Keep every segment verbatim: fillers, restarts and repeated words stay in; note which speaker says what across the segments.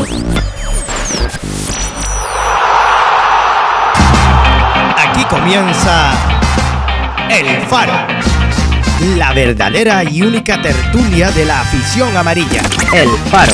Speaker 1: Aquí comienza El Faro, la verdadera y única tertulia de la afición amarilla. El Faro.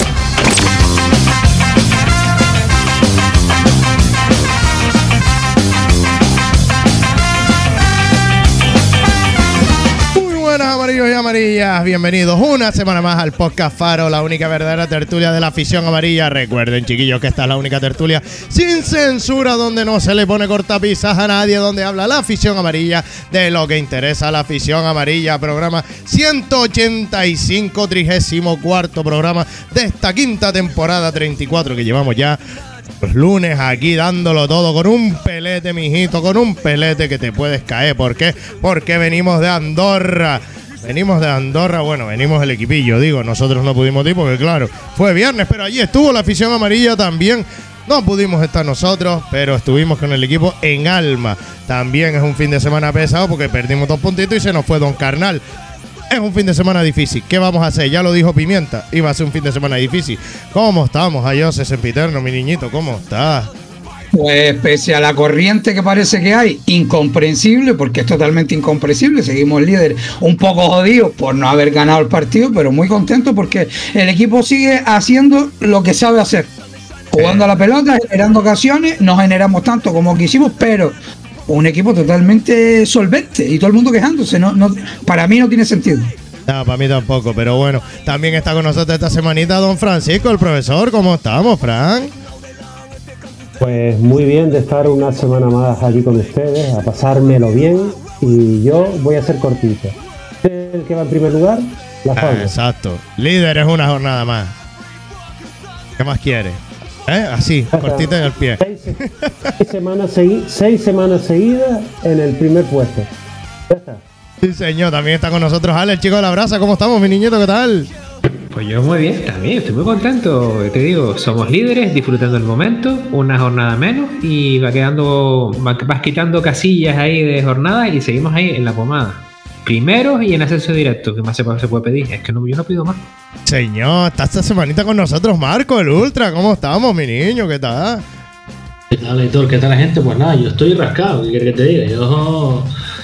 Speaker 2: Buenas amarillos y amarillas, bienvenidos una semana más al Podcast Faro, la única verdadera tertulia de la afición amarilla. Recuerden, chiquillos, que esta es la única tertulia sin censura, donde no se le pone cortapisas a nadie, donde habla la afición amarilla de lo que interesa a la afición amarilla. Programa ciento ochenta y cinco, trigésimo cuarto programa de esta quinta temporada treinta y cuatro que llevamos ya. Los lunes aquí dándolo todo con un pelete, mijito, con un pelete que te puedes caer. ¿Por qué? Porque venimos de Andorra. Venimos de Andorra, bueno, venimos el equipillo, digo, nosotros no pudimos ir porque claro, fue viernes, pero allí estuvo la afición amarilla también. No pudimos estar nosotros, pero estuvimos con el equipo en alma. También es un fin de semana pesado porque perdimos dos puntitos y se nos fue Don Carnal. Es un fin de semana difícil. ¿Qué vamos a hacer? Ya lo dijo Pimienta. Iba a ser un fin de semana difícil. ¿Cómo estamos, Ayose Sempiterno, mi niñito? ¿Cómo estás?
Speaker 3: Pues pese a la corriente que parece que hay, incomprensible, porque es totalmente incomprensible, seguimos líderes, un poco jodidos por no haber ganado el partido, pero muy contentos porque el equipo sigue haciendo lo que sabe hacer, jugando a la pelota, generando ocasiones. No generamos tanto como quisimos, pero un equipo totalmente solvente y todo el mundo quejándose. No, no, para mí no tiene sentido.
Speaker 2: No, para mí tampoco, pero bueno, también está con nosotros esta semanita don Francisco, el profesor. ¿Cómo estamos, Fran?
Speaker 4: Pues muy bien de estar una semana más aquí con ustedes, a pasármelo bien, y yo voy a ser cortito. El que va en primer lugar, la
Speaker 2: ah, exacto. Líder es una jornada más. ¿Qué más quieres? ¿Eh? Así, cortita en el pie.
Speaker 4: Seis, seis, semanas segui- seis semanas seguidas en el primer puesto. Ya está.
Speaker 2: Sí, señor. También está con nosotros Ale, el chico de la brasa. ¿Cómo estamos, mi niñito? ¿Qué tal?
Speaker 5: Pues yo muy bien, también estoy muy contento. Te digo, somos líderes, disfrutando el momento, una jornada menos y va quedando, va- vas quitando casillas ahí de jornada y seguimos ahí en la pomada. Primeros y en acceso directo, ¿qué más se puede, se puede pedir? Es que no, yo no pido más.
Speaker 2: Señor, está esta semanita con nosotros Marco, el Ultra. ¿Cómo estamos, mi niño? ¿Qué tal?
Speaker 6: ¿Qué tal, Héctor? ¿Qué tal la gente? Pues nada, yo estoy rascado, ¿qué quieres que te diga? Yo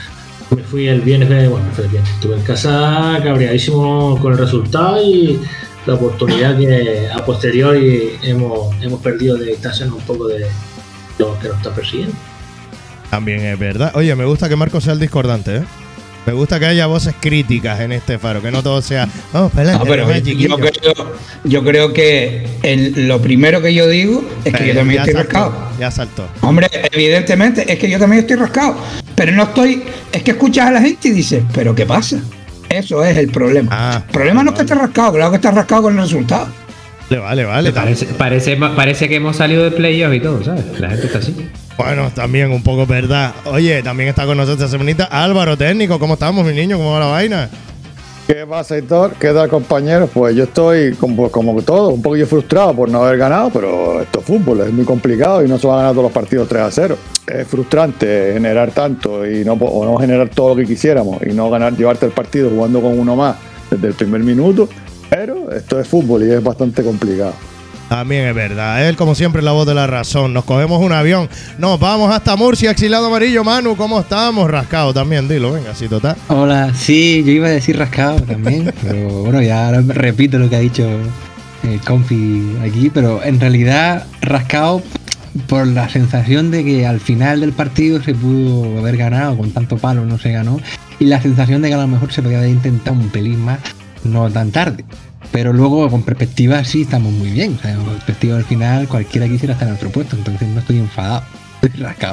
Speaker 6: me fui el viernes, bueno, fue el viernes, estuve en casa cabreadísimo con el resultado y la oportunidad que a posteriori hemos, hemos perdido de distancia un poco de lo que nos está persiguiendo.
Speaker 2: También es verdad. Oye, me gusta que Marco sea el discordante, ¿eh? Me gusta que haya voces críticas en este faro, que no todo sea... Oh, pelete,
Speaker 3: No, pero
Speaker 2: no,
Speaker 3: yo,
Speaker 2: chiquillo.
Speaker 3: creo, yo creo que el, lo primero que yo digo es que
Speaker 2: Eh,
Speaker 3: yo también
Speaker 2: ya
Speaker 3: estoy
Speaker 2: saltó,
Speaker 3: rascado.
Speaker 2: Ya saltó.
Speaker 3: Hombre, evidentemente es que yo también estoy rascado, pero no estoy, es que escuchas a la gente y dices, ¿pero qué pasa? Eso es el problema.
Speaker 2: Ah,
Speaker 3: el problema no es que estés rascado, claro que estás rascado con el resultado.
Speaker 2: Vale, vale, vale.
Speaker 5: Parece, parece, parece que hemos salido de playoff y todo, ¿sabes? La gente está así.
Speaker 2: Bueno, también un poco verdad. Oye, también está con nosotros esta semanita Álvaro Técnico. ¿Cómo estamos, mi niño? ¿Cómo va la vaina?
Speaker 7: ¿Qué pasa, Héctor? ¿Qué tal, compañeros? Pues yo estoy, como, como todo, un poquillo frustrado por no haber ganado, pero esto es fútbol, es muy complicado y no se van a ganar todos los partidos tres a cero. Es frustrante generar tanto y no, o no generar todo lo que quisiéramos y no ganar, llevarte el partido jugando con uno más desde el primer minuto, pero esto es fútbol y es bastante complicado.
Speaker 2: También es verdad. Él, como siempre, es la voz de la razón. Nos cogemos un avión. Nos vamos hasta Murcia, exiliado amarillo. Manu, ¿cómo estamos? Rascado también, dilo, venga, así total.
Speaker 8: Hola, sí, yo iba a decir rascado también, pero bueno, ya ahora repito lo que ha dicho el compi aquí, pero en realidad rascado por la sensación de que al final del partido se pudo haber ganado, con tanto palo no se ganó, y la sensación de que a lo mejor se podía haber intentado un pelín más, no tan tarde. Pero luego, con perspectiva, sí estamos muy bien. O sea, con perspectiva al final, cualquiera quisiera estar en nuestro puesto. Entonces no estoy enfadado, estoy rascado.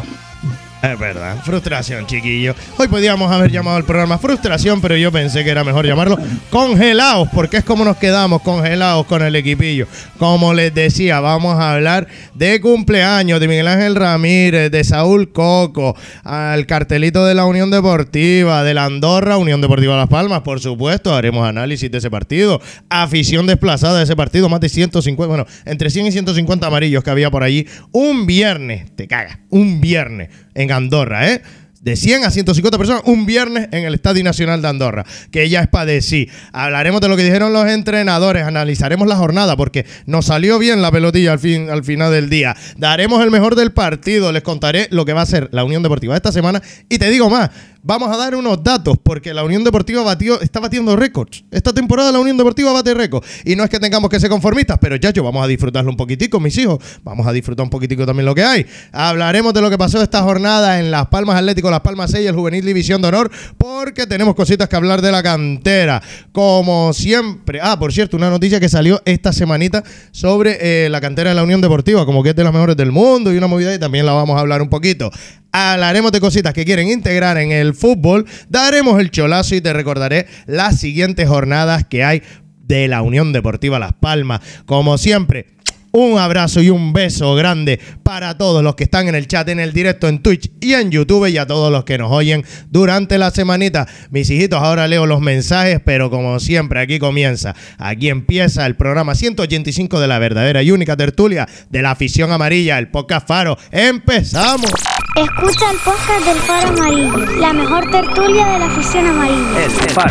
Speaker 2: Es verdad, frustración, chiquillo. Hoy podíamos haber llamado al programa Frustración, pero yo pensé que era mejor llamarlo Congelados, porque es como nos quedamos congelados con el equipillo. Como les decía, vamos a hablar de cumpleaños de Miguel Ángel Ramírez, de Saúl Coco, al cartelito de la Unión Deportiva, de la Andorra, Unión Deportiva Las Palmas, por supuesto. Haremos análisis de ese partido, afición desplazada de ese partido, más de ciento cincuenta, bueno, entre cien y ciento cincuenta amarillos que había por allí. Un viernes, te cagas, un viernes en Andorra, ¿eh? de cien a ciento cincuenta personas un viernes en el Estadio Nacional de Andorra, que ya es para decir. Hablaremos de lo que dijeron los entrenadores, analizaremos la jornada porque nos salió bien la pelotilla al, fin, al final del día. Daremos el mejor del partido, les contaré lo que va a ser la Unión Deportiva esta semana y te digo más, vamos a dar unos datos porque la Unión Deportiva batió, está batiendo récords. Esta temporada la Unión Deportiva bate récords y no es que tengamos que ser conformistas, pero chacho, vamos a disfrutarlo un poquitico, mis hijos. Vamos a disfrutar un poquitico también lo que hay. Hablaremos de lo que pasó esta jornada en Las Palmas Atlético, Las Palmas seis, el Juvenil División de Honor, porque tenemos cositas que hablar de la cantera. Como siempre. Ah, por cierto, una noticia que salió esta semanita sobre eh, la cantera de la Unión Deportiva, como que es de las mejores del mundo y una movida, y también la vamos a hablar un poquito. Hablaremos de cositas que quieren integrar en el fútbol, daremos el cholazo y te recordaré las siguientes jornadas que hay de la Unión Deportiva Las Palmas. Como siempre, un abrazo y un beso grande para todos los que están en el chat, en el directo, en Twitch y en YouTube, y a todos los que nos oyen durante la semanita. Mis hijitos, ahora leo los mensajes, pero como siempre, aquí comienza, aquí empieza el programa ciento ochenta y cinco de la verdadera y única tertulia de la afición amarilla, el podcast Faro. ¡Empezamos!
Speaker 9: Escucha el podcast del Faro Amarillo, la mejor tertulia de la afición amarilla.
Speaker 1: El Faro.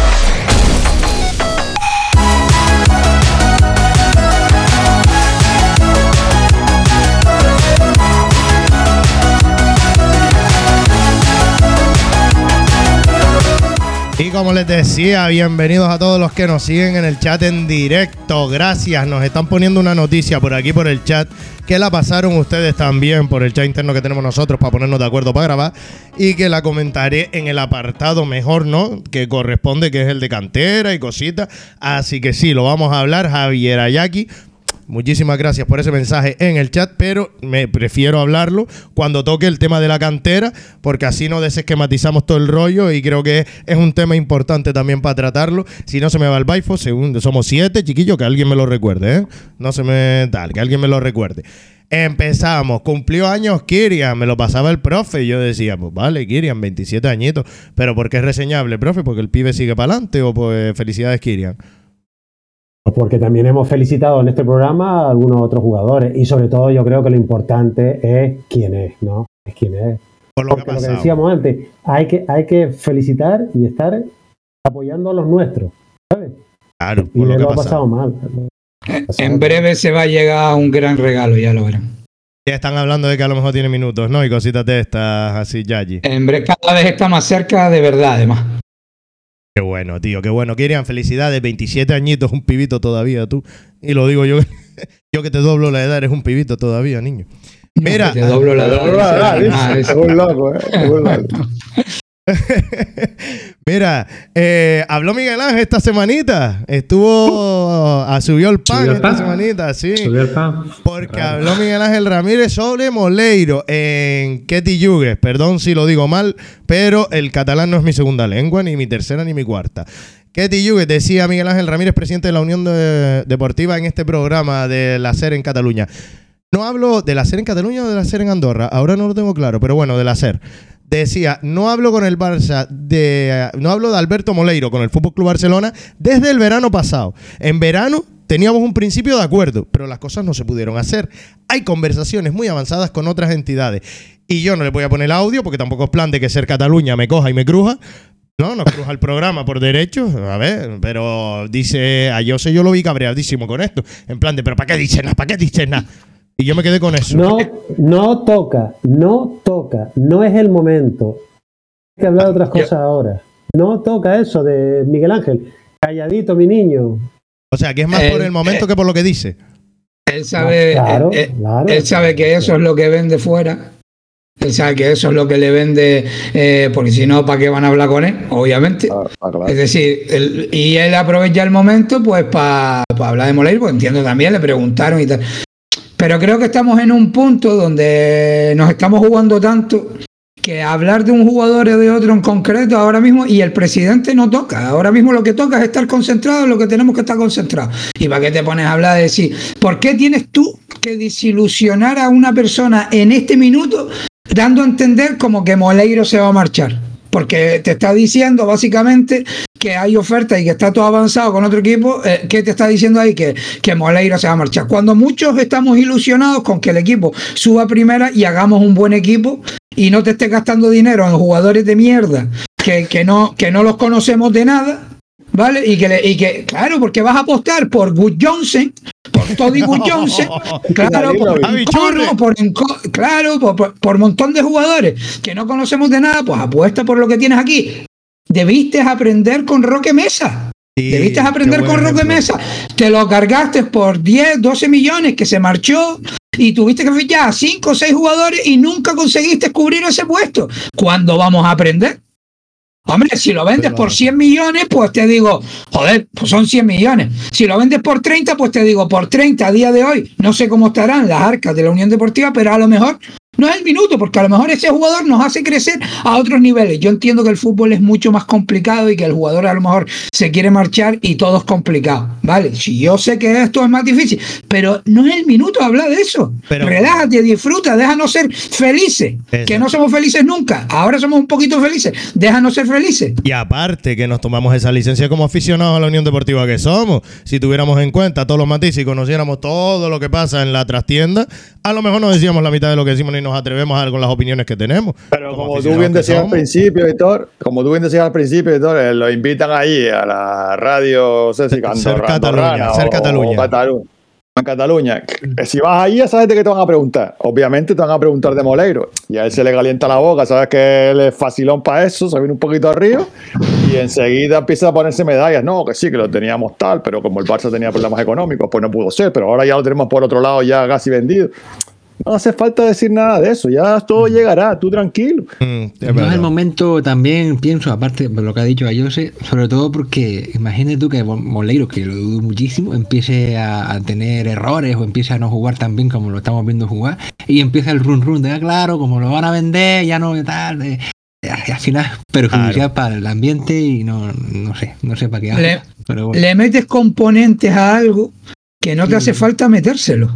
Speaker 2: Y como les decía, bienvenidos a todos los que nos siguen en el chat en directo. Gracias, nos están poniendo una noticia por aquí por el chat que la pasaron ustedes también por el chat interno que tenemos nosotros para ponernos de acuerdo para grabar, y que la comentaré en el apartado mejor, ¿no?, que corresponde, que es el de cantera y cositas. Así que sí, lo vamos a hablar. Javier Ayaki, muchísimas gracias por ese mensaje en el chat, pero me prefiero hablarlo cuando toque el tema de la cantera, porque así no desesquematizamos todo el rollo, y creo que es un tema importante también para tratarlo. Si no se me va el baifo, segundo, somos siete, chiquillos, que alguien me lo recuerde, ¿eh? No se me tal, que alguien me lo recuerde. Empezamos, cumplió años Kirian, me lo pasaba el profe, y yo decía, pues vale, Kirian, veintisiete añitos, pero ¿por qué es reseñable, profe? ¿Porque el pibe sigue para adelante o pues felicidades, Kirian?
Speaker 4: Porque también hemos felicitado en este programa a algunos otros jugadores, y sobre todo yo creo que lo importante es quién es, ¿no? Es quién es.
Speaker 2: Por lo
Speaker 4: Porque
Speaker 2: que
Speaker 4: lo que decíamos antes, hay que, hay que felicitar y estar apoyando a los nuestros, ¿sabes?
Speaker 2: Claro,
Speaker 4: y
Speaker 2: por lo
Speaker 4: me
Speaker 2: que
Speaker 4: lo
Speaker 2: ha
Speaker 4: ha pasado mal.
Speaker 3: En breve se va a llegar a un gran regalo, ya lo verán.
Speaker 2: Ya están hablando de que a lo mejor tiene minutos, ¿no? Y cositas de estas así, Yayi.
Speaker 3: En breve cada vez está más cerca, de verdad, además.
Speaker 2: Qué bueno, tío, qué bueno. Kirian, felicidades, veintisiete añitos, un pibito todavía tú. Y lo digo yo, yo que te doblo la edad, eres un pibito todavía, niño. Mira.
Speaker 3: No, te doblo la edad.
Speaker 7: Es un loco, ¿eh? Es un loco.
Speaker 2: Mira, eh, habló Miguel Ángel esta semanita. Estuvo. Uh, subió el pan
Speaker 5: ¿Subió el
Speaker 2: esta
Speaker 5: pan?
Speaker 2: semanita, sí.
Speaker 5: Subió el pan.
Speaker 2: Porque
Speaker 5: Claro.
Speaker 2: habló Miguel Ángel Ramírez sobre Moleiro en Ketty Yugues. Perdón si lo digo mal, pero el catalán no es mi segunda lengua, ni mi tercera, ni mi cuarta. Ketty Yugues, decía Miguel Ángel Ramírez, presidente de la Unión de- Deportiva, en este programa de la SER en Cataluña. No hablo de la SER en Cataluña o de la SER en Andorra, ahora no lo tengo claro, pero bueno, de la SER. Decía, no hablo con el Barça de, no hablo de Alberto Moleiro con el F C Barcelona desde el verano pasado. En verano teníamos un principio de acuerdo, pero las cosas no se pudieron hacer. Hay conversaciones muy avanzadas con otras entidades. Y yo no le voy a poner el audio porque tampoco es plan de que SER Cataluña me coja y me cruja. No, no cruja el programa por derecho, a ver, pero dice, a Jose yo lo vi cabreadísimo con esto. En plan de, pero ¿para qué dices nada? ¿Para qué dices nada? Y yo me quedé con eso.
Speaker 4: No, no toca, no toca, no es el momento. Hay que hablar de otras cosas ahora. No toca eso de Miguel Ángel. Calladito, mi niño.
Speaker 2: O sea, que es más
Speaker 3: Eh,
Speaker 2: por el momento
Speaker 3: eh,
Speaker 2: que por lo que dice.
Speaker 3: Él sabe,
Speaker 4: Claro,
Speaker 3: él, él-
Speaker 4: claro.
Speaker 3: él sabe que eso es lo que vende fuera. Él sabe que eso es lo que le vende, eh, porque si no, ¿para qué van a hablar con él? Obviamente.
Speaker 7: Ah, ah, claro.
Speaker 3: Es decir, él- y él aprovecha el momento pues para hablar de Moleiro, porque entiendo también, le preguntaron y tal. Pero creo que estamos en un punto donde nos estamos jugando tanto que hablar de un jugador o de otro en concreto ahora mismo, y el presidente no toca. Ahora mismo lo que toca es estar concentrado en lo que tenemos que estar concentrados. ¿Y para qué te pones a hablar de decir, ¿por qué tienes tú que desilusionar a una persona en este minuto dando a entender como que Moleiro se va a marchar? Porque te está diciendo básicamente que hay ofertas y que está todo avanzado con otro equipo, eh, ¿qué te está diciendo ahí? Que, que Moleiro se va a marchar. Cuando muchos estamos ilusionados con que el equipo suba a primera y hagamos un buen equipo y no te estés gastando dinero en jugadores de mierda que, que, no, que no los conocemos de nada, ¿vale? Y que, le, y que, claro, porque vas a apostar por Good Johnson, por Toddy Good Johnson, claro, por Encono, por Enco, claro, por, por, por montón de jugadores que no conocemos de nada, pues apuesta por lo que tienes aquí. Debiste aprender con Roque Mesa. Sí, debiste aprender con Roque Mesa. Te lo cargaste por diez, doce millones que se marchó y tuviste que fichar a cinco o seis jugadores y nunca conseguiste cubrir ese puesto. ¿Cuándo vamos a aprender? Hombre, si lo vendes por cien millones, pues te digo, joder, pues son cien millones. Si lo vendes por treinta, pues te digo, por treinta a día de hoy, no sé cómo estarán las arcas de la Unión Deportiva, pero a lo mejor no es el minuto, porque a lo mejor ese jugador nos hace crecer a otros niveles. Yo entiendo que el fútbol es mucho más complicado y que el jugador a lo mejor se quiere marchar y todo es complicado, ¿vale? Si yo sé que esto es más difícil, pero no es el minuto de hablar de eso. Pero, relájate, disfruta, déjanos ser felices, eso. Que no somos felices nunca. Ahora somos un poquito felices, déjanos ser felices.
Speaker 2: Y aparte que nos tomamos esa licencia como aficionados a la Unión Deportiva que somos. Si tuviéramos en cuenta todos los matices y conociéramos todo lo que pasa en la trastienda, a lo mejor no decíamos la mitad de lo que decimos ni nos atrevemos a dar con las opiniones que tenemos.
Speaker 7: Pero como, como tú bien decías al principio, Víctor, como tú bien decías al principio, Víctor, eh, lo invitan ahí a la radio, no sé si
Speaker 2: Ser Cataluña, Ser Cataluña.
Speaker 7: O Cataluña. En Cataluña, si vas ahí ya sabes de qué te van a preguntar. Obviamente te van a preguntar de Moleiro y a él se le calienta la boca, sabes que él es facilón para eso, se viene un poquito arriba y enseguida empieza a ponerse medallas. No, que sí, que lo teníamos tal, pero como el Barça tenía problemas económicos, pues no pudo ser, pero ahora ya lo tenemos por otro lado ya casi vendido. No hace falta decir nada de eso, ya todo llegará, tú tranquilo.
Speaker 8: Mm, no es el momento, también pienso, aparte de lo que ha dicho Ayose, sobre todo porque imagínate tú que Moleiro, que lo dudo muchísimo, empiece a, a tener errores o empiece a no jugar tan bien como lo estamos viendo jugar y empieza el run run de, ah, claro, como lo van a vender, ya no tal, de, de, al final perjudicial claro. Para el ambiente y no, no sé, no sé para qué hace.
Speaker 3: Le,
Speaker 8: pero bueno.
Speaker 3: Le metes componentes a algo que no te hace falta metérselo.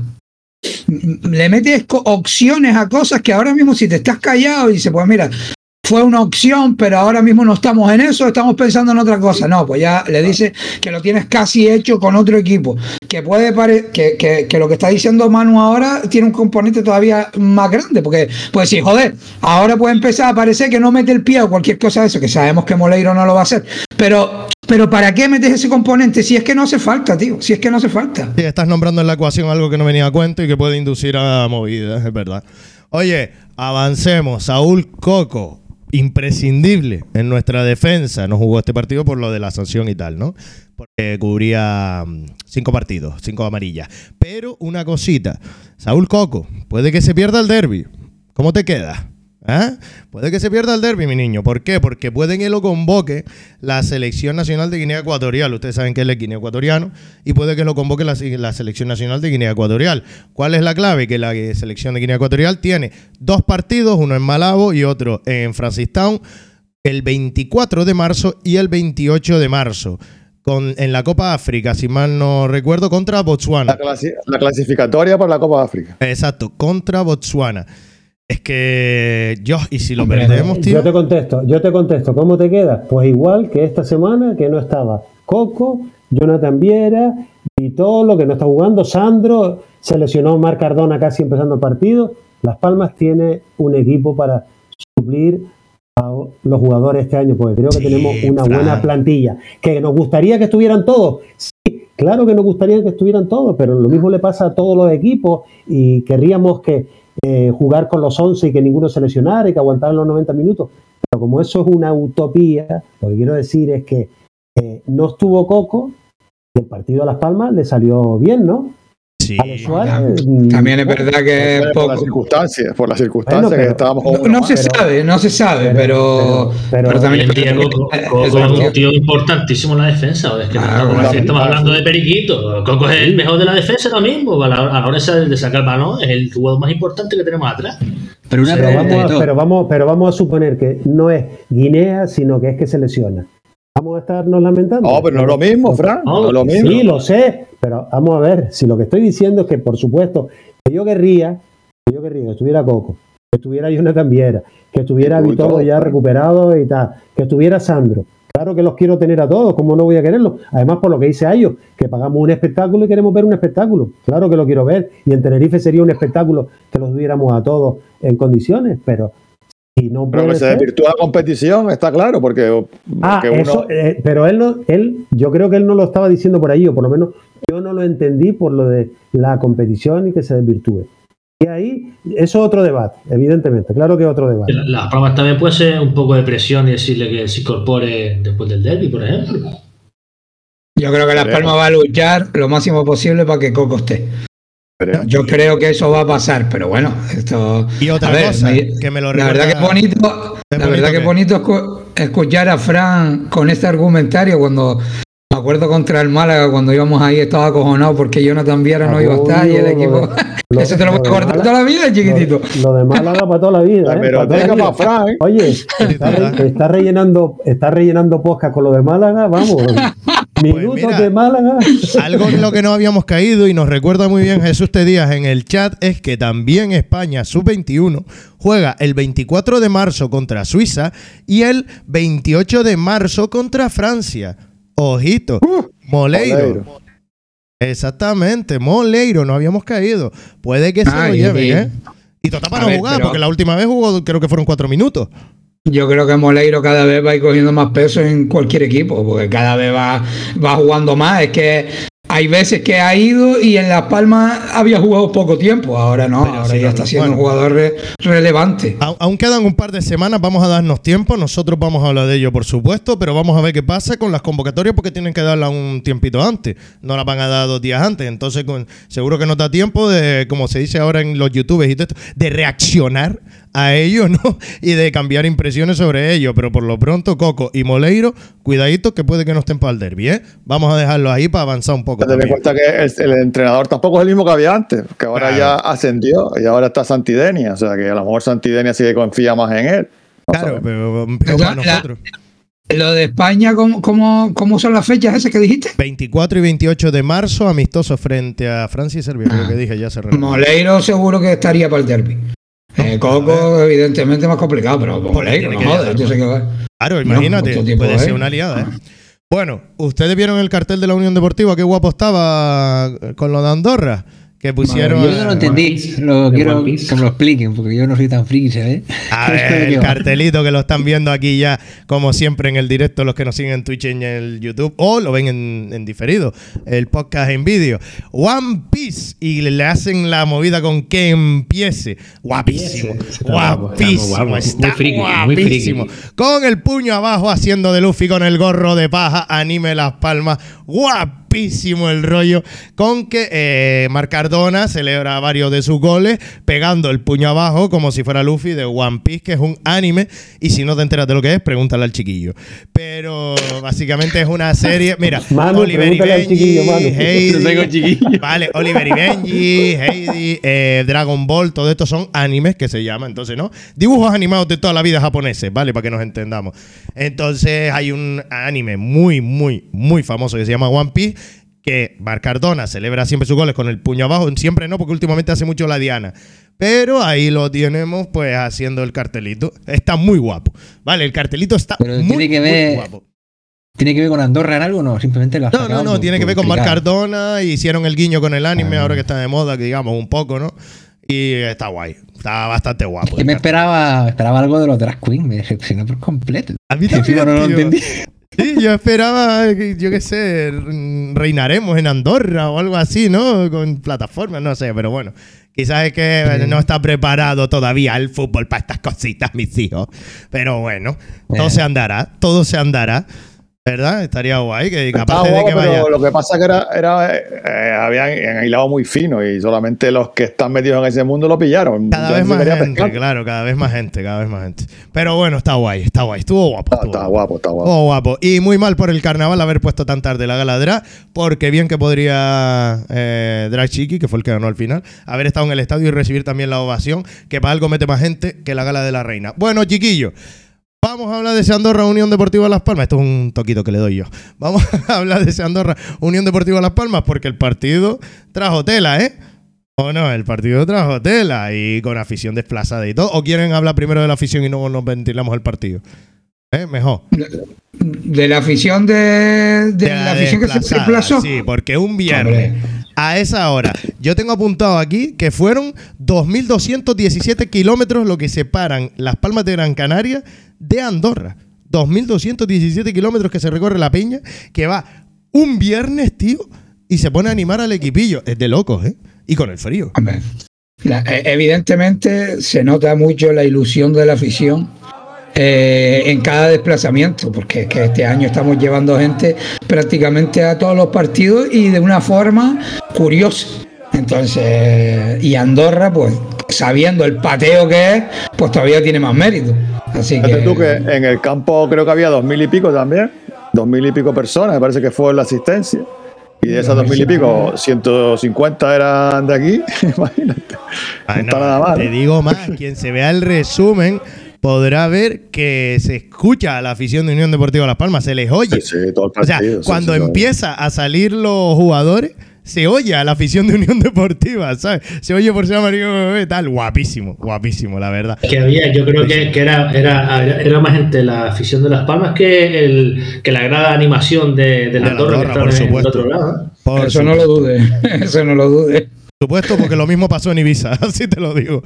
Speaker 3: Le metes opciones a cosas que ahora mismo si te estás callado y dices, pues mira, fue una opción, pero ahora mismo no estamos en eso, estamos pensando en otra cosa. No, pues ya le dices que lo tienes casi hecho con otro equipo. Que puede pare- que, que, que lo que está diciendo Manu ahora tiene un componente todavía más grande, porque pues sí, joder, ahora puede empezar a parecer que no mete el pie o cualquier cosa de eso, que sabemos que Moleiro no lo va a hacer. Pero, pero ¿para qué metes ese componente? Si es que no hace falta, tío, si es que no hace falta.
Speaker 2: Sí, estás nombrando en la ecuación algo que no venía a cuento y que puede inducir a movidas, es verdad. Oye, avancemos. Saúl Coco, imprescindible en nuestra defensa. No jugó este partido por lo de la sanción y tal, ¿no? Porque cubría cinco partidos, cinco amarillas. Pero una cosita, Saúl Coco, puede que se pierda el derbi. ¿Cómo te queda? ¿Eh? Puede que se pierda el derbi, mi niño. ¿Por qué? Porque puede que lo convoque la Selección Nacional de Guinea Ecuatorial. Ustedes saben que él es guinea ecuatoriano y puede que lo convoque la, la Selección Nacional de Guinea Ecuatorial. ¿Cuál es la clave? Que la Selección de Guinea Ecuatorial tiene dos partidos, uno en Malabo y otro en Francistown, el veinticuatro de marzo y el veintiocho de marzo. Con, en la Copa África, si mal no recuerdo, contra Botswana.
Speaker 7: La, clasi- la clasificatoria para la Copa África.
Speaker 2: Exacto, contra Botswana. Es que yo, y si lo perdemos, tío.
Speaker 4: Yo te contesto, yo te contesto, ¿cómo te quedas? Pues igual que esta semana que no estaba Coco, Jonathan Viera y todo lo que no está jugando, Sandro, se lesionó Marc Cardona casi empezando el partido. Las Palmas tiene un equipo para suplir a los jugadores este año, porque creo que sí, tenemos una Fran. buena plantilla. Que nos gustaría que estuvieran todos. Sí, claro que nos gustaría que estuvieran todos, pero lo mismo le pasa a todos los equipos y querríamos que Eh, jugar con los once y que ninguno se lesionara y que aguantaran los noventa minutos, pero como eso es una utopía, lo que quiero decir es que eh, no estuvo Coco y el partido a Las Palmas le salió bien, ¿no?
Speaker 2: Sí.
Speaker 3: Suárez, también es verdad que
Speaker 7: por,
Speaker 3: poco.
Speaker 7: por las circunstancias, por las circunstancias bueno, pero, que estábamos
Speaker 3: no, no se pero, sabe, no se sabe, pero pero, pero, pero también
Speaker 6: el día Coco, Coco es un tío importantísimo en la defensa. Es que ah, no, claro, estamos claro. hablando de Periquito. Coco es el mejor de la defensa ahora mismo. A la, a la hora de sacar el balón es el jugador más importante que tenemos atrás.
Speaker 4: Pero, una pero, vamos, pero, vamos, pero vamos a suponer que no es Guinea, sino que es que se lesiona. Vamos a estarnos lamentando.
Speaker 7: No, pero no es lo mismo, Fran. No, no es lo mismo.
Speaker 4: Sí, lo sé, pero vamos a ver. Si lo que estoy diciendo es que, por supuesto, que yo querría, que yo querría que estuviera Coco, que estuviera Jonathan Viera, que estuviera Vitolo ya recuperado y tal, que estuviera Sandro. Claro que los quiero tener a todos, ¿cómo no voy a quererlos? Además, por lo que dice a ellos, que pagamos un espectáculo y queremos ver un espectáculo. Claro que lo quiero ver. Y en Tenerife sería un espectáculo que los tuviéramos a todos en condiciones, pero si no
Speaker 7: Pero
Speaker 4: puede
Speaker 7: que se
Speaker 4: ser...
Speaker 7: desvirtúa la competición, está claro, porque,
Speaker 4: Ah,
Speaker 7: porque uno...
Speaker 4: eso, eh, pero él, no, él, yo creo que él no lo estaba diciendo por ahí, o por lo menos yo no lo entendí por lo de la competición y que se desvirtúe. Y ahí, eso es otro debate, evidentemente, claro que es otro debate.
Speaker 6: Las Palmas también puede ser un poco de presión y decirle que se incorpore después del derbi, por ejemplo.
Speaker 3: Yo creo que Las Palmas va a luchar lo máximo posible para que Coco esté. Yo creo que eso va a pasar, pero bueno, esto...
Speaker 2: Y otra
Speaker 3: a ver,
Speaker 2: cosa,
Speaker 3: me-
Speaker 2: que me lo
Speaker 3: la verdad que es
Speaker 2: recuerda-
Speaker 3: bonito,
Speaker 2: ¿Es
Speaker 3: la
Speaker 2: bonito
Speaker 3: verdad que es
Speaker 2: qué?
Speaker 3: bonito escu- escuchar a Fran con este argumentario cuando me acuerdo contra el Málaga, cuando íbamos ahí, estaba acojonado porque Jonathan Viera no iba a estar y el equipo...
Speaker 4: Lo-
Speaker 3: Eso te lo voy a
Speaker 4: de
Speaker 3: cortar
Speaker 4: Málaga-
Speaker 3: toda la vida, chiquitito.
Speaker 4: Lo, lo de Málaga para toda la vida.
Speaker 7: La
Speaker 4: ¿eh?
Speaker 7: hemeroteca
Speaker 4: Para toda la
Speaker 7: para
Speaker 4: vida.
Speaker 7: Fran, ¿eh?
Speaker 4: Oye, está, re- está rellenando, está rellenando podcast con lo de Málaga, vamos. Minutos
Speaker 2: mira.
Speaker 4: de Málaga.
Speaker 2: Algo en lo que no habíamos caído y nos recuerda muy bien Jesús T. Díaz en el chat es que también España sub veintiuno juega el veinticuatro de marzo contra Suiza y el veintiocho de marzo contra Francia. Ojito, Moleiro.
Speaker 7: Moleiro.
Speaker 2: Exactamente, Moleiro, no habíamos caído. Puede que se
Speaker 3: Ay,
Speaker 2: lo lleven,
Speaker 3: y-
Speaker 2: ¿eh? Y todo está para
Speaker 3: A
Speaker 2: no
Speaker 3: ver,
Speaker 2: jugar,
Speaker 3: pero-
Speaker 2: porque la última vez jugó, creo que fueron cuatro minutos.
Speaker 3: Yo creo que Moleiro cada vez va a ir cogiendo más peso en cualquier equipo, porque cada vez va, va jugando más. Es que hay veces que ha ido y en Las Palmas había jugado poco tiempo. Ahora no,
Speaker 2: Pero
Speaker 3: ahora
Speaker 2: sí,
Speaker 3: ya está siendo
Speaker 2: bueno.
Speaker 3: un jugador re- relevante.
Speaker 2: A- Aún quedan un par de semanas, vamos a darnos tiempo. Nosotros vamos a hablar de ello, por supuesto, pero vamos a ver qué pasa con las convocatorias porque tienen que darla un tiempito antes. No las van a dar dos días antes. Entonces, con- seguro que nos da tiempo de, como se dice ahora en los youtubers y todo esto, de reaccionar a ello, ¿no? Y de cambiar impresiones sobre ello. Pero por lo pronto, Coco y Moleiro, cuidadito que puede que no estén para el derbi, ¿eh? Vamos a dejarlos ahí para avanzar un poco.
Speaker 7: Ten en
Speaker 2: también.
Speaker 7: cuenta que el, el entrenador tampoco es el mismo que había antes, que ahora
Speaker 2: Claro.
Speaker 7: ya ascendió y ahora está Santidenia, o sea que a lo mejor Santidenia sí que confía más en él. No
Speaker 2: Claro,
Speaker 7: sabemos.
Speaker 2: pero, pero
Speaker 3: La-
Speaker 2: para nosotros.
Speaker 3: Lo de España, ¿cómo, cómo, cómo son las fechas esas que dijiste?
Speaker 2: veinticuatro y veintiocho de marzo, amistoso frente a Francia y Serbia. Creo que dije ya se renovó.
Speaker 3: Moleiro seguro que estaría para el derby. Eh, Coco, evidentemente, más complicado, pero Moleiro,
Speaker 2: tiene
Speaker 3: no
Speaker 2: que
Speaker 3: jodas,
Speaker 2: viajar,
Speaker 3: yo sé que va.
Speaker 2: Claro, imagínate,
Speaker 3: mucho tiempo,
Speaker 2: puede
Speaker 3: ¿eh?
Speaker 2: ser una aliada, ¿eh? Bueno, ¿ustedes vieron el cartel de la Unión Deportiva? Qué guapo estaba con lo de Andorra. Que pusieron...
Speaker 8: Yo no lo entendí,
Speaker 5: Piece,
Speaker 8: lo
Speaker 5: de
Speaker 8: quiero
Speaker 5: One Piece.
Speaker 8: que me lo expliquen, porque yo no soy tan friki, ¿sabes?
Speaker 2: A ver, el cartelito que lo están viendo aquí ya, como siempre en el directo, los que nos siguen en Twitch y en el YouTube, o lo ven en, en diferido, el podcast en vídeo. One Piece, y le hacen la movida con que empiece. Guapísimo,
Speaker 5: Está guapo,
Speaker 2: guapísimo,
Speaker 5: está guapo,
Speaker 2: está
Speaker 5: muy friki, muy
Speaker 2: guapísimo.
Speaker 5: friki.
Speaker 2: Con el puño abajo haciendo de Luffy con el gorro de paja, anime Las Palmas, guapísimo el rollo, con que eh, Marc Cardona celebra varios de sus goles pegando el puño abajo como si fuera Luffy de One Piece, que es un anime, y si no te enteras de lo que es, pregúntale al chiquillo. Pero básicamente es una serie, mira,
Speaker 4: Manu,
Speaker 2: Oliver y
Speaker 4: pregúntale al
Speaker 2: Benji,
Speaker 4: chiquillo, Manu.
Speaker 2: Heidi,
Speaker 8: No tengo chiquillo.
Speaker 2: vale, Oliver y Benji, Heidi, eh, Dragon Ball, todo esto son animes que se llaman, entonces, ¿no? Dibujos animados de toda la vida japoneses, ¿vale? Para que nos entendamos. Entonces hay un anime muy, muy, muy famoso que se llama One Piece, que Marc Cardona celebra siempre sus goles con el puño abajo, siempre no, porque últimamente hace mucho la diana. Pero ahí lo tenemos, pues, haciendo el cartelito. Está muy guapo, ¿vale? El cartelito está
Speaker 8: Pero
Speaker 2: muy,
Speaker 8: tiene que
Speaker 2: muy
Speaker 8: ver-
Speaker 2: guapo.
Speaker 8: ¿Tiene que ver con Andorra en algo o no? Simplemente lo has
Speaker 2: No, no,
Speaker 8: sacado
Speaker 2: no,
Speaker 8: por-
Speaker 2: tiene que
Speaker 8: por
Speaker 2: ver con Marc
Speaker 8: explicar.
Speaker 2: Cardona, hicieron el guiño con el anime,
Speaker 8: Ah.
Speaker 2: ahora que está de moda, que digamos, un poco, ¿no? Y está guay, está bastante guapo.
Speaker 8: Que me esperaba, esperaba algo de los drag queen, me decepcionó por completo.
Speaker 2: A mí
Speaker 8: Encima
Speaker 2: también,
Speaker 8: no lo
Speaker 2: tío.
Speaker 8: entendí.
Speaker 2: Sí, yo esperaba, que, yo qué sé, mm, reinaremos en Andorra o algo así, ¿no? Con plataformas, no sé, pero bueno. Quizás es que eh, no está preparado todavía el fútbol para estas cositas, mis hijos. Pero bueno, todo
Speaker 8: Eh.
Speaker 2: se andará, todo se andará. ¿Verdad? Estaría guay, que
Speaker 7: Estaba
Speaker 2: capaz de
Speaker 7: guapo,
Speaker 2: que vaya.
Speaker 7: pero lo que pasa que era, era eh, habían hilado muy fino y solamente los que están metidos en ese mundo lo pillaron.
Speaker 2: Cada
Speaker 7: Ya
Speaker 2: vez
Speaker 7: se
Speaker 2: más
Speaker 7: quería
Speaker 2: gente,
Speaker 7: pescar.
Speaker 2: claro, cada vez más gente, cada vez más gente. Pero bueno, está guay, está guay, estuvo guapo.
Speaker 7: Está,
Speaker 2: estuvo
Speaker 7: está guapo, está guapo.
Speaker 2: Oh, guapo. Y muy mal por el carnaval haber puesto tan tarde la gala de drag, porque bien que podría eh, Drag Chiqui, que fue el que ganó al final, haber estado en el estadio y recibir también la ovación, que para algo mete más gente que la gala de la reina. Bueno, chiquillos, vamos a hablar de ese Andorra Unión Deportiva Las Palmas. Esto es un toquito que le doy yo. Vamos a hablar de ese Andorra Unión Deportiva Las Palmas, porque el partido trajo tela, ¿eh? O no, el partido trajo tela y con afición desplazada y todo. ¿O quieren hablar primero de la afición y luego nos ventilamos el partido? ¿Eh? Mejor.
Speaker 3: De la afición de, de,
Speaker 2: De
Speaker 3: la afición que se desplazó.
Speaker 2: Sí, porque un viernes
Speaker 3: Hombre.
Speaker 2: a esa hora, yo tengo apuntado aquí que fueron dos mil doscientos diecisiete kilómetros lo que separan Las Palmas de Gran Canaria de Andorra. dos mil doscientos diecisiete kilómetros que se recorre la peña, que va un viernes, tío, y se pone a animar al equipillo. Es de locos, ¿eh? Y con el frío.
Speaker 3: Hombre, la- evidentemente se nota mucho la ilusión de la afición eh, en cada desplazamiento, porque es que este año estamos llevando gente prácticamente a todos los partidos y de una forma curiosa. Entonces, y Andorra, pues sabiendo el pateo que es, pues todavía tiene más mérito. Así que,
Speaker 7: Fíjate tú que en el campo creo que había dos mil y pico también, dos mil y pico personas, me parece que fue la asistencia. Y de esas dos mil y pico, ciento cincuenta eran de aquí, imagínate.
Speaker 2: Ay,
Speaker 7: no está
Speaker 2: no,
Speaker 7: nada mal.
Speaker 2: te digo más, quien se vea el resumen podrá ver que se escucha a la afición de Unión Deportiva Las Palmas, se les oye.
Speaker 7: Sí, sí, todo el
Speaker 2: O sea,
Speaker 7: partido, sí,
Speaker 2: cuando
Speaker 7: sí, todo.
Speaker 2: empieza a salir los jugadores, se oye a la afición de Unión Deportiva, ¿sabes? Se oye por ser amarillo, bebé, tal, guapísimo, guapísimo, la verdad.
Speaker 6: Que había, yo creo que, que era, era, era más gente la afición de Las Palmas que, el, que la grada animación de, de la
Speaker 2: De la
Speaker 6: torre que
Speaker 2: Andorra,
Speaker 6: estaba
Speaker 2: por
Speaker 6: en el
Speaker 2: supuesto.
Speaker 6: otro lado. ¿eh?
Speaker 2: Por
Speaker 3: eso no lo dude, eso no lo dude.
Speaker 2: supuesto, porque lo mismo pasó en Ibiza, así te lo digo.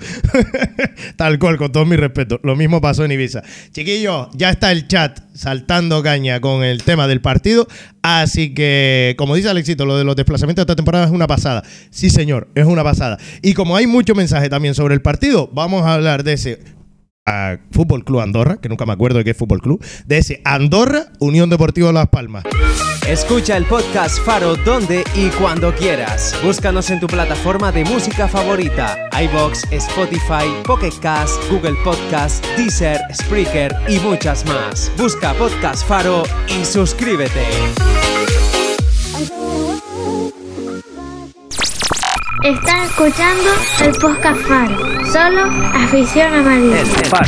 Speaker 2: Tal cual, con todo mi respeto. Lo mismo pasó en Ibiza. Chiquillos, ya está el chat saltando caña con el tema del partido. Así que, como dice Alexito, lo de los desplazamientos de esta temporada es una pasada. Sí, señor, es una pasada. Y como hay mucho mensaje también sobre el partido, vamos a hablar de ese uh, Fútbol Club Andorra, que nunca me acuerdo de qué es Fútbol Club, de ese Andorra Unión Deportiva Las Palmas.
Speaker 10: Escucha el podcast Faro donde y cuando quieras. Búscanos en tu plataforma de música favorita: iVoox, Spotify, Pocket Cast, Google Podcast, Deezer, Spreaker y muchas más. Busca Podcast Faro y suscríbete.
Speaker 9: Estás escuchando el podcast Faro. Solo afición amarilla.
Speaker 10: El Faro.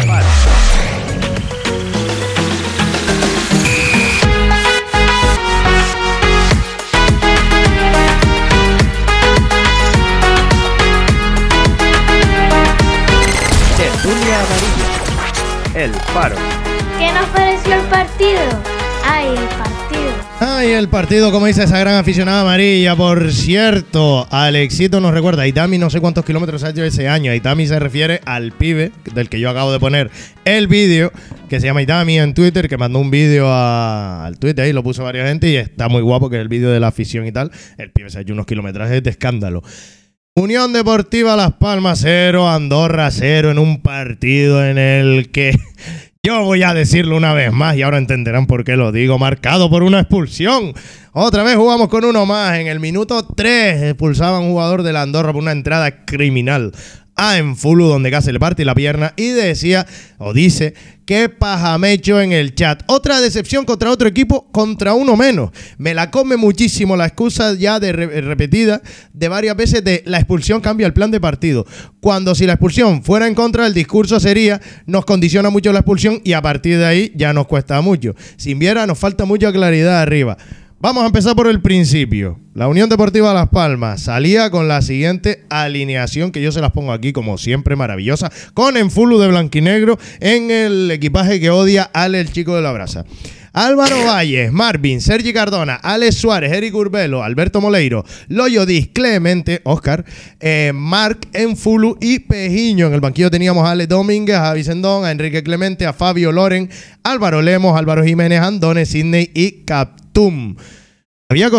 Speaker 10: Tertulia Amarilla. El Faro.
Speaker 9: ¿Qué nos pareció el partido? Ay, el partido.
Speaker 2: Ay, el partido, como dice esa gran aficionada amarilla. Por cierto, Alexito nos recuerda, Aitami no sé cuántos kilómetros ha hecho ese año. Aitami se refiere al pibe del que yo acabo de poner el vídeo, que se llama Aitami en Twitter, que mandó un vídeo a- al Twitter y lo puso varias gente y está muy guapo, que es el vídeo de la afición y tal. El pibe se ha hecho unos kilometrajes de escándalo. Unión Deportiva Las Palmas cero, Andorra cero, en un partido en el que yo voy a decirlo una vez más y ahora entenderán por qué lo digo, marcado por una expulsión. Otra vez jugamos con uno más. En el minuto tres expulsaban a un jugador de la Andorra por una entrada criminal a Enfulu, donde casi le parte la pierna, y decía, o dice, que pajamecho en el chat. Otra decepción contra otro equipo, contra uno menos. Me la come muchísimo la excusa ya de re- repetida de varias veces de la expulsión cambia el plan de partido. Cuando si la expulsión fuera en contra, el discurso sería, nos condiciona mucho la expulsión y a partir de ahí ya nos cuesta mucho. Sin Viera nos falta mucha claridad arriba. Vamos a empezar por el principio. La Unión Deportiva Las Palmas salía con la siguiente alineación, que yo se las pongo aquí como siempre maravillosa, con Enfulu de blanquinegro en el equipaje que odia Ale, el chico de la brasa. Álvaro Valles, Marvin, Sergi Cardona, Alex Suárez, Eric Urbelo, Alberto Moleiro, Loyo Diz, Clemente, Oscar, eh, Marc Enfulu y Pejiño. En el banquillo teníamos a Ale Domínguez, a Vicendón, a Enrique Clemente, a Fabio Loren, Álvaro Lemos, Álvaro Jiménez, Andone, Sidney y Captum. Había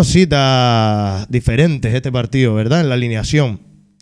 Speaker 2: cositas diferentes este partido, ¿verdad? En la alineación.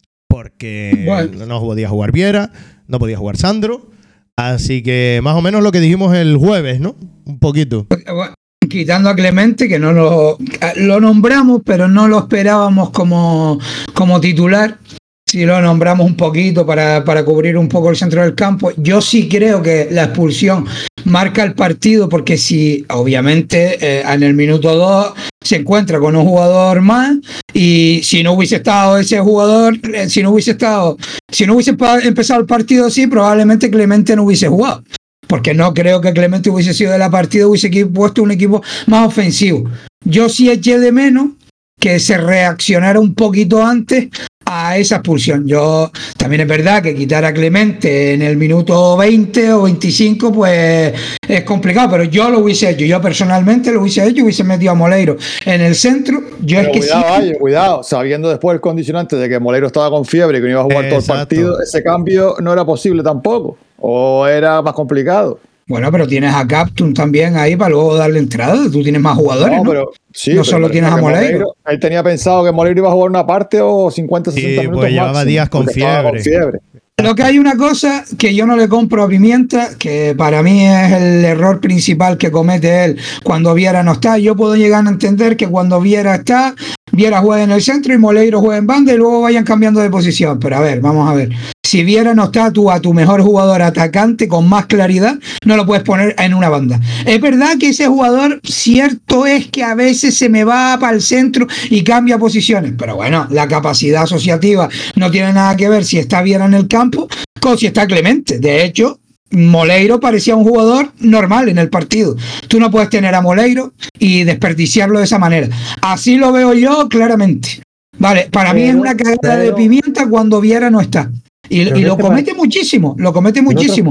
Speaker 2: Porque
Speaker 3: Bueno.
Speaker 2: no podía jugar Viera, no podía jugar Sandro. Así que más o menos lo que dijimos el jueves, ¿no? Un poquito.
Speaker 3: Bueno, quitando a Clemente, que no lo, lo nombramos, pero no lo esperábamos como, como titular. Si lo nombramos un poquito para, para cubrir un poco el centro del campo. Yo sí creo que la expulsión marca el partido, porque si obviamente eh, en el minuto dos se encuentra con un jugador más, y si no hubiese estado ese jugador, eh, si no hubiese estado, si no hubiese pa- empezado el partido así, probablemente Clemente no hubiese jugado. Porque no creo que Clemente hubiese sido de la partida, hubiese equi- puesto un equipo más ofensivo. Yo sí eché de menos que se reaccionara un poquito antes a esa expulsión. Yo también es verdad que quitar a Clemente en el minuto veinte o veinticinco pues es complicado, pero yo lo hubiese hecho, yo personalmente lo hubiese hecho, hubiese metido a Moleiro en el centro. Yo
Speaker 7: Pero
Speaker 3: es que
Speaker 7: cuidado,
Speaker 3: sí,
Speaker 7: Valle, cuidado, sabiendo después el condicionante de que Moleiro estaba con fiebre y que no iba a jugar todo el
Speaker 2: Exacto.
Speaker 7: partido, ese cambio no era posible tampoco, o era más complicado.
Speaker 3: bueno, pero tienes a Captain también ahí para luego darle entrada, tú tienes más jugadores, ¿no?
Speaker 7: No, pero sí,
Speaker 3: No
Speaker 7: pero
Speaker 3: solo
Speaker 7: me
Speaker 3: tienes
Speaker 7: refiero
Speaker 3: a
Speaker 7: que
Speaker 3: Moleiro.
Speaker 7: Él tenía pensado que Moleiro iba a jugar una parte o cincuenta,
Speaker 2: Sí,
Speaker 7: sesenta minutos
Speaker 2: pues llevaba
Speaker 7: máximo,
Speaker 2: días con
Speaker 7: porque estaba
Speaker 2: fiebre.
Speaker 7: fiebre.
Speaker 3: Lo que hay una cosa que yo no le compro a Pimienta, que para mí es el error principal que comete él cuando Viera no está. Yo puedo llegar a entender que cuando Viera está, Viera juega en el centro y Moleiro juega en banda y luego vayan cambiando de posición. Pero a ver, vamos a ver. Si Viera no está, tú a tu mejor jugador atacante con más claridad no lo puedes poner en una banda. Es verdad que ese jugador, cierto es que a veces se me va para el centro y cambia posiciones, pero bueno, la capacidad asociativa no tiene nada que ver si está Viera en el campo con si está Clemente. De hecho, Moleiro parecía un jugador normal en el partido. Tú no puedes tener a Moleiro y desperdiciarlo de esa manera. Así lo veo yo claramente. Vale, para mí es
Speaker 4: Pero-
Speaker 3: una cagada
Speaker 4: pero-
Speaker 3: de Pimienta cuando Viera no está. Y,
Speaker 4: Pero
Speaker 3: y
Speaker 4: en
Speaker 3: lo
Speaker 4: este
Speaker 3: comete muchísimo, lo comete muchísimo.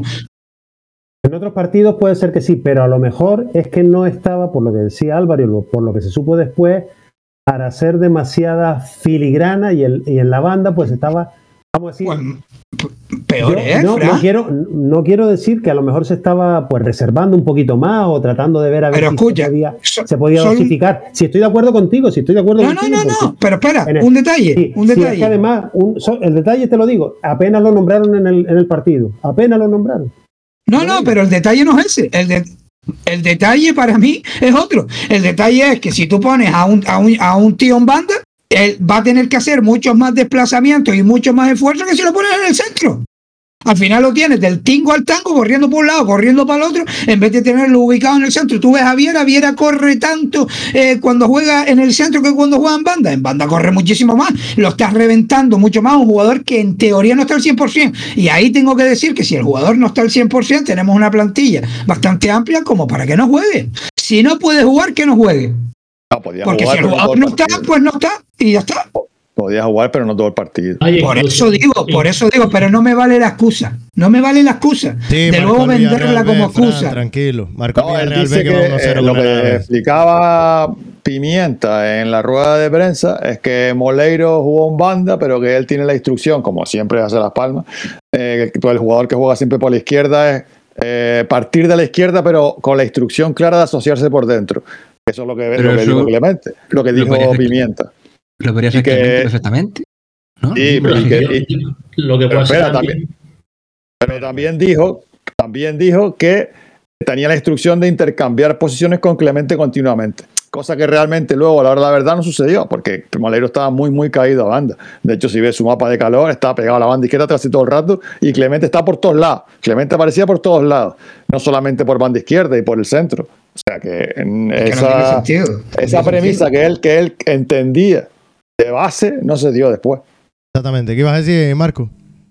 Speaker 4: En otros partidos puede ser que sí, pero a lo mejor es que no estaba, por lo que decía Álvaro y lo- por lo que se supo después, para hacer demasiada filigrana y, el, y en la banda pues estaba, vamos a decir...
Speaker 3: Pues, p- peor,
Speaker 4: Yo
Speaker 3: ¿eh,
Speaker 4: no,
Speaker 3: Fran?
Speaker 4: no quiero, no quiero decir que a lo mejor se estaba pues reservando un poquito más o tratando de ver a ver
Speaker 3: Pero
Speaker 4: si
Speaker 3: escucha,
Speaker 4: se podía,
Speaker 3: so-
Speaker 4: se podía
Speaker 3: son-
Speaker 4: dosificar. Si estoy de acuerdo contigo, si estoy de acuerdo
Speaker 3: No, no,
Speaker 4: contigo.
Speaker 3: no, no,
Speaker 4: porque
Speaker 3: pero espera,
Speaker 4: en el-
Speaker 3: un detalle,
Speaker 4: sí,
Speaker 3: un
Speaker 4: sí, es
Speaker 3: detalle.
Speaker 4: que además, un- so- el detalle te lo digo, apenas lo nombraron en el, en el partido, apenas lo nombraron.
Speaker 3: No, no, pero el detalle no es ese. El, de- el detalle para mí es otro. El detalle es que si tú pones a un, a un, a un tío en banda, él va a tener que hacer muchos más desplazamientos y mucho más esfuerzo que si lo pones en el centro. Al final lo tienes del tingo al tango, corriendo por un lado, corriendo para el otro, en vez de tenerlo ubicado en el centro. Tú ves a Viera, Viera corre tanto eh, cuando juega en el centro que cuando juega en banda. En banda corre muchísimo más, lo estás reventando mucho más. Un jugador que en teoría no está al cien por ciento. Y ahí tengo que decir que si el jugador no está al cien por ciento, tenemos una plantilla bastante amplia como para que no juegue. Si no puede jugar, que no juegue.
Speaker 7: No, podía
Speaker 3: Porque
Speaker 7: jugar,
Speaker 3: si el
Speaker 7: pero no todo
Speaker 3: jugador
Speaker 7: el
Speaker 3: no está,
Speaker 7: partido.
Speaker 3: pues no está y ya está.
Speaker 7: Podía jugar, pero no todo el partido.
Speaker 6: Oye,
Speaker 3: Por
Speaker 6: incluso-
Speaker 3: eso digo, por eso digo, pero no me vale la excusa. No me vale la excusa
Speaker 2: Sí,
Speaker 3: de
Speaker 2: Marco
Speaker 3: luego
Speaker 2: el Villarreal
Speaker 3: venderla
Speaker 2: B,
Speaker 3: como
Speaker 2: Fran,
Speaker 3: excusa.
Speaker 2: tranquilo. Marco
Speaker 7: No, él
Speaker 2: Villarreal
Speaker 7: dice
Speaker 2: B que
Speaker 7: que
Speaker 2: va uno cero
Speaker 7: eh, lo
Speaker 2: con el
Speaker 7: que
Speaker 2: Alavés.
Speaker 7: explicaba Pimienta en la rueda de prensa es que Moleiro jugó en banda, pero que él tiene la instrucción, como siempre hace Las Palmas, eh, que el jugador que juega siempre por la izquierda es eh, partir de la izquierda, pero con la instrucción clara de asociarse por dentro. Eso es lo que,
Speaker 8: Pero
Speaker 7: lo que
Speaker 8: eso-
Speaker 7: dijo Clemente, lo que
Speaker 8: lo
Speaker 7: dijo
Speaker 8: podría hacer-
Speaker 7: Pimienta.
Speaker 8: Lo podría
Speaker 7: Y
Speaker 8: hacer
Speaker 7: que-
Speaker 8: Clemente perfectamente. ¿no?
Speaker 7: Sí, pero, y que- y-
Speaker 6: Lo que
Speaker 7: pero
Speaker 6: puede hacer
Speaker 7: espera,
Speaker 6: también.
Speaker 7: pero también dijo, también dijo que tenía la instrucción de intercambiar posiciones con Clemente continuamente. Cosa que realmente luego a la hora de la verdad no sucedió, porque Moleiro estaba muy, muy caído a banda. De hecho, si ves su mapa de calor, estaba pegado a la banda izquierda casi todo el rato, y Clemente está por todos lados. Clemente aparecía por todos lados, no solamente por banda izquierda y por el centro. O sea que en
Speaker 3: Es que no
Speaker 7: esa,
Speaker 3: tiene sentido. No
Speaker 7: esa
Speaker 3: tiene
Speaker 7: premisa
Speaker 3: sentido.
Speaker 7: que él, que él entendía de base no se dio después.
Speaker 2: Exactamente. ¿Qué ibas a decir, Marco?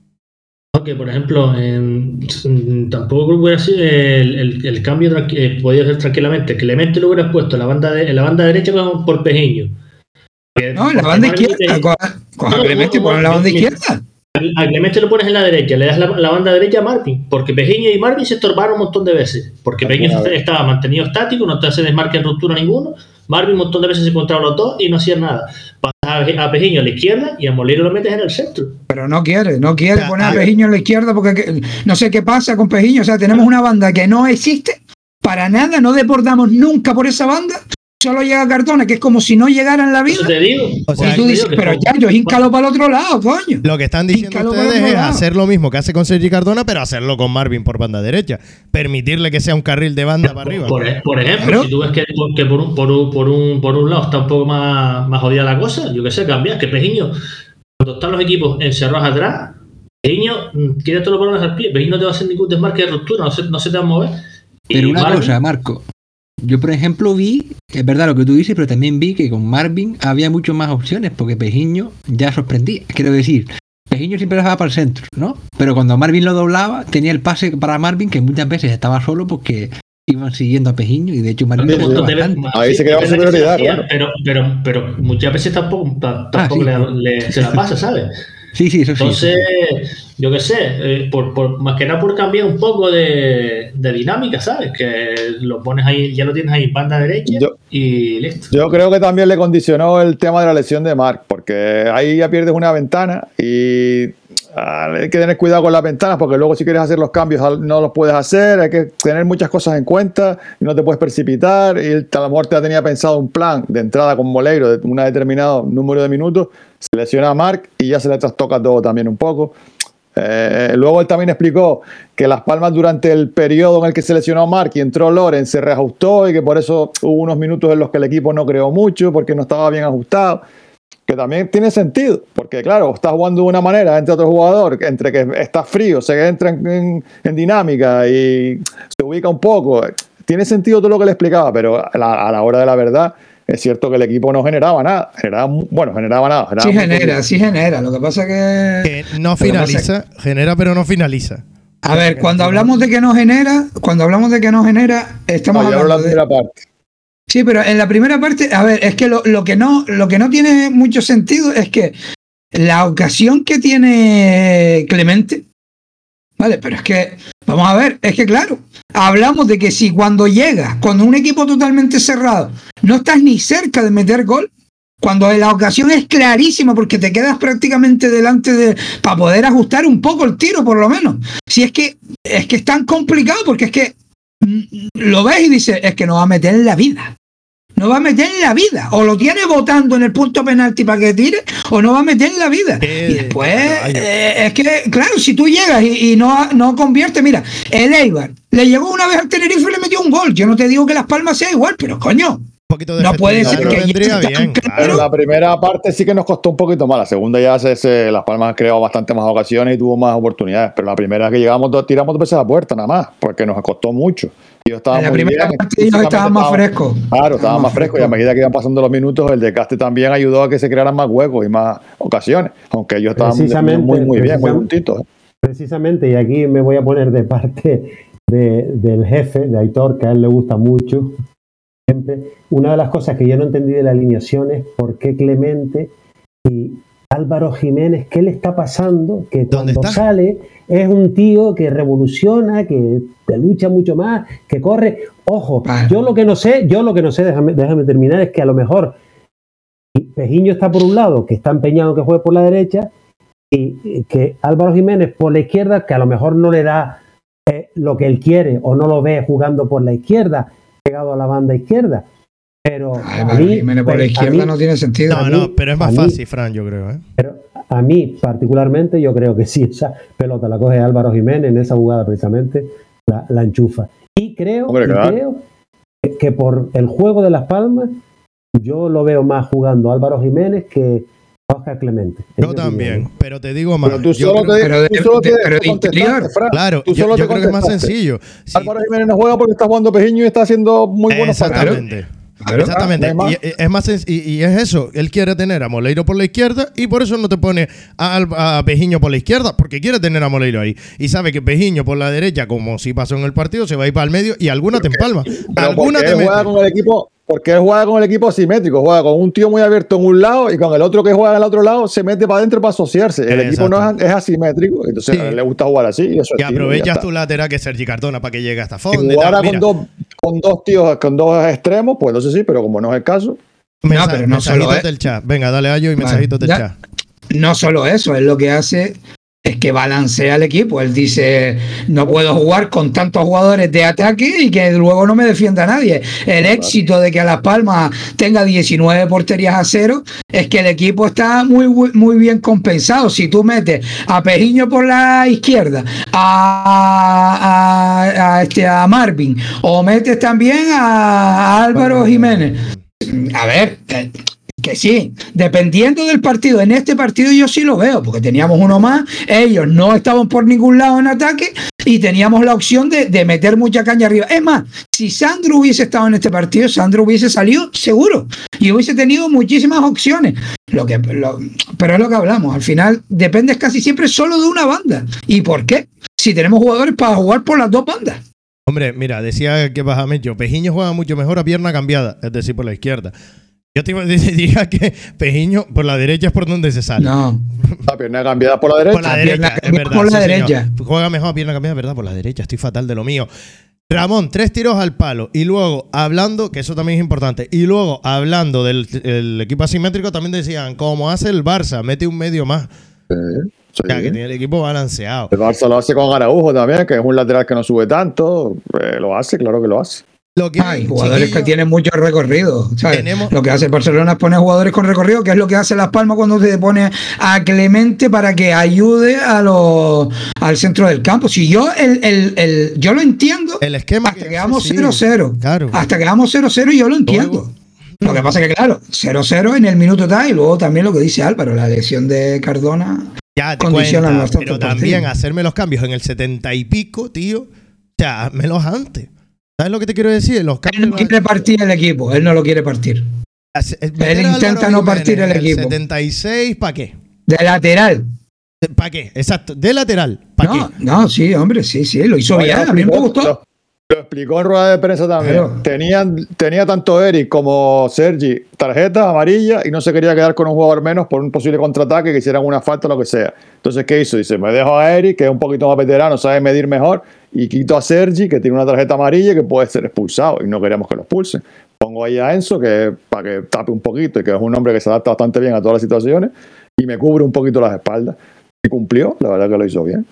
Speaker 6: Que por ejemplo, en- mm, tampoco creo que hubiera sido el, el, el cambio tranqui- eh, podía ser tranquilamente. Clemente lo hubieras puesto en la banda, de, en la banda derecha con- por Pejiño.
Speaker 3: No, en la banda izquierda. Coja, coja a Clemente y ponlo en la banda izquierda.
Speaker 6: A Clemente lo pones en la derecha, le das la, la banda derecha a Marvin, porque Pejiño y Marvin se estorbaron un montón de veces, porque Pejiño
Speaker 7: Alguna vez.
Speaker 6: estaba mantenido estático, no te hace desmarque en ruptura ninguno, Marvin un montón de veces se encontraban los dos y no hacían nada. Pasas a, a Pejiño a la izquierda y a Moleiro lo metes en el centro.
Speaker 3: Pero no quiere, no quiere
Speaker 2: Ya,
Speaker 3: poner a
Speaker 2: ah,
Speaker 3: Pejiño en la izquierda porque que- no sé qué pasa con Pejiño. O sea, tenemos una banda que no existe para nada, no deportamos nunca por esa banda. Solo llega Cardona, que es como si no llegara en la
Speaker 6: Eso
Speaker 3: vida.
Speaker 6: te digo.
Speaker 2: O sea,
Speaker 3: Y tú
Speaker 6: te
Speaker 3: dices,
Speaker 6: digo que
Speaker 3: pero
Speaker 6: no-
Speaker 3: ya, yo híncalo para el otro lado, coño.
Speaker 2: Lo que están diciendo
Speaker 3: Pícalo para
Speaker 2: ustedes
Speaker 3: otro
Speaker 2: es
Speaker 3: lado.
Speaker 2: hacer lo mismo que hace con Sergi Cardona, pero hacerlo con Marvin por banda derecha. Permitirle que sea un carril de banda para arriba.
Speaker 6: Por, e- por ejemplo,
Speaker 3: Claro.
Speaker 6: si tú ves que, que por, un, por, un, por, un, por un lado está un poco más, más jodida la cosa, yo qué sé, cambiar. Que Pejiño, cuando están los equipos encerrados atrás, Pejiño, mm, quédate los balones al pie. Pejiño no te va a hacer ningún desmarque de ruptura, no se, no se te va a mover. Y
Speaker 8: Pero una
Speaker 6: Marvin-
Speaker 8: cosa, Marco. Yo, por ejemplo, vi, es verdad lo que tú dices, pero también vi que con Marvin había muchas más opciones, porque Pejiño ya sorprendía. Quiero decir, Pejiño siempre dejaba para el centro, ¿no? Pero cuando Marvin lo doblaba, tenía el pase para Marvin, que muchas veces estaba solo porque iban siguiendo a Pejiño y de hecho Marín
Speaker 6: Un montón de veces-
Speaker 7: Ahí
Speaker 6: sí,
Speaker 7: se creaba
Speaker 6: es verdad que
Speaker 7: superioridad,
Speaker 6: se lo hacía,
Speaker 7: claro.
Speaker 6: pero, pero, pero muchas veces tampoco, ta- tampoco
Speaker 8: sí.
Speaker 6: le, le- se la pasa, ¿sabes?
Speaker 8: Sí, sí, eso sí.
Speaker 6: Entonces, yo qué sé, eh, por, por, más que nada por cambiar un poco de, de dinámica, ¿sabes? Que lo pones ahí, ya lo tienes ahí en banda derecha
Speaker 7: Yo-
Speaker 6: y listo.
Speaker 7: Yo creo que también le condicionó el tema de la lesión de Marc, porque ahí ya pierdes una ventana y ah, hay que tener cuidado con las ventanas, porque luego si quieres hacer los cambios no los puedes hacer, hay que tener muchas cosas en cuenta y no te puedes precipitar. Y él, a lo mejor te tenía pensado un plan de entrada con Moleiro de un determinado número de minutos, se lesiona a Marc y ya se le trastoca todo también un poco. Eh, luego él también explicó que Las Palmas durante el periodo en el que se lesionó Marc y entró Loren se reajustó y que por eso hubo unos minutos en los que el equipo no creó mucho porque no estaba bien ajustado, que también tiene sentido, porque claro, estás jugando de una manera entre otro jugador, entre que está frío, se entra en, en, en dinámica y se ubica un poco, tiene sentido todo lo que le explicaba, pero a la, a la hora de la verdad es cierto que el equipo no generaba nada, generaba, bueno, generaba nada. Generaba
Speaker 3: Sí
Speaker 7: muy
Speaker 3: genera,
Speaker 7: poquito.
Speaker 3: sí genera. Lo que pasa que...
Speaker 2: Que no
Speaker 3: Lo que pasa
Speaker 2: finaliza, genera pero no finaliza.
Speaker 3: A ver, cuando hablamos de que no genera, cuando hablamos de que no genera, estamos
Speaker 7: No, yo hablo de
Speaker 3: hablando
Speaker 7: la
Speaker 3: de...
Speaker 7: primera parte.
Speaker 3: Sí, pero en la primera parte, a ver, es que lo, lo que no, lo que no tiene mucho sentido es que la ocasión que tiene Clemente, vale, pero es que, vamos a ver, es que claro, hablamos de que si cuando llegas, cuando un equipo totalmente cerrado, no estás ni cerca de meter gol, cuando la ocasión es clarísima porque te quedas prácticamente delante de, para poder ajustar un poco el tiro por lo menos. Si es que, es que es tan complicado porque es que mm, lo ves y dices, es que no va a meter en la vida. No va a meter en la vida. O lo tiene votando en el punto penalti para que tire, o no va a meter en la vida.
Speaker 2: Eh,
Speaker 3: y después,
Speaker 2: caballo.
Speaker 3: eh, es que, claro, si tú llegas y, y no, no conviertes, mira, el Eibar le llegó una vez al Tenerife y le metió un gol. Yo no te digo que Las Palmas sea igual, pero coño,
Speaker 2: Un poquito de
Speaker 3: no puede
Speaker 2: efectividad
Speaker 3: ser
Speaker 2: no
Speaker 3: que
Speaker 2: vendría
Speaker 3: llegue tan
Speaker 2: bien.
Speaker 3: claro.
Speaker 7: Claro, la primera parte sí que nos costó un poquito más. La segunda ya se, se- Las Palmas ha creado bastante más ocasiones y tuvo más oportunidades. Pero la primera que llegamos, dos, tiramos dos veces a la puerta nada más, porque nos costó mucho. Ellos estaban
Speaker 3: En la
Speaker 7: muy
Speaker 3: primera
Speaker 7: bien,
Speaker 3: parte ellos
Speaker 7: físicamente
Speaker 3: estaban más
Speaker 7: estaban-
Speaker 3: frescos.
Speaker 7: Claro, estaban más frescos y a medida que iban pasando los minutos, el desgaste también ayudó a que se crearan más huecos y más ocasiones. Aunque ellos estaban muy,
Speaker 4: Precisamente,
Speaker 7: muy, muy bien, muy
Speaker 4: precisam-
Speaker 7: juntitos. ¿eh?
Speaker 4: Precisamente, y aquí me voy a poner de parte de- del jefe, de Aitor, que a él le gusta mucho. Siempre. Una de las cosas que yo no entendí de la alineación es por qué Clemente y Álvaro Jiménez, ¿qué le está pasando? Que
Speaker 2: ¿Dónde
Speaker 4: cuando
Speaker 2: está?
Speaker 4: sale es un tío que revoluciona, que te lucha mucho más, que corre. Ojo,
Speaker 3: Claro.
Speaker 4: yo lo que no sé, yo lo que no sé, déjame, déjame terminar, es que a lo mejor Pejiño está por un lado, que está empeñado en que juegue por la derecha, y y que Álvaro Jiménez por la izquierda, que a lo mejor no le da eh, lo que él quiere o no lo ve jugando por la izquierda, pegado a la banda izquierda. Pero
Speaker 3: Ay,
Speaker 4: a
Speaker 3: Álvaro
Speaker 4: mí,
Speaker 3: Jiménez por la
Speaker 4: a
Speaker 3: izquierda
Speaker 4: mí-
Speaker 3: no tiene sentido.
Speaker 2: No,
Speaker 4: a
Speaker 2: no,
Speaker 4: mí-
Speaker 2: pero es
Speaker 4: a
Speaker 2: más
Speaker 4: mí-
Speaker 2: fácil, Fran, yo creo. ¿eh?
Speaker 4: pero a mí particularmente yo creo que sí, esa pelota la coge Álvaro Jiménez en esa jugada precisamente, la, la enchufa. Y creo,
Speaker 7: Hombre,
Speaker 4: y
Speaker 7: claro.
Speaker 4: creo que, que por el juego de Las Palmas, yo lo veo más jugando Álvaro Jiménez que Oscar Clemente. Es
Speaker 2: Yo
Speaker 4: mi
Speaker 2: también,
Speaker 4: opinión.
Speaker 2: pero te digo más.
Speaker 7: Pero tú
Speaker 2: yo
Speaker 7: solo
Speaker 2: creo-
Speaker 7: te,
Speaker 3: pero de-
Speaker 7: tú solo
Speaker 3: de-
Speaker 7: te
Speaker 3: pero de
Speaker 7: contestaste,
Speaker 3: interior.
Speaker 7: Fran.
Speaker 2: Claro,
Speaker 7: Tú
Speaker 2: yo,
Speaker 7: solo
Speaker 2: yo
Speaker 7: te
Speaker 2: creo que es más
Speaker 7: contestaste.
Speaker 2: sencillo. Sí,
Speaker 7: Álvaro Jiménez no juega porque está jugando Pejiño y está haciendo muy buenos partidos.
Speaker 2: exactamente.
Speaker 3: Claro.
Speaker 2: Exactamente.
Speaker 7: Ah, no hay
Speaker 2: Y, es más sen- y, y es eso. Él quiere tener a Moleiro por la izquierda y por eso no te pone a, Al- a Pejiño por la izquierda, porque quiere tener a Moleiro ahí. Y sabe que Pejiño por la derecha, como si pasó en el partido, se va a ir para el medio y alguna te empalma.
Speaker 7: Pero
Speaker 2: Alguna
Speaker 7: porque
Speaker 2: te
Speaker 7: él
Speaker 2: mete.
Speaker 7: juega con el equipo, porque él juega con el equipo asimétrico, juega con un tío muy abierto en un lado y con el otro que juega en el otro lado se mete para adentro para asociarse. El equipo no es, es asimétrico, entonces
Speaker 2: Sí.
Speaker 7: a él le gusta jugar así. Y, eso
Speaker 2: Y
Speaker 7: es tiro, y ya
Speaker 2: aprovechas
Speaker 7: está.
Speaker 2: tu lateral que es Sergi Cardona para que llegue hasta
Speaker 7: Si
Speaker 2: fondo. y
Speaker 7: jugara
Speaker 2: tal.
Speaker 7: con
Speaker 2: Mira,
Speaker 7: dos, con dos tíos, con dos extremos, pues entonces sí, pero como no es el caso,
Speaker 2: mensa-
Speaker 3: No, pero no
Speaker 2: mensajitos
Speaker 3: solo es-
Speaker 2: del chat. Venga, dale a yo y
Speaker 3: Vale,
Speaker 2: mensajitos del
Speaker 3: ya.
Speaker 2: chat.
Speaker 3: No solo eso, él lo que hace es que balancea el equipo. Él dice, no puedo jugar con tantos jugadores de ataque y que luego no me defienda nadie. El éxito de que Las Palmas tenga diecinueve porterías a cero es que el equipo está muy, muy bien compensado. Si tú metes a Pejiño por la izquierda, a, a, a este, a Marvin, o metes también a Álvaro Jiménez. A ver, eh, que sí, dependiendo del partido. En este partido yo sí lo veo, porque teníamos uno más, ellos no estaban por ningún lado en ataque y teníamos la opción de, de meter mucha caña arriba. Es más, si Sandro hubiese estado en este partido, Sandro hubiese salido seguro y hubiese tenido muchísimas opciones. Lo que, lo, pero es lo que hablamos, al final dependes casi siempre solo de una banda. ¿Y por qué? Si tenemos jugadores para jugar por las dos bandas.
Speaker 2: Hombre, mira, decía que Bajamecho, Pejiño juega mucho mejor a pierna cambiada, es decir, por la izquierda. Yo te diría que Pejiño por la derecha es por donde se sale.
Speaker 3: No.
Speaker 7: La pierna cambiada por la derecha.
Speaker 2: Por la derecha, es verdad.
Speaker 3: Por la
Speaker 2: sí,
Speaker 3: derecha.
Speaker 2: señor. Juega mejor a pierna cambiada, ¿verdad? Por la derecha, estoy fatal de lo mío. Ramón, tres tiros al palo. Y luego, hablando, que eso también es importante, y luego, hablando del el equipo asimétrico, también decían, como hace el Barça, mete un medio más.
Speaker 7: Sí, sí.
Speaker 2: O sea, que tiene el equipo balanceado.
Speaker 7: El Barça lo hace con Araujo también, que es un lateral que no sube tanto. Eh, lo hace, claro que lo hace.
Speaker 2: Lo que
Speaker 3: Hay jugadores
Speaker 2: chiquillo,
Speaker 3: que tienen mucho recorrido, ¿sabes?
Speaker 2: Tenemos-
Speaker 3: Lo que hace el Barcelona es poner jugadores con recorrido, que es lo que hace Las Palmas cuando se pone a Clemente para que ayude a los al centro del campo. Si yo el, el, el yo lo entiendo,
Speaker 2: el esquema
Speaker 3: hasta
Speaker 2: que
Speaker 3: que vamos
Speaker 2: hace, sí.
Speaker 3: cero cero.
Speaker 2: Claro.
Speaker 3: Hasta que vamos cero cero yo lo entiendo. Lo que pasa es que, claro, cero cero en el minuto tal, y luego también lo que dice Álvaro, la lesión de Cardona.
Speaker 2: Ya te
Speaker 3: condiciona
Speaker 2: cuenta,
Speaker 3: bastante
Speaker 2: pero
Speaker 3: el partido.
Speaker 2: también hacerme los cambios en el setenta y pico, tío. O sea, házmelos antes. ¿Sabes lo que te quiero decir? Los cambios
Speaker 3: Él no quiere partir el equipo, él no lo quiere partir.
Speaker 2: Hace-
Speaker 3: Él
Speaker 2: meter a
Speaker 3: intenta
Speaker 2: Álvaro
Speaker 3: no
Speaker 2: Jiménez
Speaker 3: partir el
Speaker 2: en
Speaker 3: equipo.
Speaker 2: setenta y seis, ¿para qué?
Speaker 3: De lateral.
Speaker 2: ¿Para qué? Exacto, de lateral. ¿Para
Speaker 3: No,
Speaker 2: qué?
Speaker 3: no, sí, hombre, sí, sí, lo hizo
Speaker 7: Oye,
Speaker 3: bien,
Speaker 7: lo
Speaker 3: a mí me
Speaker 7: explicó-
Speaker 3: gustó.
Speaker 7: Lo, lo explicó en rueda de prensa también.
Speaker 3: Claro.
Speaker 7: Tenían, tenía tanto Eric como Sergi tarjeta amarilla y no se quería quedar con un jugador menos por un posible contraataque, que hicieran una falta o lo que sea. Entonces, ¿qué hizo? Dice, me dejo a Eric, que es un poquito más veterano, sabe medir mejor, y quito a Sergi, que tiene una tarjeta amarilla y que puede ser expulsado, y no queríamos que lo expulsen. Pongo ahí a Enzo, que para que tape un poquito, y que es un hombre que se adapta bastante bien a todas las situaciones, y me cubre un poquito las espaldas. Y cumplió, la verdad que lo hizo bien.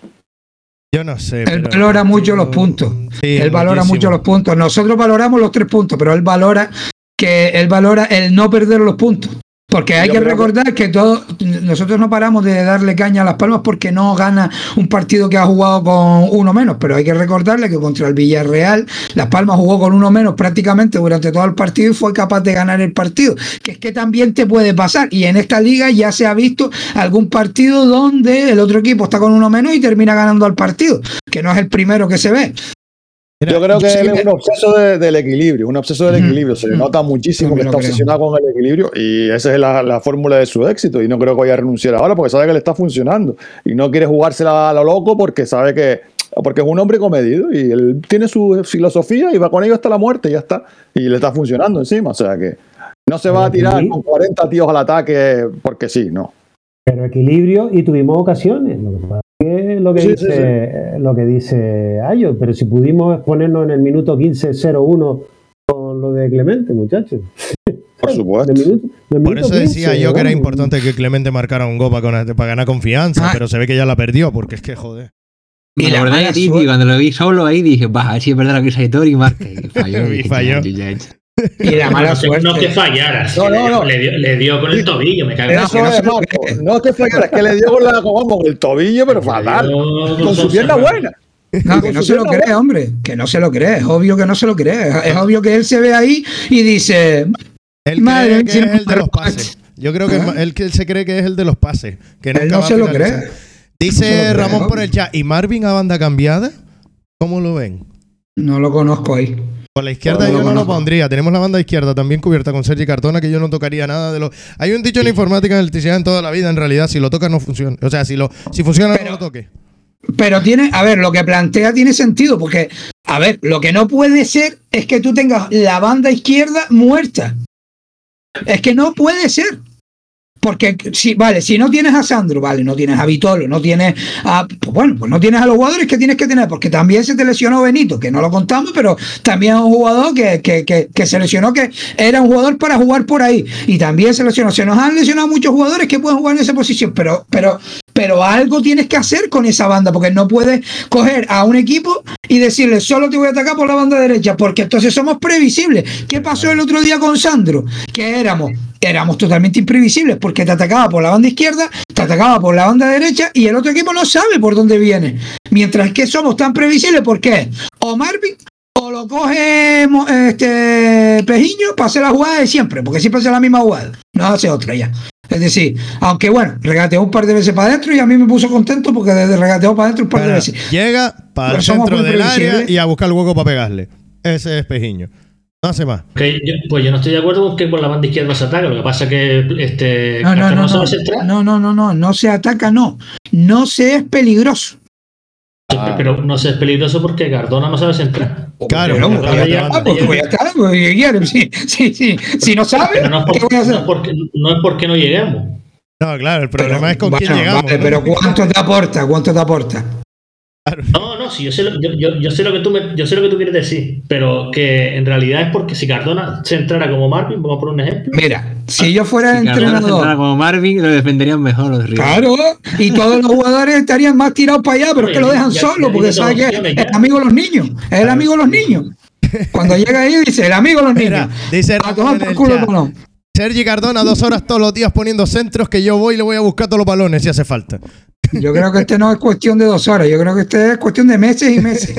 Speaker 2: Yo no sé.
Speaker 3: Él
Speaker 2: pero-
Speaker 3: valora mucho los puntos.
Speaker 2: Sí,
Speaker 3: Él valora
Speaker 2: muchísimo.
Speaker 3: mucho los puntos. Nosotros valoramos los tres puntos, pero él valora que él valora el no perder los puntos. Porque hay
Speaker 7: Yo
Speaker 3: que
Speaker 7: creo que-
Speaker 3: recordar que todos nosotros no paramos de darle caña a Las Palmas porque no gana un partido que ha jugado con uno menos, pero hay que recordarle que contra el Villarreal Las Palmas jugó con uno menos prácticamente durante todo el partido y fue capaz de ganar el partido, que es que también te puede pasar, y en esta liga ya se ha visto algún partido donde el otro equipo está con uno menos y termina ganando al partido, que no es el primero que se ve.
Speaker 2: Mira,
Speaker 7: Yo creo que
Speaker 3: sí,
Speaker 7: él es
Speaker 3: que-
Speaker 7: un obseso de- del equilibrio, un obseso del
Speaker 3: Ujú,
Speaker 7: equilibrio. Se le
Speaker 3: ujú.
Speaker 7: nota muchísimo que
Speaker 3: También
Speaker 7: está
Speaker 3: lo creo.
Speaker 7: obsesionado con el equilibrio y esa es la, la fórmula de su éxito. Y no creo que vaya a renunciar ahora porque sabe que le está funcionando y no quiere jugársela a lo loco porque sabe que porque es un hombre comedido y él tiene su filosofía y va con ello hasta la muerte y ya está. Y le está funcionando encima. O sea que no se va a tirar
Speaker 4: Sí.
Speaker 7: con cuarenta tíos al ataque porque sí, no.
Speaker 4: Pero equilibrio y tuvimos ocasiones. Lo que pasa es que lo que
Speaker 7: Sí,
Speaker 4: dice,
Speaker 7: sí, sí.
Speaker 4: eh, lo que dice Ayo, pero si pudimos exponernos en el minuto quince cero uno con lo de Clemente, muchachos.
Speaker 7: Por supuesto.
Speaker 4: De minuto- de
Speaker 2: Por
Speaker 4: minuto
Speaker 2: eso decía
Speaker 4: quince,
Speaker 2: yo que era
Speaker 4: vamos.
Speaker 2: importante que Clemente marcara un gol para, para ganar confianza,
Speaker 3: Ah.
Speaker 2: pero se ve que ya la perdió, porque es que joder.
Speaker 3: Y
Speaker 8: Me
Speaker 3: la
Speaker 8: acordé
Speaker 3: mala
Speaker 8: de ti,
Speaker 3: suerte-
Speaker 8: tío, cuando lo vi solo ahí dije, va, a ver si es verdad lo que es Aitor y marca. Y falló.
Speaker 2: Y
Speaker 8: dije,
Speaker 2: falló.
Speaker 8: ya, ya, ya.
Speaker 3: Y la mala
Speaker 6: no, que-
Speaker 3: suerte.
Speaker 6: no que fallara,
Speaker 7: No,
Speaker 6: que le,
Speaker 7: no, no.
Speaker 6: le dio, le dio con el tobillo, me cago en la
Speaker 7: Eso
Speaker 3: que no
Speaker 7: es,
Speaker 3: se lo
Speaker 7: Marco.
Speaker 3: cree.
Speaker 7: No es que fallara, es que le dio con, la, con, vamos, con el tobillo, pero fatal.
Speaker 6: dio
Speaker 7: Con su
Speaker 6: con
Speaker 7: pierna
Speaker 6: Sosa.
Speaker 7: buena.
Speaker 3: No, que no se lo cree, hombre, que no se lo cree, es obvio que no se lo cree, es obvio que él se ve ahí y dice,
Speaker 2: Él
Speaker 3: Madre
Speaker 2: cree
Speaker 3: mía,
Speaker 2: que
Speaker 3: tiene
Speaker 2: es el de los
Speaker 3: un
Speaker 2: pases. Yo creo que
Speaker 3: ¿Ah?
Speaker 2: él, que él se cree que es el de los pases. Que
Speaker 3: él
Speaker 2: nunca
Speaker 3: no
Speaker 2: va a
Speaker 3: se lo
Speaker 2: finalizar.
Speaker 3: cree.
Speaker 2: Dice
Speaker 3: No se lo cree,
Speaker 2: Ramón por
Speaker 3: obvio.
Speaker 2: el chat, ¿y Marvin a banda cambiada? ¿Cómo lo ven?
Speaker 3: No lo conozco ahí.
Speaker 2: Por la izquierda
Speaker 3: No, no
Speaker 2: yo
Speaker 3: lo
Speaker 2: no lo
Speaker 3: conozco.
Speaker 2: pondría. Tenemos la banda izquierda también cubierta con Sergi Cardona, que yo no tocaría nada de lo. Hay un dicho en informática en electricidad en toda la vida, en realidad, si lo tocas no funciona. O sea, si lo si funciona
Speaker 3: Pero-
Speaker 2: no lo toques.
Speaker 3: Pero tiene, a ver, lo que plantea tiene sentido, porque, a ver, lo que no puede ser es que tú tengas la banda izquierda muerta. Es que no puede ser. Porque, si, vale, si no tienes a Sandro, vale, no tienes a Vitolo, no tienes a. Pues bueno, pues no tienes a los jugadores que tienes que tener, porque también se te lesionó Benito, que no lo contamos, pero también es un jugador que, que, que, que se lesionó, que era un jugador para jugar por ahí. Y también se lesionó. Se nos han lesionado muchos jugadores que pueden jugar en esa posición, pero, pero, pero algo tienes que hacer con esa banda, porque no puedes coger a un equipo y decirle, solo te voy a atacar por la banda derecha, porque entonces somos previsibles. ¿Qué pasó el otro día con Sandro? Que éramos, éramos totalmente imprevisibles, porque te atacaba por la banda izquierda, te atacaba por la banda derecha, y el otro equipo no sabe por dónde viene. Mientras que somos tan previsibles, ¿por qué? O Marvin, o lo coge mo- este Pejiño para hacer la jugada de siempre, porque siempre hace la misma jugada, no hace otra ya. Es decir, aunque bueno, regateó un par de veces para adentro y a mí me puso contento porque desde regateó para adentro un par de
Speaker 2: Bueno,
Speaker 3: veces.
Speaker 2: llega para
Speaker 3: Pero
Speaker 2: el
Speaker 3: somos
Speaker 2: centro
Speaker 3: muy
Speaker 2: del área
Speaker 3: previsibles.
Speaker 2: y a buscar el hueco para pegarle. Ese es Pejiño. No hace más.
Speaker 6: Que yo- pues yo no estoy de acuerdo con que por la banda izquierda se ataca. Lo que pasa es que este,
Speaker 3: No, no,
Speaker 6: Castro
Speaker 3: no,
Speaker 6: sabe
Speaker 3: no,
Speaker 6: centrar.
Speaker 3: no, no, no, no, no se ataca, no. No se es peligroso.
Speaker 7: Ah.
Speaker 6: Pero no sé, es peligroso porque Cardona no sabe centrar.
Speaker 2: Claro,
Speaker 3: Pero,
Speaker 2: porque
Speaker 3: pero
Speaker 2: ya-
Speaker 3: ya está, pues, ya está, pues, ¿qué quieres? Si, si, si, si no sabes,
Speaker 6: Pero no es,
Speaker 3: ¿qué
Speaker 6: por-
Speaker 3: voy a hacer?
Speaker 6: no es porque, no es porque no lleguemos.
Speaker 2: No, claro, el problema
Speaker 3: Pero,
Speaker 2: es con quién
Speaker 3: bueno,
Speaker 2: llegamos.
Speaker 3: vale,
Speaker 2: ¿no?
Speaker 3: pero ¿cuánto te aporta? ¿Cuánto te aporta?
Speaker 6: No, no, sí, yo sé, lo, yo, yo, yo sé lo que tú me, yo sé lo que tú quieres decir, pero que en realidad es porque si Cardona se entrara como Marvin, vamos a poner un ejemplo.
Speaker 3: Mira, si yo fuera
Speaker 8: Si Cardona se entrara
Speaker 3: entrenador,
Speaker 8: como Marvin, lo defenderían mejor los rivales.
Speaker 3: claro, y todos los jugadores estarían más tirados para allá, pero es que lo dejan
Speaker 6: Ya-
Speaker 3: solo,
Speaker 6: ya
Speaker 3: porque
Speaker 6: tiene
Speaker 3: sabe
Speaker 6: dos
Speaker 3: que
Speaker 6: opciones
Speaker 3: es
Speaker 6: ya.
Speaker 3: el amigo de los niños, es el amigo de los niños. Cuando llega ahí dice, el amigo de los
Speaker 2: Mira,
Speaker 3: niños.
Speaker 2: dice
Speaker 3: A
Speaker 2: Ramón
Speaker 3: tomar
Speaker 2: en
Speaker 3: por
Speaker 2: el
Speaker 3: culo el
Speaker 2: chat.
Speaker 3: balón.
Speaker 2: Sergi Cardona, dos horas todos los días poniendo centros que yo voy y le voy a buscar todos los balones si hace falta.
Speaker 3: Yo creo que este no es cuestión de dos horas, yo creo que este es cuestión de meses y meses.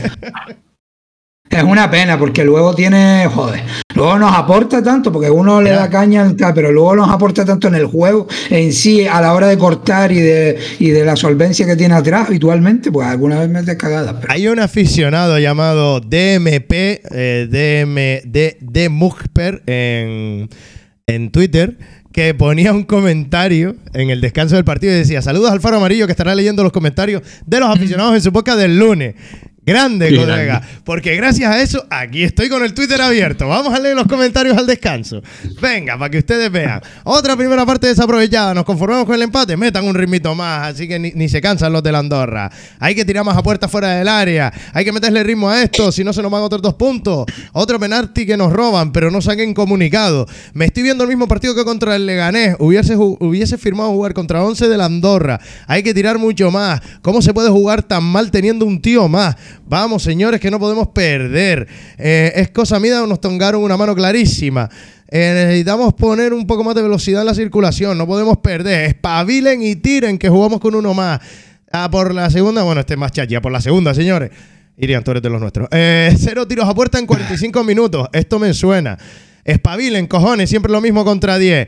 Speaker 3: Es una pena porque luego tiene, joder, luego nos aporta tanto, porque uno le da caña y tal, pero luego nos aporta tanto en el juego en sí, a la hora de cortar y de, y de la solvencia que tiene atrás habitualmente, pues alguna vez me he cagadas. Pero...
Speaker 2: Hay un aficionado llamado D M P, eh, D M D, D Mujper en, en Twitter, que ponía un comentario en el descanso del partido y decía: saludos al Faro Amarillo, que estará leyendo los comentarios de los aficionados en su podcast del lunes. Grande,
Speaker 5: Qué
Speaker 2: colega.
Speaker 5: grande.
Speaker 2: Porque gracias a eso, aquí estoy con el Twitter abierto. Vamos a leer los comentarios al descanso. Venga, para que ustedes vean. Otra primera parte desaprovechada. Nos conformamos con el empate. Metan un ritmito más, así que ni, ni se cansan los de la Andorra. Hay que tirar más a puerta fuera del área. Hay que meterle ritmo a esto, si no se nos van otros dos puntos. Otro penalti que nos roban, pero no saquen comunicado. Me estoy viendo el mismo partido que contra el Leganés. Hubiese, ju- hubiese firmado jugar contra once de la Andorra. Hay que tirar mucho más. ¿Cómo se puede jugar tan mal teniendo un tío más? Vamos, señores, que no podemos perder. Eh, es cosa mía, nos tongaron una mano clarísima. Eh, necesitamos poner un poco más de velocidad en la circulación. No podemos perder. Espabilen y tiren, que jugamos con uno más. Ah, por la segunda, bueno, este es más chachi. Por la segunda, señores. Irian, tú eres de los nuestros. Eh, cero tiros a puerta en cuarenta y cinco minutos. Esto me suena. Espabilen, cojones. Siempre lo mismo contra diez.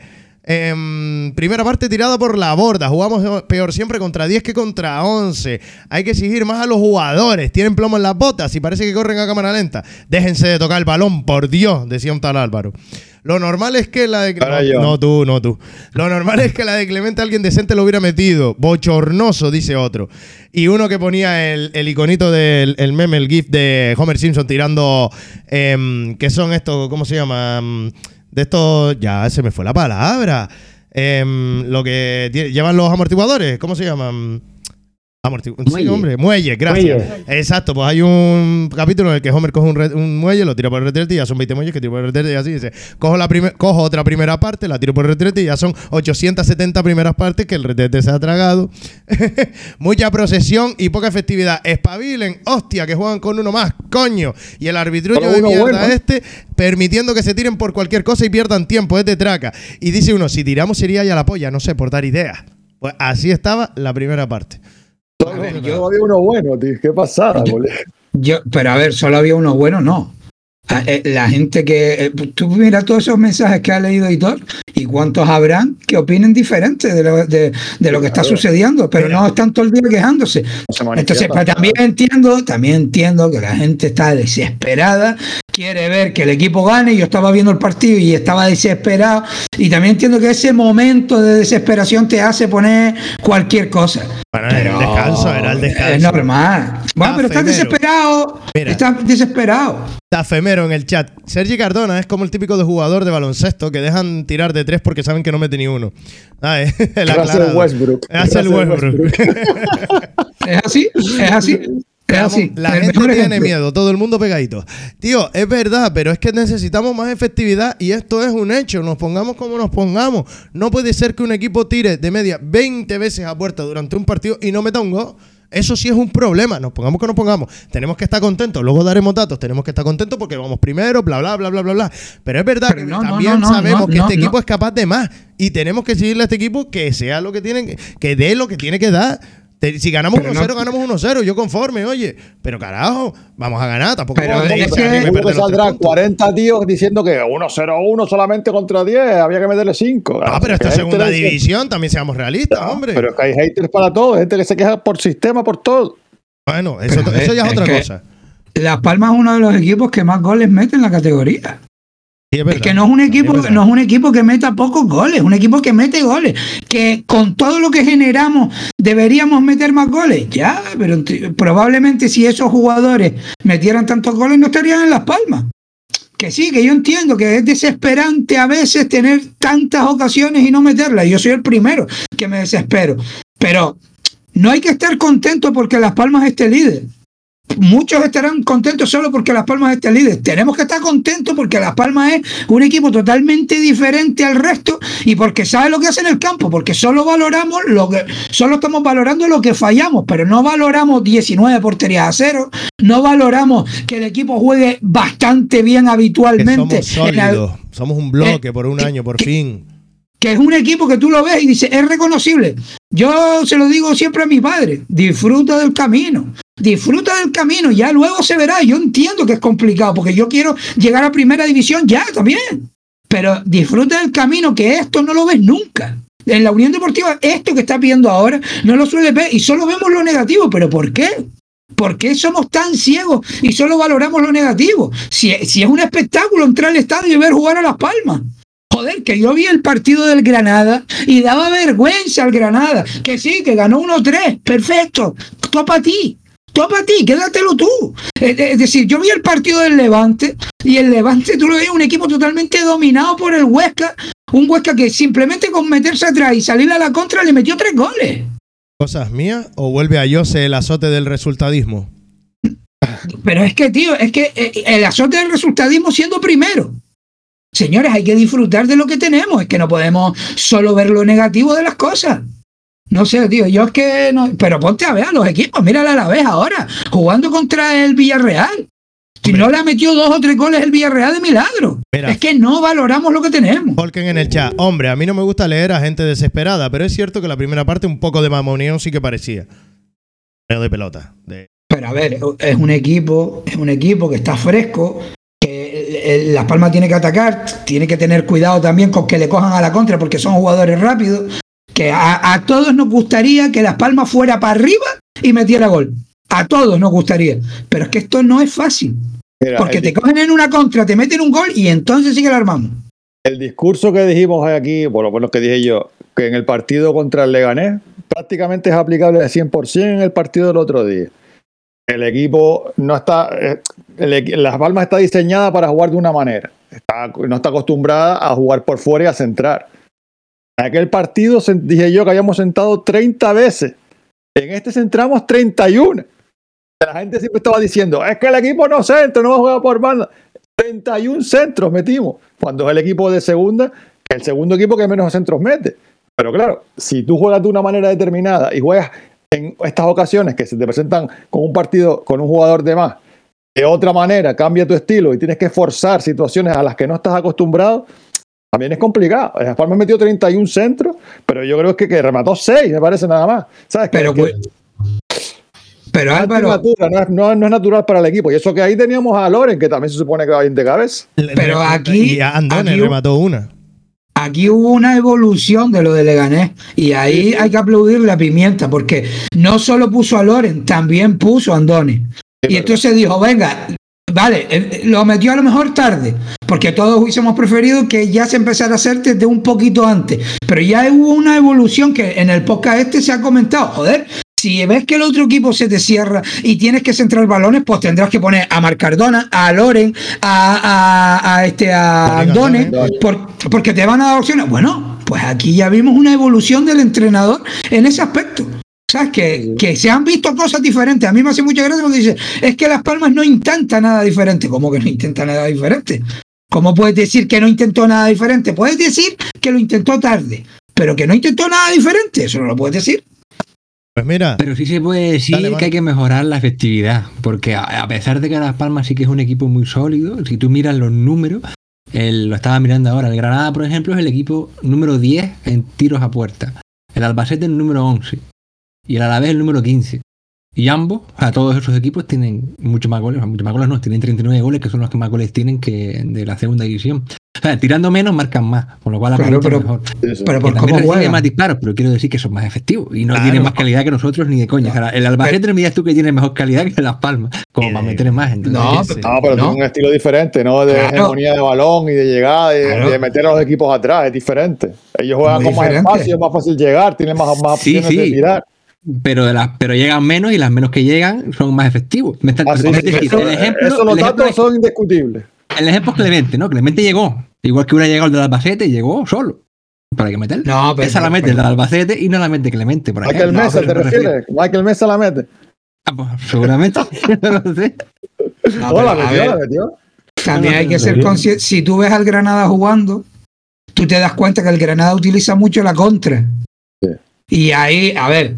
Speaker 2: Eh, primera parte tirada por la borda. Jugamos peor siempre contra diez que contra once. Hay que exigir más a los jugadores. Tienen plomo en las botas y parece que corren a cámara lenta. Déjense de tocar el balón, por Dios, decía un tal Álvaro. Lo normal es que la de...
Speaker 7: Ahora
Speaker 2: No,
Speaker 7: yo.
Speaker 2: no tú, no tú. Lo normal es que la de Clemente alguien decente lo hubiera metido. Bochornoso, dice otro. Y uno que ponía el, el iconito del el meme, el gif de Homer Simpson tirando... Eh, ¿Qué son estos? ¿Cómo se llama? Mm, De estos... Ya se me fue la palabra. Em, lo que tie- llevan los amortiguadores. ¿Cómo se llaman? Amortigu- sí,
Speaker 8: Muelle.
Speaker 2: hombre, muelle, gracias.
Speaker 4: Muelle.
Speaker 2: Exacto, pues hay un capítulo en el que Homer coge un, re- un muelle, lo tira por el retrete y ya son veinte muelles que tiro por el retrete y así dice. Cojo, la primer- cojo otra primera parte, la tiro por el retrete y ya son ochocientas setenta primeras partes que el retrete se ha tragado. Mucha procesión y poca efectividad. Espabilen, hostia, que juegan con uno más, coño. Y el arbitrullo
Speaker 7: Pero
Speaker 2: de
Speaker 7: uno
Speaker 2: mierda
Speaker 7: bueno.
Speaker 2: este permitiendo que se tiren por cualquier cosa y pierdan tiempo, es de traca. Y dice uno, si tiramos sería ya la polla, no sé, por dar ideas. Pues así estaba la primera parte.
Speaker 3: A ver,
Speaker 7: Yo
Speaker 3: yo,
Speaker 7: había uno bueno, tío. Qué pasada,
Speaker 3: Yo-
Speaker 7: boludo.
Speaker 3: yo, pero a ver, solo había uno bueno, no. Ah, eh, La gente que. eh, Tú mira todos esos mensajes que ha leído Hitor y cuántos habrán que opinen diferente de lo, de, de lo que está
Speaker 7: Claro.
Speaker 3: sucediendo, pero
Speaker 2: Mira.
Speaker 3: no están todo el día quejándose.
Speaker 7: Se manifiesta.
Speaker 3: Entonces, pues, también entiendo, también entiendo que la gente está desesperada, quiere ver que el equipo gane. Yo estaba viendo el partido y estaba desesperado. Y también entiendo que ese momento de desesperación te hace poner cualquier cosa.
Speaker 2: Bueno, era el descanso, era el descanso.
Speaker 3: Es normal. Bueno, pero estás
Speaker 2: Efemero.
Speaker 3: desesperado.
Speaker 2: Mira.
Speaker 3: Estás desesperado.
Speaker 2: Tafemero en el chat. Sergi Cardona es como el típico de jugador de baloncesto que dejan tirar de tres porque saben que no mete ni uno. Ah, eh, el
Speaker 7: Russell
Speaker 2: aclarado.
Speaker 7: Westbrook.
Speaker 2: Hace el
Speaker 7: Russell
Speaker 2: Westbrook.
Speaker 3: Es así, es así. Es
Speaker 2: Vamos,
Speaker 3: así.
Speaker 2: la
Speaker 3: El
Speaker 2: gente
Speaker 3: mejor
Speaker 2: tiene
Speaker 3: ejemplo.
Speaker 2: miedo, todo el mundo pegadito. Tío, es verdad, pero es que necesitamos más efectividad y esto es un hecho. Nos pongamos como nos pongamos. No puede ser que un equipo tire de media veinte veces a puerta durante un partido y no meta un gol. Eso sí es un problema. Nos pongamos que nos pongamos. Tenemos que estar contentos. Luego daremos datos. Tenemos que estar contentos porque vamos primero, bla, bla, bla, bla, bla, bla. Pero es verdad
Speaker 3: Pero
Speaker 2: que
Speaker 3: no, no,
Speaker 2: también
Speaker 3: no, no,
Speaker 2: sabemos
Speaker 3: no,
Speaker 2: que
Speaker 3: no,
Speaker 2: este
Speaker 3: no.
Speaker 2: equipo es capaz de más. Y tenemos que exigirle a este equipo que sea lo que tiene que, que dé lo que tiene que dar. Te- Si ganamos
Speaker 3: Pero
Speaker 2: uno cero,
Speaker 3: no-
Speaker 2: ganamos uno cero. Yo conforme, oye. Pero carajo, vamos a ganar. Tampoco
Speaker 3: Pero
Speaker 2: vamos a
Speaker 3: es
Speaker 2: ir
Speaker 3: que-
Speaker 2: a perder
Speaker 7: Seguro
Speaker 2: los
Speaker 7: que
Speaker 2: tres
Speaker 7: saldrán
Speaker 2: puntos.
Speaker 7: cuarenta tíos diciendo que uno cero uno solamente contra diez, había que meterle cinco.
Speaker 2: Ah, pero esta
Speaker 7: Que
Speaker 2: es
Speaker 7: gente
Speaker 2: segunda
Speaker 7: dice-
Speaker 2: división, también seamos realistas,
Speaker 7: No,
Speaker 2: hombre.
Speaker 7: Pero es que hay haters para todo, gente que se queja por sistema, por todo.
Speaker 2: Bueno, eso,
Speaker 3: Pero,
Speaker 2: eso ya es
Speaker 3: es
Speaker 2: otra
Speaker 3: que-
Speaker 2: cosa.
Speaker 3: Las Palmas es uno de los equipos que más goles mete en la categoría.
Speaker 2: Sí, es,
Speaker 3: es que no es un equipo,
Speaker 2: es
Speaker 3: no es un equipo que meta pocos goles, es un equipo que mete goles, que con todo lo que generamos deberíamos meter más goles. Ya, pero t- probablemente si esos jugadores metieran tantos goles no estarían en Las Palmas. Que sí, que yo entiendo que es desesperante a veces tener tantas ocasiones y no meterlas. Yo soy el primero que me desespero. Pero no hay que estar contento porque Las Palmas esté líder. Muchos estarán contentos solo porque Las Palmas esté líder. Tenemos que estar contentos porque Las Palmas es un equipo totalmente diferente al resto y porque sabe lo que hace en el campo, porque solo valoramos lo que, solo estamos valorando lo que fallamos, pero no valoramos diecinueve porterías a cero, no valoramos que el equipo juegue bastante bien habitualmente.
Speaker 2: Que somos sólidos, el, somos un bloque eh, por un año, por
Speaker 3: que,
Speaker 2: fin.
Speaker 3: Que es un equipo que tú lo ves y dices, es reconocible. Yo se lo digo siempre a mi padre, disfruta del camino. Disfruta del camino, ya luego se verá. Yo entiendo que es complicado porque yo quiero llegar a primera división ya también, pero disfruta del camino, que esto no lo ves nunca. En la Unión Deportiva esto que estás viendo ahora no lo suele ver y solo vemos lo negativo. ¿Pero por qué? ¿Por qué somos tan ciegos y solo valoramos lo negativo? Si, si es un espectáculo entrar al estadio y ver jugar a Las Palmas. Joder, que yo vi el partido del Granada y daba vergüenza al Granada. Que sí, que ganó uno tres, perfecto, topa a ti. Topa a ti, quédatelo tú. Es decir, yo vi el partido del Levante y el Levante, tú lo ves, un equipo totalmente dominado por el Huesca, un Huesca que simplemente con meterse atrás y salir a la contra le metió tres goles.
Speaker 2: ¿Cosas mías o vuelve a Jose el azote del resultadismo?
Speaker 3: Pero es que, tío, es que el azote del resultadismo siendo primero. Señores, hay que disfrutar de lo que tenemos, es que no podemos solo ver lo negativo de las cosas. No sé, tío, yo es que no, pero ponte a ver a los equipos, mírala a la vez ahora, jugando contra el Villarreal. Si no le ha metido dos o tres goles el Villarreal de milagro. Mira, es que no valoramos lo que tenemos.
Speaker 2: Volken en el chat, hombre, a mí no me gusta leer a gente desesperada, pero es cierto que la primera parte un poco de mamoneo sí que parecía. Pero de pelota. De...
Speaker 3: Pero a ver, es un equipo, es un equipo que está fresco, que Las Palmas tiene que atacar, tiene que tener cuidado también con que le cojan a la contra porque son jugadores rápidos. Que a, a todos nos gustaría que Las Palmas fuera para arriba y metiera gol. A todos nos gustaría. Pero es que esto no es fácil. Mira, porque te cogen en una contra, te meten un gol y entonces sí que lo armamos.
Speaker 7: El discurso que dijimos aquí, por lo menos que dije yo, que en el partido contra el Leganés, prácticamente es aplicable al cien por ciento en el partido del otro día. El equipo no está... El, Las Palmas está diseñada para jugar de una manera. Está, no está acostumbrada a jugar por fuera y a centrar. En aquel partido dije yo que habíamos sentado treinta veces. En este centramos treinta y uno. La gente siempre estaba diciendo, es que el equipo no centra, no va a jugar por banda. treinta y uno centros metimos. Cuando es el equipo de segunda, el segundo equipo que menos centros mete. Pero claro, si tú juegas de una manera determinada y juegas en estas ocasiones que se te presentan con un partido con un jugador de más, de otra manera, cambia tu estilo y tienes que forzar situaciones a las que no estás acostumbrado, también es complicado. Las Palmas metió treinta y uno centros, pero yo creo que, que remató seis, me parece nada más. ¿Sabes?
Speaker 3: Pero,
Speaker 7: que,
Speaker 3: pues, pero
Speaker 7: no,
Speaker 3: Álvaro,
Speaker 7: es natura, no, es, no, no es natural para el equipo. Y eso que ahí teníamos a Loren, que también se supone que va bien de cabeza.
Speaker 3: Pero aquí...
Speaker 2: Y a Andone
Speaker 3: aquí,
Speaker 2: remató una.
Speaker 3: Aquí hubo una evolución de lo de Leganés. Y ahí hay que aplaudirle a Pimienta, porque no solo puso a Loren, también puso a Andone. Sí, y entonces dijo, venga... Vale, lo metió a lo mejor tarde, porque todos hubiésemos preferido que ya se empezara a hacer desde un poquito antes, pero ya hubo una evolución que en el podcast este se ha comentado. Joder, si ves que el otro equipo se te cierra y tienes que centrar balones, pues tendrás que poner a Marc Cardona, a Loren, a, a, a, este, a Andone, por, porque te van a dar opciones. Bueno, pues aquí ya vimos una evolución del entrenador en ese aspecto. ¿Sabes? Que, que se han visto cosas diferentes. A mí me hace mucha gracia cuando dice, es que Las Palmas no intenta nada diferente. ¿Cómo que no intenta nada diferente? ¿Cómo puedes decir que no intentó nada diferente? Puedes decir que lo intentó tarde, pero que no intentó nada diferente. Eso no lo puedes decir.
Speaker 2: Pues mira.
Speaker 8: Pero sí se puede decir Dale, que hay que mejorar la efectividad, porque a, a pesar de que Las Palmas sí que es un equipo muy sólido, si tú miras los números, el, lo estaba mirando ahora, el Granada, por ejemplo, es el equipo número diez en tiros a puerta. El Albacete el número once. Y el Alavés el número quince. Y ambos, o sea, todos esos equipos tienen mucho más goles, mucho más goles no, tienen treinta y nueve goles, que son los que más goles tienen que de la segunda división. O sea, tirando menos marcan más, con lo cual la
Speaker 3: Claro,
Speaker 8: plantilla
Speaker 3: pero,
Speaker 8: es mejor.
Speaker 3: pero,
Speaker 7: Sí, sí.
Speaker 3: pero
Speaker 8: Que
Speaker 3: por
Speaker 8: también
Speaker 3: cómo
Speaker 8: reciben
Speaker 3: juegan.
Speaker 8: más disparos, pero quiero decir que son más efectivos y no
Speaker 2: Claro.
Speaker 8: tienen más calidad que nosotros ni de coña. O sea, el Albacete me digas tú que tiene mejor calidad que Las Palmas, como
Speaker 2: Y
Speaker 8: para
Speaker 2: de-
Speaker 8: meter más. Entonces,
Speaker 3: No,
Speaker 2: Sí,
Speaker 3: pero,
Speaker 7: No, pero
Speaker 3: no.
Speaker 7: tiene un estilo diferente, ¿no? De
Speaker 3: Claro.
Speaker 7: hegemonía de balón y de llegada y de,
Speaker 3: Claro.
Speaker 7: de meter a los equipos atrás, es diferente. Ellos juegan
Speaker 3: Muy
Speaker 7: con más
Speaker 3: diferente.
Speaker 7: espacio, es más fácil llegar, tienen más, más
Speaker 8: Sí,
Speaker 7: opciones de
Speaker 8: sí.
Speaker 7: tirar.
Speaker 8: pero, de las, pero llegan menos y las menos que llegan son más efectivos. Me está-
Speaker 7: Ah, sí,
Speaker 8: es
Speaker 7: sí,
Speaker 8: decir,
Speaker 7: eso,
Speaker 8: el ejemplo,
Speaker 7: eso los
Speaker 8: el ejemplo
Speaker 7: datos
Speaker 8: es-
Speaker 7: son indiscutibles.
Speaker 8: el ejemplo es Clemente, ¿no? Clemente llegó, igual que hubiera llegado el del Albacete, llegó solo. ¿Para qué meterla?
Speaker 3: No, pero-
Speaker 8: Esa la mete el del Albacete y no la mete Clemente, por
Speaker 7: Michael
Speaker 8: ejemplo.
Speaker 7: Mesa,
Speaker 8: No,
Speaker 7: ¿te
Speaker 8: me refiero.
Speaker 7: refieres? Michael Mesa la mete.
Speaker 8: Ah, pues, seguramente. No lo sé.
Speaker 3: No,
Speaker 7: Oh, la
Speaker 3: pero, a
Speaker 7: metió,
Speaker 3: ver,
Speaker 7: la metió.
Speaker 3: también hay que
Speaker 4: ¿En
Speaker 3: ser
Speaker 4: serio?
Speaker 3: consciente. Si tú ves al Granada jugando, tú te das cuenta que el Granada utiliza mucho la contra.
Speaker 7: Sí.
Speaker 3: Y ahí, a ver,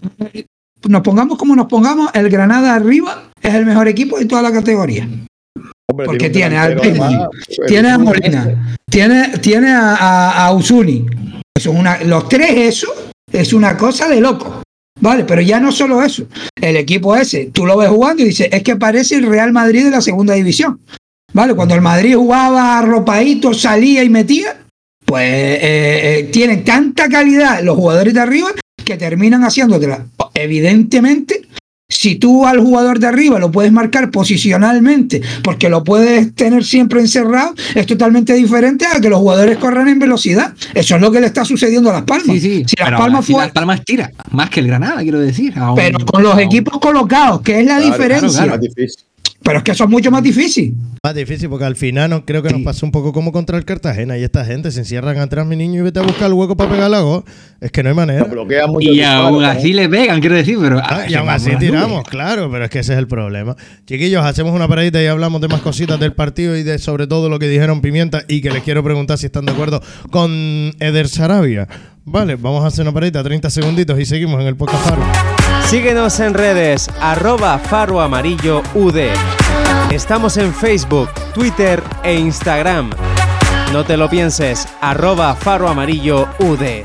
Speaker 3: nos pongamos como nos pongamos, el Granada arriba es el mejor equipo de toda la categoría.
Speaker 7: Hombre,
Speaker 3: Porque
Speaker 7: un
Speaker 3: tiene al
Speaker 7: delantero,
Speaker 3: Pedri,
Speaker 7: además, el
Speaker 3: tiene a
Speaker 7: Bruno
Speaker 3: Molina,
Speaker 7: ese.
Speaker 3: tiene, tiene a, a, a Usuni. Eso es una, los tres, eso es una cosa de loco. Vale, pero ya no solo eso. El equipo ese, tú lo ves jugando y dices, es que parece el Real Madrid de la segunda división. Vale, cuando el Madrid jugaba arropadito, salía y metía, pues eh, eh, tienen tanta calidad los jugadores de arriba que terminan haciéndotela. Evidentemente, si tú al jugador de arriba lo puedes marcar posicionalmente porque lo puedes tener siempre encerrado, es totalmente diferente a que los jugadores corran en velocidad. Eso es lo que le está sucediendo a Las Palmas.
Speaker 8: Sí, sí.
Speaker 3: Si Las
Speaker 8: pero
Speaker 3: Palmas
Speaker 8: si
Speaker 3: fue-
Speaker 8: Las Palmas tira, más que el Granada, quiero decir. aún-
Speaker 3: pero con los
Speaker 8: aún-
Speaker 3: equipos colocados, que es la
Speaker 7: Claro,
Speaker 3: diferencia.
Speaker 8: claro,
Speaker 7: Más difícil.
Speaker 3: Pero es que eso es mucho más difícil.
Speaker 2: Más difícil porque al final no, creo que nos pasó un poco como contra el Cartagena y esta gente se encierran atrás, mi niño, y vete a buscar el hueco para pegar la gol. Es que no hay manera.
Speaker 7: Nos bloquean mucho
Speaker 8: Y
Speaker 7: disparos,
Speaker 8: aún
Speaker 7: ¿no?
Speaker 8: así le pegan, quiero decir, pero.
Speaker 2: Ah, y
Speaker 8: se
Speaker 2: aún
Speaker 8: van
Speaker 2: así
Speaker 8: por las
Speaker 2: tiramos,
Speaker 8: nubes.
Speaker 2: claro, pero es que ese es el problema. Chiquillos, hacemos una paradita y hablamos de más cositas del partido y de sobre todo lo que dijeron Pimienta y que les quiero preguntar si están de acuerdo con Eder Sarabia. Vale, vamos a hacer una paradita, treinta segunditos y seguimos en el podcast Faro.
Speaker 10: Síguenos en redes, arroba Faro Amarillo U D. Estamos en Facebook, Twitter e Instagram. No te lo pienses, arroba Faro Amarillo U D.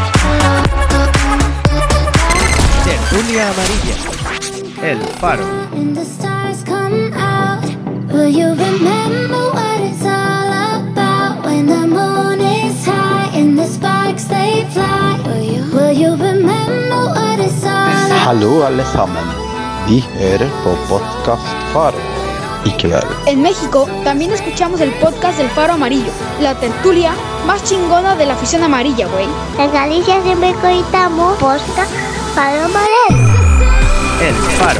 Speaker 1: Tertulia Amarilla. El Faro.
Speaker 9: When the stars come out, will you remember what it's all about? When the moon is high and the sparks they fly, will you, will you remember what it's all about?
Speaker 11: Hallo alle sammen. Vi hører på Podcast Faro. Ikväll.
Speaker 12: En México también escuchamos el podcast del Faro Amarillo, la tertulia más chingona de la afición amarilla, güey.
Speaker 9: En Galicia siempre coitamos Posca para Amarillo.
Speaker 1: El Faro.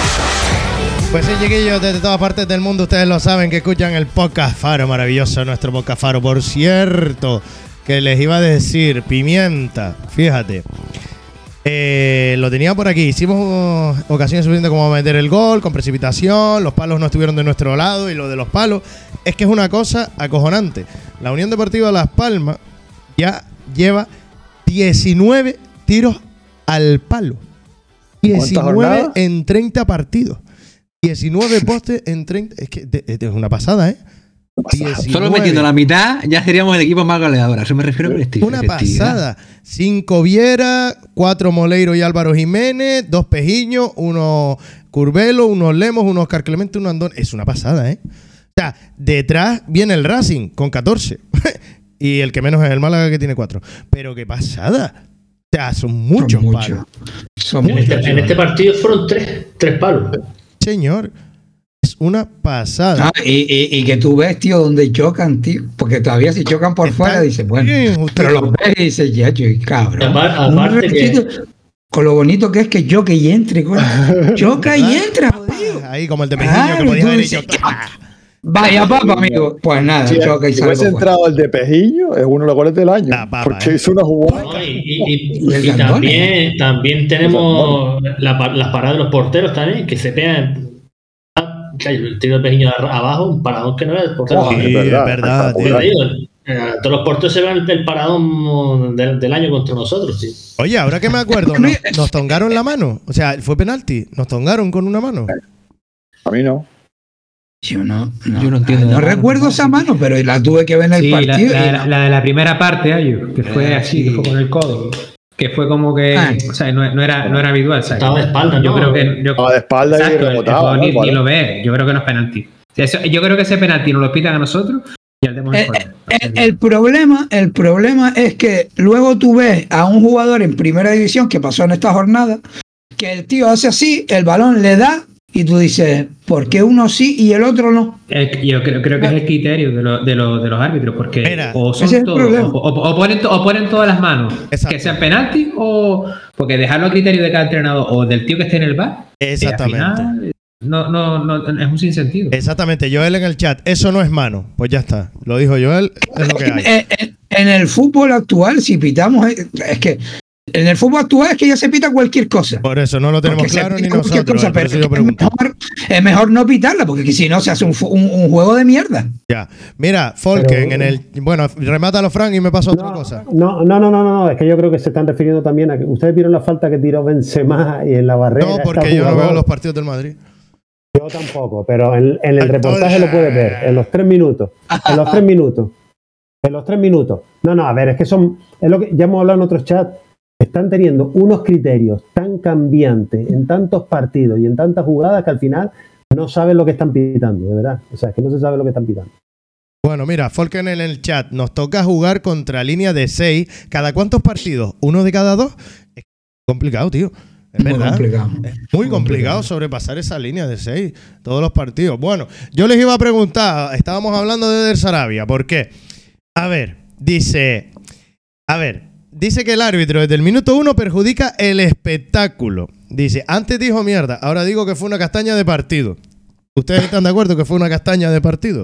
Speaker 2: Pues sí, chiquillos, desde todas partes del mundo ustedes lo saben que escuchan el podcast Faro, maravilloso nuestro podcast Faro. Por cierto, que les iba a decir, Pimienta, fíjate, eh, lo tenía por aquí, hicimos ocasiones suficientes como meter el gol, con precipitación, los palos no estuvieron de nuestro lado y lo de los palos es que es una cosa acojonante. La Unión Deportiva Las Palmas ya lleva diecinueve tiros al palo. diecinueve
Speaker 7: jornadas?
Speaker 2: en treinta partidos. diecinueve postes en treinta. Es que de- de- es una pasada, ¿eh? diecinueve.
Speaker 8: Solo metiendo la mitad, ya seríamos el equipo más goleador. A eso me refiero con este.
Speaker 2: Una pasada. Cinco Viera, cuatro Moleiro y Álvaro Jiménez, dos Pejiños, uno Curvelo, unos Lemos, unos Oscar Clemente, uno Andón. Es una pasada, ¿eh? O sea, detrás viene el Racing con catorce. Y el que menos es el Málaga que tiene cuatro. Pero qué pasada. O sea, son muchos
Speaker 3: Son
Speaker 2: palos.
Speaker 3: Son
Speaker 6: En este,
Speaker 3: muchos.
Speaker 6: en este partido fueron tres, tres palos.
Speaker 2: Señor, es una pasada.
Speaker 3: Ah, y, y- y que tú ves, tío, donde chocan, tío. Porque todavía si chocan por
Speaker 2: Está
Speaker 3: fuera, dices, bueno.
Speaker 2: bien, justo.
Speaker 3: Pero los ves y dices, ya, yo, cabrón.
Speaker 6: Y apar-
Speaker 3: Un
Speaker 6: aparte que-
Speaker 3: ratito, con lo bonito que es que choque y entre, coño. Choca y entra, jodido.
Speaker 2: Ahí como el de Pejiño
Speaker 3: Claro,
Speaker 2: que podía
Speaker 3: tú
Speaker 2: haber
Speaker 3: dices,
Speaker 2: hecho.
Speaker 3: Vaya papa, amigo. Pues nada,
Speaker 7: Si,
Speaker 3: choca y
Speaker 7: si
Speaker 3: sale
Speaker 7: hubiese
Speaker 3: por fuera.
Speaker 7: entrado el de Pejiño, es uno de los goles del año.
Speaker 2: La papa,
Speaker 7: porque
Speaker 2: eh.
Speaker 7: hizo una jugada.
Speaker 6: No, y, y- y-
Speaker 3: Y el
Speaker 6: y
Speaker 3: Gandone.
Speaker 6: también, también tenemos la pa- las paradas de los porteros también, que se pegan. Ah, el tiro de Pejiño de abajo, un paradón que no era el portero.
Speaker 7: Oh,
Speaker 2: Sí,
Speaker 7: es verdad,
Speaker 2: es verdad,
Speaker 6: Porque
Speaker 2: tío.
Speaker 6: te digo, eh, todos los porteros se ven el, el paradón del, del año contra nosotros, sí.
Speaker 2: Oye, ahora que me acuerdo, nos, nos tongaron la mano. O sea, fue penalti. Nos tongaron con una mano.
Speaker 7: A mí no.
Speaker 3: Yo no, no,
Speaker 8: Yo no entiendo
Speaker 3: No
Speaker 8: nada.
Speaker 3: recuerdo esa mano, pero la tuve que ver en el
Speaker 5: Sí, la,
Speaker 3: partido.
Speaker 5: la-
Speaker 3: y
Speaker 5: la- la de la primera parte, Ayu, que fue
Speaker 3: Eh,
Speaker 5: así,
Speaker 3: sí.
Speaker 5: que fue con el codo. Que fue como que.
Speaker 3: Ah.
Speaker 5: O sea, no, no era, no era habitual. ¿sabes?
Speaker 6: Estaba de espalda,
Speaker 5: Yo
Speaker 6: ¿no?
Speaker 5: creo que. Yo,
Speaker 7: Estaba de espalda y
Speaker 5: exacto, el- el
Speaker 7: rebotaba,
Speaker 5: jugador
Speaker 7: ¿no?
Speaker 5: ni,
Speaker 7: ¿Cuál
Speaker 5: ni
Speaker 7: es?
Speaker 5: lo ve. Yo creo que no es penalti. O sea, eso- yo creo que ese penalti nos lo pitan a nosotros y
Speaker 3: el, el, el problema, el problema es que luego tú ves a un jugador en primera división que pasó en esta jornada, que el tío hace así, el balón le da y tú dices, ¿por qué uno sí y el otro no?
Speaker 5: El, yo creo, creo que es el criterio de, lo, de, lo, de los árbitros, porque
Speaker 2: Mira,
Speaker 5: o son todos, o, o, o, ponen, o ponen todas las manos,
Speaker 2: exacto,
Speaker 5: que sean penalti, o porque dejarlo a criterio de cada entrenador o del tío que esté en el V A R.
Speaker 2: Exactamente.
Speaker 5: Al final, no, no, no, es un sinsentido.
Speaker 2: Exactamente, Joel en el chat, eso no es mano. Pues ya está, lo dijo Joel, es lo que hay.
Speaker 3: En, en, en el fútbol actual, si pitamos, es que en el fútbol actual es que ya se pita cualquier cosa.
Speaker 2: Por eso no lo tenemos
Speaker 3: porque
Speaker 2: claro ni nosotros.
Speaker 3: Cosa, pero
Speaker 2: es,
Speaker 3: mejor, es mejor no pitarla, porque si no se hace un, un, un juego de mierda.
Speaker 2: Ya. Mira, Folken, pero, en el. Bueno, remátalo, Frank, y me paso
Speaker 4: no,
Speaker 2: otra cosa.
Speaker 4: No, no, no, no, no, es que yo creo que se están refiriendo también a que ustedes vieron la falta que tiró Benzema y en la barrera.
Speaker 2: No, porque yo no veo los partidos del Madrid.
Speaker 4: Yo tampoco, pero en, en el reportaje lo puedes ver, en los tres minutos. En los tres minutos. En los tres minutos. No, no, a ver, es que son. Es lo que ya hemos hablado en otros chats. Están teniendo unos criterios tan cambiantes en tantos partidos y en tantas jugadas que al final no saben lo que están pitando, de verdad. O sea, es que no se sabe lo que están pitando.
Speaker 2: Bueno, mira, Folken en el chat, nos toca jugar contra línea de seis. ¿Cada cuántos partidos? ¿Uno de cada dos? Es complicado, tío. Es
Speaker 3: muy
Speaker 2: verdad.
Speaker 3: Complicado.
Speaker 2: Es muy complicado sobrepasar esa línea de seis, todos los partidos. Bueno, yo les iba a preguntar, estábamos hablando de Eder Sarabia, ¿por qué? A ver, dice, a ver, dice que el árbitro desde el minuto uno perjudica el espectáculo. Dice, antes dijo mierda, ahora digo que fue una castaña de partido. ¿Ustedes están de acuerdo que fue una castaña de partido?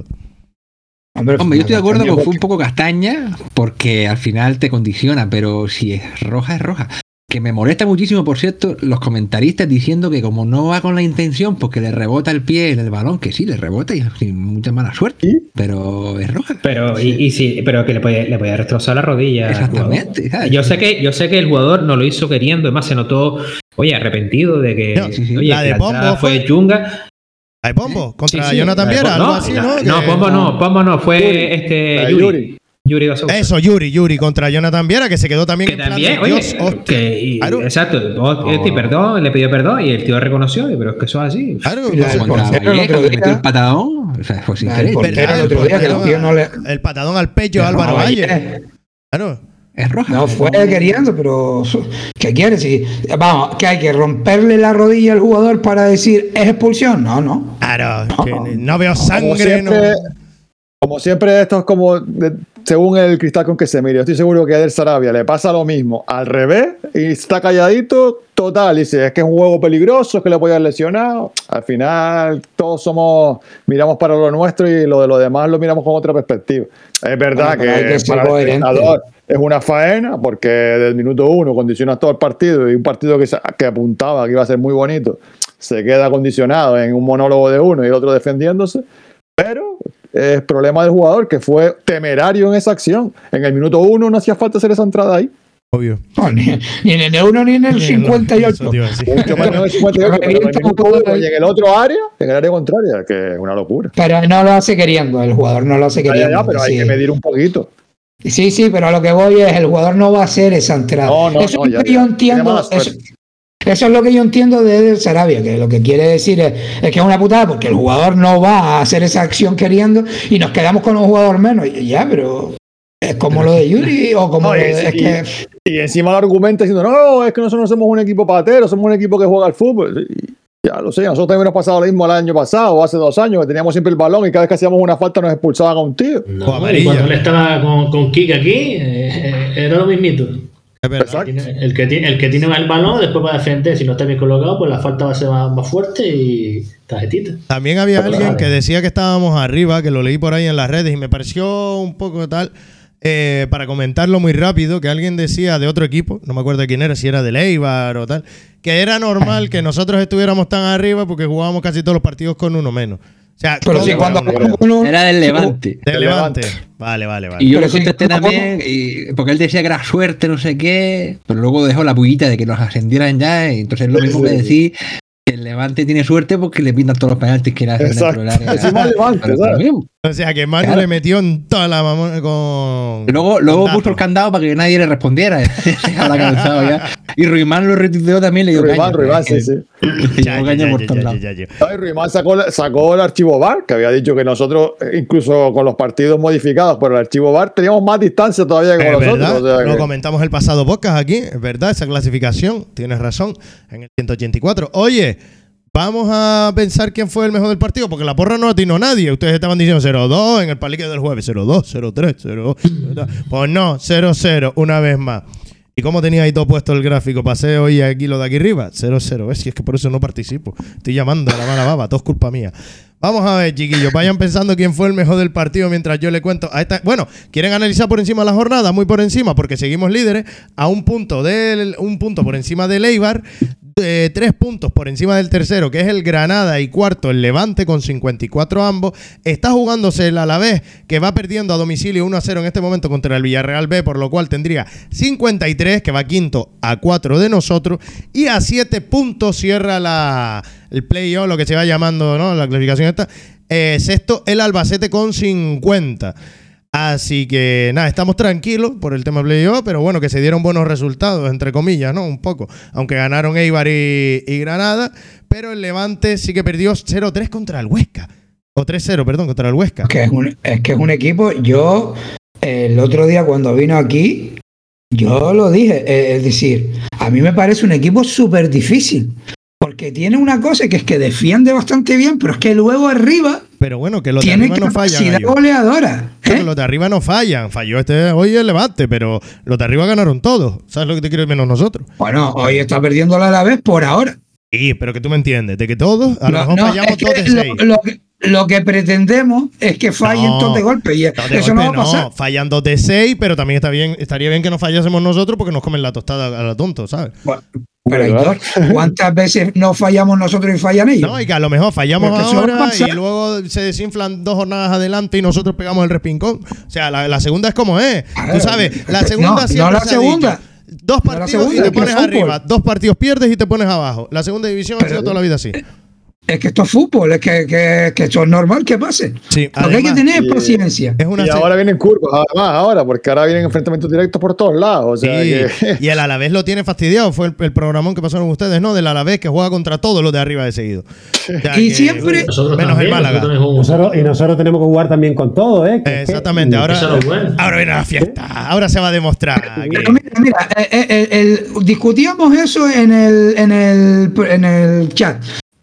Speaker 8: Hombre, Hombre yo estoy de acuerdo que fue un poco castaña porque al final te condiciona, pero si es roja, es roja. Que me molesta muchísimo, por cierto, los comentaristas diciendo que como no va con la intención, pues que le rebota el pie en el balón, que sí, le rebota y sin mucha mala suerte, ¿sí? Pero es roja.
Speaker 5: Pero y, y sí, pero que le podía, le podía destrozar la rodilla.
Speaker 8: Exactamente.
Speaker 5: Yo sé que yo sé que el jugador no lo hizo queriendo, además se notó, oye, arrepentido de que,
Speaker 2: no, sí, sí.
Speaker 5: oye,
Speaker 2: la de
Speaker 5: la
Speaker 2: Pombo
Speaker 5: fue chunga.
Speaker 2: ¿La de Pombo? ¿Contra
Speaker 5: sí, sí,
Speaker 2: Jonathan Viera? Algo
Speaker 5: no,
Speaker 2: así,
Speaker 5: la,
Speaker 2: ¿no?
Speaker 5: No,
Speaker 2: que,
Speaker 5: Pombo no, Pombo no, fue
Speaker 7: Yuri.
Speaker 5: este
Speaker 7: Yuri.
Speaker 5: Yuri. Yuri
Speaker 2: Eso, Yuri, Yuri contra Jonathan Viera, que se quedó también
Speaker 5: que también, oye,
Speaker 2: Dios,
Speaker 5: que, y,
Speaker 2: claro.
Speaker 5: Exacto, oh, este, perdón, le pidió perdón y el tío reconoció, pero es que eso es así.
Speaker 2: Claro,
Speaker 3: y la
Speaker 2: no,
Speaker 3: contra Vallejo,
Speaker 8: le metió el patadón, o sea, fue sin querer.
Speaker 3: El, el, otro día que el tío no le...
Speaker 2: el patadón al pecho a Álvaro Valle. Claro.
Speaker 8: Es roja.
Speaker 3: No fue queriendo, pero ¿qué quiere? Si, vamos, que hay que romperle la rodilla al jugador para decir es expulsión. No, no.
Speaker 2: Claro,
Speaker 3: no,
Speaker 2: que no veo sangre.
Speaker 7: Como siempre,
Speaker 2: no.
Speaker 7: como siempre esto es como de, según el cristal con que se mire. Yo estoy seguro que a Eder Sarabia le pasa lo mismo al revés y está calladito. Total, dice, es que es un juego peligroso, es que le puede haber lesionado. Al final, todos somos, miramos para lo nuestro y lo de los demás lo miramos con otra perspectiva. Es verdad bueno, que, que para el entrenador es una faena, porque desde el minuto uno condicionas todo el partido y un partido que, que apuntaba que iba a ser muy bonito se queda condicionado en un monólogo de uno y el otro defendiéndose. Pero es problema del jugador que fue temerario en esa acción. En el minuto uno no hacía falta hacer esa entrada ahí.
Speaker 2: Obvio.
Speaker 3: No, ni, ni en el uno ni en el cincuenta y ocho.
Speaker 7: Mucho más en el cincuenta y ocho, pero en el minuto uno y en el otro área, en el área contraria, que es una locura.
Speaker 3: Pero no lo hace queriendo, el jugador no lo hace queriendo.
Speaker 7: Ya, ya, pero hay sí. que medir un poquito.
Speaker 3: Sí, sí, pero a lo que voy es, el jugador no va a hacer esa entrada.
Speaker 7: No, no,
Speaker 3: eso
Speaker 7: no,
Speaker 3: es
Speaker 7: ya,
Speaker 3: lo que
Speaker 7: ya.
Speaker 3: yo entiendo. Eso, eso es lo que yo entiendo de Eder Sarabia, que lo que quiere decir es, es que es una putada porque el jugador no va a hacer esa acción queriendo y nos quedamos con un jugador menos. Y ya, pero es como lo de Yuri o como
Speaker 7: no,
Speaker 3: lo de,
Speaker 7: y,
Speaker 3: es
Speaker 7: y,
Speaker 3: que...
Speaker 7: y encima lo argumenta diciendo, no, es que nosotros no somos un equipo patero, somos un equipo que juega al fútbol. Y ya lo sé, nosotros también nos pasado lo mismo el año pasado o hace dos años, que teníamos siempre el balón y cada vez que hacíamos una falta nos expulsaban a un tío.
Speaker 6: No, y cuando él estaba con, con Kike aquí, eh, era lo mismito. El que, tiene, el, que tiene, el que tiene el balón después va a defender, si no está bien colocado, pues la falta va a ser más, más fuerte y tarjetita.
Speaker 2: También había Pero alguien vale. que decía que estábamos arriba, que lo leí por ahí en las redes y me pareció un poco tal, eh, para comentarlo muy rápido, que alguien decía de otro equipo, no me acuerdo de quién era, si era de Eibar o tal, que era normal que nosotros estuviéramos tan arriba porque jugábamos casi todos los partidos con uno menos. O sea,
Speaker 3: pero sí, cuando
Speaker 8: uno, era del Levante.
Speaker 2: Del Levante. Vale, vale, vale.
Speaker 8: Y yo
Speaker 2: pero
Speaker 8: le contesté sí, también, y, porque él decía que era suerte, no sé qué, pero luego dejó la pullita de que nos ascendieran ya, y entonces es lo mismo que decir que el, Levante tiene suerte porque le pintan todos los penaltis que le hacen dentro del área.
Speaker 7: Encima Levante, ¿sabes?
Speaker 2: O sea que Manu
Speaker 8: Claro.
Speaker 2: le metió en toda la mamona con.
Speaker 8: Luego, luego puso el candado para que nadie le respondiera. Ahora cansado ya. Y Ruimán lo retuiteó también, le dio
Speaker 7: Ruimán,
Speaker 8: caña.
Speaker 7: Ruimán, sí, sí.
Speaker 8: Le dio caña por todos lados.
Speaker 7: Ay, Ruimán sacó, sacó el archivo V A R, que había dicho que nosotros, eh, incluso con los partidos modificados por el archivo V A R, teníamos más distancia todavía que con
Speaker 2: Es
Speaker 7: nosotros.
Speaker 2: verdad,
Speaker 7: o sea
Speaker 2: lo
Speaker 7: que-
Speaker 2: comentamos el pasado podcast aquí, es verdad, esa clasificación, tienes razón, en el ciento ochenta y cuatro. Oye, vamos a pensar quién fue el mejor del partido, porque la porra no atinó nadie. Ustedes estaban diciendo cero dos en el palique del jueves, cero dos, cero tres, cero dos. Pues no, cero cero, una vez más. ¿Y cómo tenía ahí todo puesto el gráfico? Pasé hoy aquí lo de aquí arriba, cero cero. ¿Ves? Si es que por eso no participo. Estoy llamando a la mala baba, todo es culpa mía. Vamos a ver, chiquillos, vayan pensando quién fue el mejor del partido mientras yo le cuento a esta. Bueno, ¿quieren analizar por encima la jornada? Muy por encima, porque seguimos líderes a un punto del, un punto por encima del Eibar, de tres puntos por encima del tercero, que es el Granada, y cuarto el Levante con cincuenta y cuatro ambos. Está jugándose el Alavés, que va perdiendo a domicilio uno a cero en este momento contra el Villarreal B, por lo cual tendría cincuenta y tres, que va quinto a cuatro de nosotros, y a siete puntos cierra la, el play-off, lo que se va llamando, ¿no? La clasificación esta. Eh, sexto el Albacete con cincuenta. Así que nada, estamos tranquilos por el tema playoff, pero bueno, que se dieron buenos resultados, entre comillas, ¿no? Un poco. Aunque ganaron Eibar y, y Granada, pero el Levante sí que perdió cero tres contra el Huesca. O tres cero, perdón, contra el Huesca.
Speaker 3: Que es un, es que es un equipo, yo el otro día cuando vino aquí, yo lo dije, eh, es decir, a mí me parece un equipo súper difícil, porque tiene una cosa que es que defiende bastante bien, pero es que luego arriba
Speaker 2: Pero bueno, que los de
Speaker 3: tiene
Speaker 2: arriba no fallan.
Speaker 3: capacidad
Speaker 2: Gallo.
Speaker 3: goleadora.
Speaker 2: Claro, los de arriba no fallan. Falló este hoy el Levante, pero los de arriba ganaron todos. ¿Sabes lo que te quiero menos nosotros?
Speaker 3: Bueno, hoy está perdiendo la Alavés por ahora.
Speaker 2: Sí, pero que tú me entiendes, de que todos, a lo
Speaker 3: No,
Speaker 2: mejor
Speaker 3: no,
Speaker 2: fallamos
Speaker 3: es que
Speaker 2: todos de
Speaker 3: lo,
Speaker 2: seis.
Speaker 3: lo que- lo que pretendemos es que fallen
Speaker 2: No,
Speaker 3: todos de golpe y
Speaker 2: No, de
Speaker 3: eso
Speaker 2: golpe
Speaker 3: no va a pasar.
Speaker 2: no, fallan dos de seis, pero también está bien, estaría bien que no fallásemos nosotros porque nos comen la tostada a la tonto, ¿sabes?
Speaker 3: Bueno, pero Aitor, ¿cuántas veces no fallamos nosotros y fallan ellos?
Speaker 2: No, y que a lo mejor fallamos
Speaker 3: Porque eso va a
Speaker 2: ahora
Speaker 3: pasar.
Speaker 2: y luego se desinflan dos jornadas adelante y nosotros pegamos el respincón. O sea, la, la segunda es como es. Tú sabes, la segunda
Speaker 3: no,
Speaker 2: siempre
Speaker 3: no la
Speaker 2: se ha
Speaker 3: segunda.
Speaker 2: dicho, dos
Speaker 3: No la
Speaker 2: partidos
Speaker 3: segunda,
Speaker 2: y te
Speaker 3: es que
Speaker 2: pones
Speaker 3: es fútbol.
Speaker 2: arriba, dos partidos pierdes y te pones abajo. La segunda división ha sido toda la vida así.
Speaker 3: Es que esto es fútbol, es que, que, que esto es normal que pase.
Speaker 2: Sí,
Speaker 3: Lo que hay que
Speaker 2: además,
Speaker 3: tener es
Speaker 7: y-
Speaker 3: paciencia.
Speaker 2: es una
Speaker 7: Y
Speaker 2: se-
Speaker 7: ahora vienen curvas, además, ahora, porque ahora vienen enfrentamientos directos por todos lados. O sea
Speaker 2: Sí,
Speaker 7: que.
Speaker 2: y el Alavés lo tiene fastidiado. Fue el, el programón que pasaron ustedes, ¿no? Del Alavés que juega contra todos los de arriba de seguido. O sea
Speaker 3: Y
Speaker 2: que-
Speaker 3: siempre-
Speaker 6: Nosotros
Speaker 2: menos
Speaker 6: también,
Speaker 2: el Málaga.
Speaker 6: nosotros también jugamos.
Speaker 4: Nosotros- y nosotros tenemos que jugar también con todo, ¿eh? Que es que-
Speaker 2: Exactamente, ahora,
Speaker 6: Eso es lo bueno.
Speaker 2: ahora viene la fiesta. Ahora se va a demostrar. que-
Speaker 3: Pero mira, mira, eh, eh, el- el- discutíamos eso en el, en el, en el chat.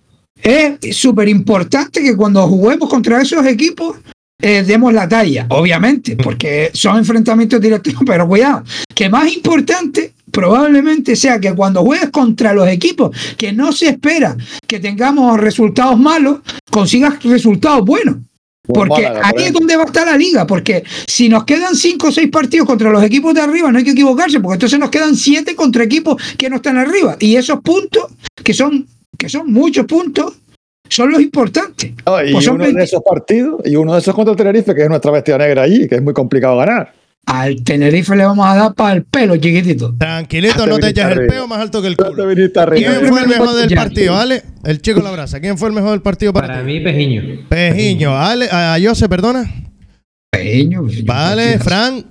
Speaker 3: Es súper importante que cuando juguemos contra esos equipos eh, demos la talla, obviamente, porque son enfrentamientos directos, pero cuidado, que más importante probablemente sea que cuando juegues contra los equipos que no se espera que tengamos resultados malos, consigas resultados buenos.
Speaker 7: Como
Speaker 3: Porque
Speaker 7: Málaga, por
Speaker 3: ahí es
Speaker 7: ejemplo.
Speaker 3: donde va a estar la liga, porque si nos quedan cinco o seis partidos contra los equipos de arriba, no hay que equivocarse, porque entonces nos quedan siete contra equipos que no están arriba. Y esos puntos, que son, que son muchos puntos, son los importantes.
Speaker 7: No, y
Speaker 3: Pues son
Speaker 7: uno
Speaker 3: veinte
Speaker 7: de esos partidos, y uno de esos contra el Tenerife, que es nuestra bestia negra allí, que es muy complicado ganar.
Speaker 3: Al Tenerife le vamos a dar para el pelo, chiquitito.
Speaker 2: Tranquilito,
Speaker 7: Te
Speaker 2: no te
Speaker 7: viniste
Speaker 2: echas el
Speaker 7: arriba.
Speaker 2: peo más alto que el
Speaker 7: No te
Speaker 2: culo.
Speaker 7: viniste arriba.
Speaker 2: ¿Quién fue el mejor del
Speaker 3: Ya.
Speaker 2: partido, Ale? El chico la brasa. ¿Quién fue el mejor del partido para,
Speaker 5: Para
Speaker 2: ti?
Speaker 5: mí, Pejiño.
Speaker 2: Pejiño. Ale, a Jose, perdona.
Speaker 3: Pequeño.
Speaker 2: Vale, Fran.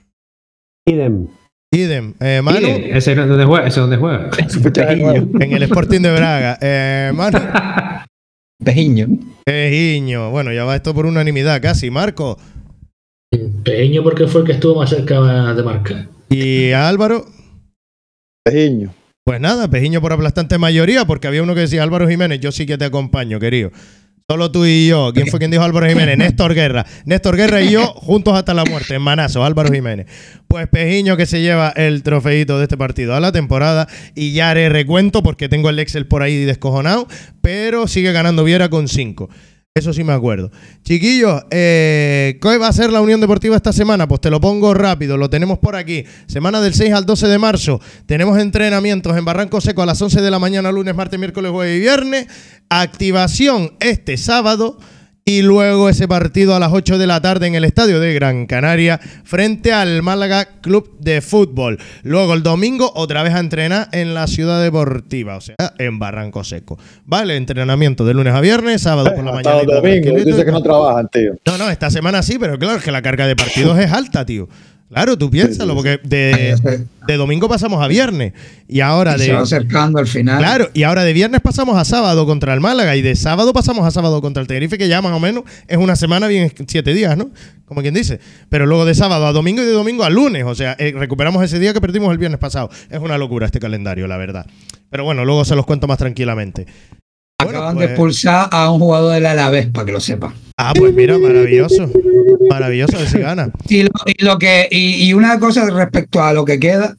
Speaker 4: Idem.
Speaker 2: Idem. Eh, Manu.
Speaker 5: Sí, ese es donde juega. Ese es donde juega.
Speaker 2: En el Sporting de Braga. Eh, Manu.
Speaker 8: Pejiño.
Speaker 2: Pejiño. Bueno, ya va esto por unanimidad casi. Marco.
Speaker 6: Pequeño porque fue el que estuvo más cerca de marcar.
Speaker 2: Y Álvaro.
Speaker 7: Pejiño.
Speaker 2: Pues nada, Pejiño por aplastante mayoría, porque había uno que decía Álvaro Jiménez, yo sí que te acompaño, querido. Solo tú y yo. ¿Quién fue quien dijo Álvaro Jiménez? Néstor Guerra. Néstor Guerra y yo juntos hasta la muerte, en manazo, Álvaro Jiménez. Pues Pejiño que se lleva el trofeito de este partido a la temporada y ya haré recuento porque tengo el Excel por ahí descojonado, pero sigue ganando Viera con cinco. Eso sí me acuerdo. Chiquillos, eh, ¿qué va a ser la Unión Deportiva esta semana? Pues te lo pongo rápido, lo tenemos por aquí. Semana del seis al doce de marzo. Tenemos entrenamientos en Barranco Seco a las once de la mañana, lunes, martes, miércoles, jueves y viernes. Activación este sábado Y luego ese partido a las ocho de la tarde en el estadio de Gran Canaria frente al Málaga Club de Fútbol. Luego el domingo otra vez a entrenar en la Ciudad Deportiva, o sea, en Barranco Seco. Vale, entrenamiento de lunes a viernes, sábado por la
Speaker 7: Hasta
Speaker 2: mañana.
Speaker 7: los domingos, dice que no trabajan, tío.
Speaker 2: No, no, esta semana sí, pero claro, es que la carga de partidos es alta, tío. Claro, tú piénsalo, porque de, de domingo pasamos a viernes y ahora
Speaker 3: Y
Speaker 2: de...
Speaker 3: se va acercando al final.
Speaker 2: Claro, y ahora de viernes pasamos a sábado contra el Málaga y de sábado pasamos a sábado contra el Tenerife, que ya más o menos es una semana bien siete días, ¿no? Como quien dice. Pero luego de sábado a domingo y de domingo a lunes, o sea, eh, recuperamos ese día que perdimos el viernes pasado. Es una locura este calendario, la verdad. Pero bueno, luego se los cuento más tranquilamente.
Speaker 3: Acaban
Speaker 2: Bueno,
Speaker 3: de
Speaker 2: pues-
Speaker 3: expulsar a un jugador del Alavés, para que lo sepan.
Speaker 2: Ah, pues mira, maravilloso. Maravilloso, a ver si gana.
Speaker 3: Y lo, y lo que y, y una cosa respecto a lo que queda,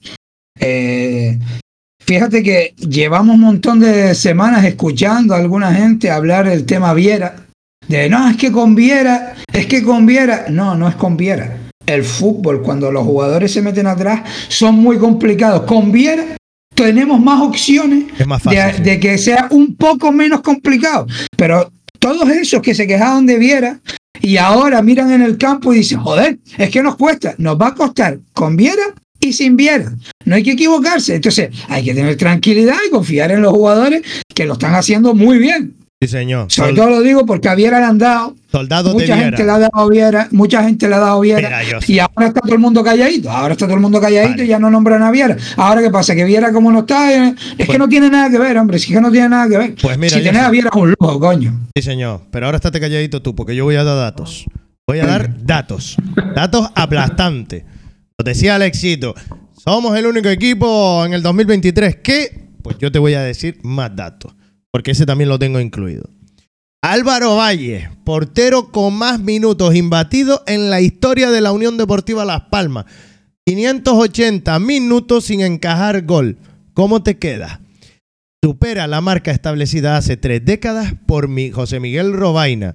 Speaker 3: eh, fíjate que llevamos un montón de semanas escuchando a alguna gente hablar del tema Viera, de no, es que con Viera, es que con Viera, no, no es con Viera. El fútbol, cuando los jugadores se meten atrás, son muy complicados. Con Viera tenemos más opciones
Speaker 2: Es más fácil,
Speaker 3: de,
Speaker 2: sí.
Speaker 3: de que sea un poco menos complicado. Pero todos esos que se quejaban de Viera y ahora miran en el campo y dicen, joder, es que nos cuesta, nos va a costar con Viera y sin Viera. No hay que equivocarse. Entonces hay que tener tranquilidad y confiar en los jugadores que lo están haciendo muy bien.
Speaker 2: Sí, señor.
Speaker 3: Sobre
Speaker 2: Sol-
Speaker 3: todo lo digo porque a Viera le han dado,
Speaker 2: Soldados de
Speaker 3: mucha
Speaker 2: Viera.
Speaker 3: gente le ha dado Viera, mucha gente le ha dado Viera,
Speaker 2: Mira, yo sé.
Speaker 3: y ahora está todo el mundo calladito, ahora está todo el mundo calladito
Speaker 2: Vale.
Speaker 3: y ya no nombran a Viera. Ahora qué pasa, que Viera como no está, eh, es
Speaker 2: Pues-
Speaker 3: que no tiene nada que ver, hombre, es que no tiene nada que ver.
Speaker 2: Pues mira,
Speaker 3: si
Speaker 2: yo
Speaker 3: tenés
Speaker 2: sé.
Speaker 3: a Viera es un lujo, coño.
Speaker 2: Sí, señor. Pero ahora estate calladito tú, porque yo voy a dar datos. Voy a dar datos. Datos aplastantes. Lo decía Alexito. Somos el único equipo en el dos mil veintitrés que, pues yo te voy a decir más datos. Porque ese también lo tengo incluido. Álvaro Valle, portero con más minutos imbatidos en la historia de la Unión Deportiva Las Palmas. quinientos ochenta minutos sin encajar gol. ¿Cómo te queda? Supera la marca establecida hace tres décadas por mi José Miguel Robaina.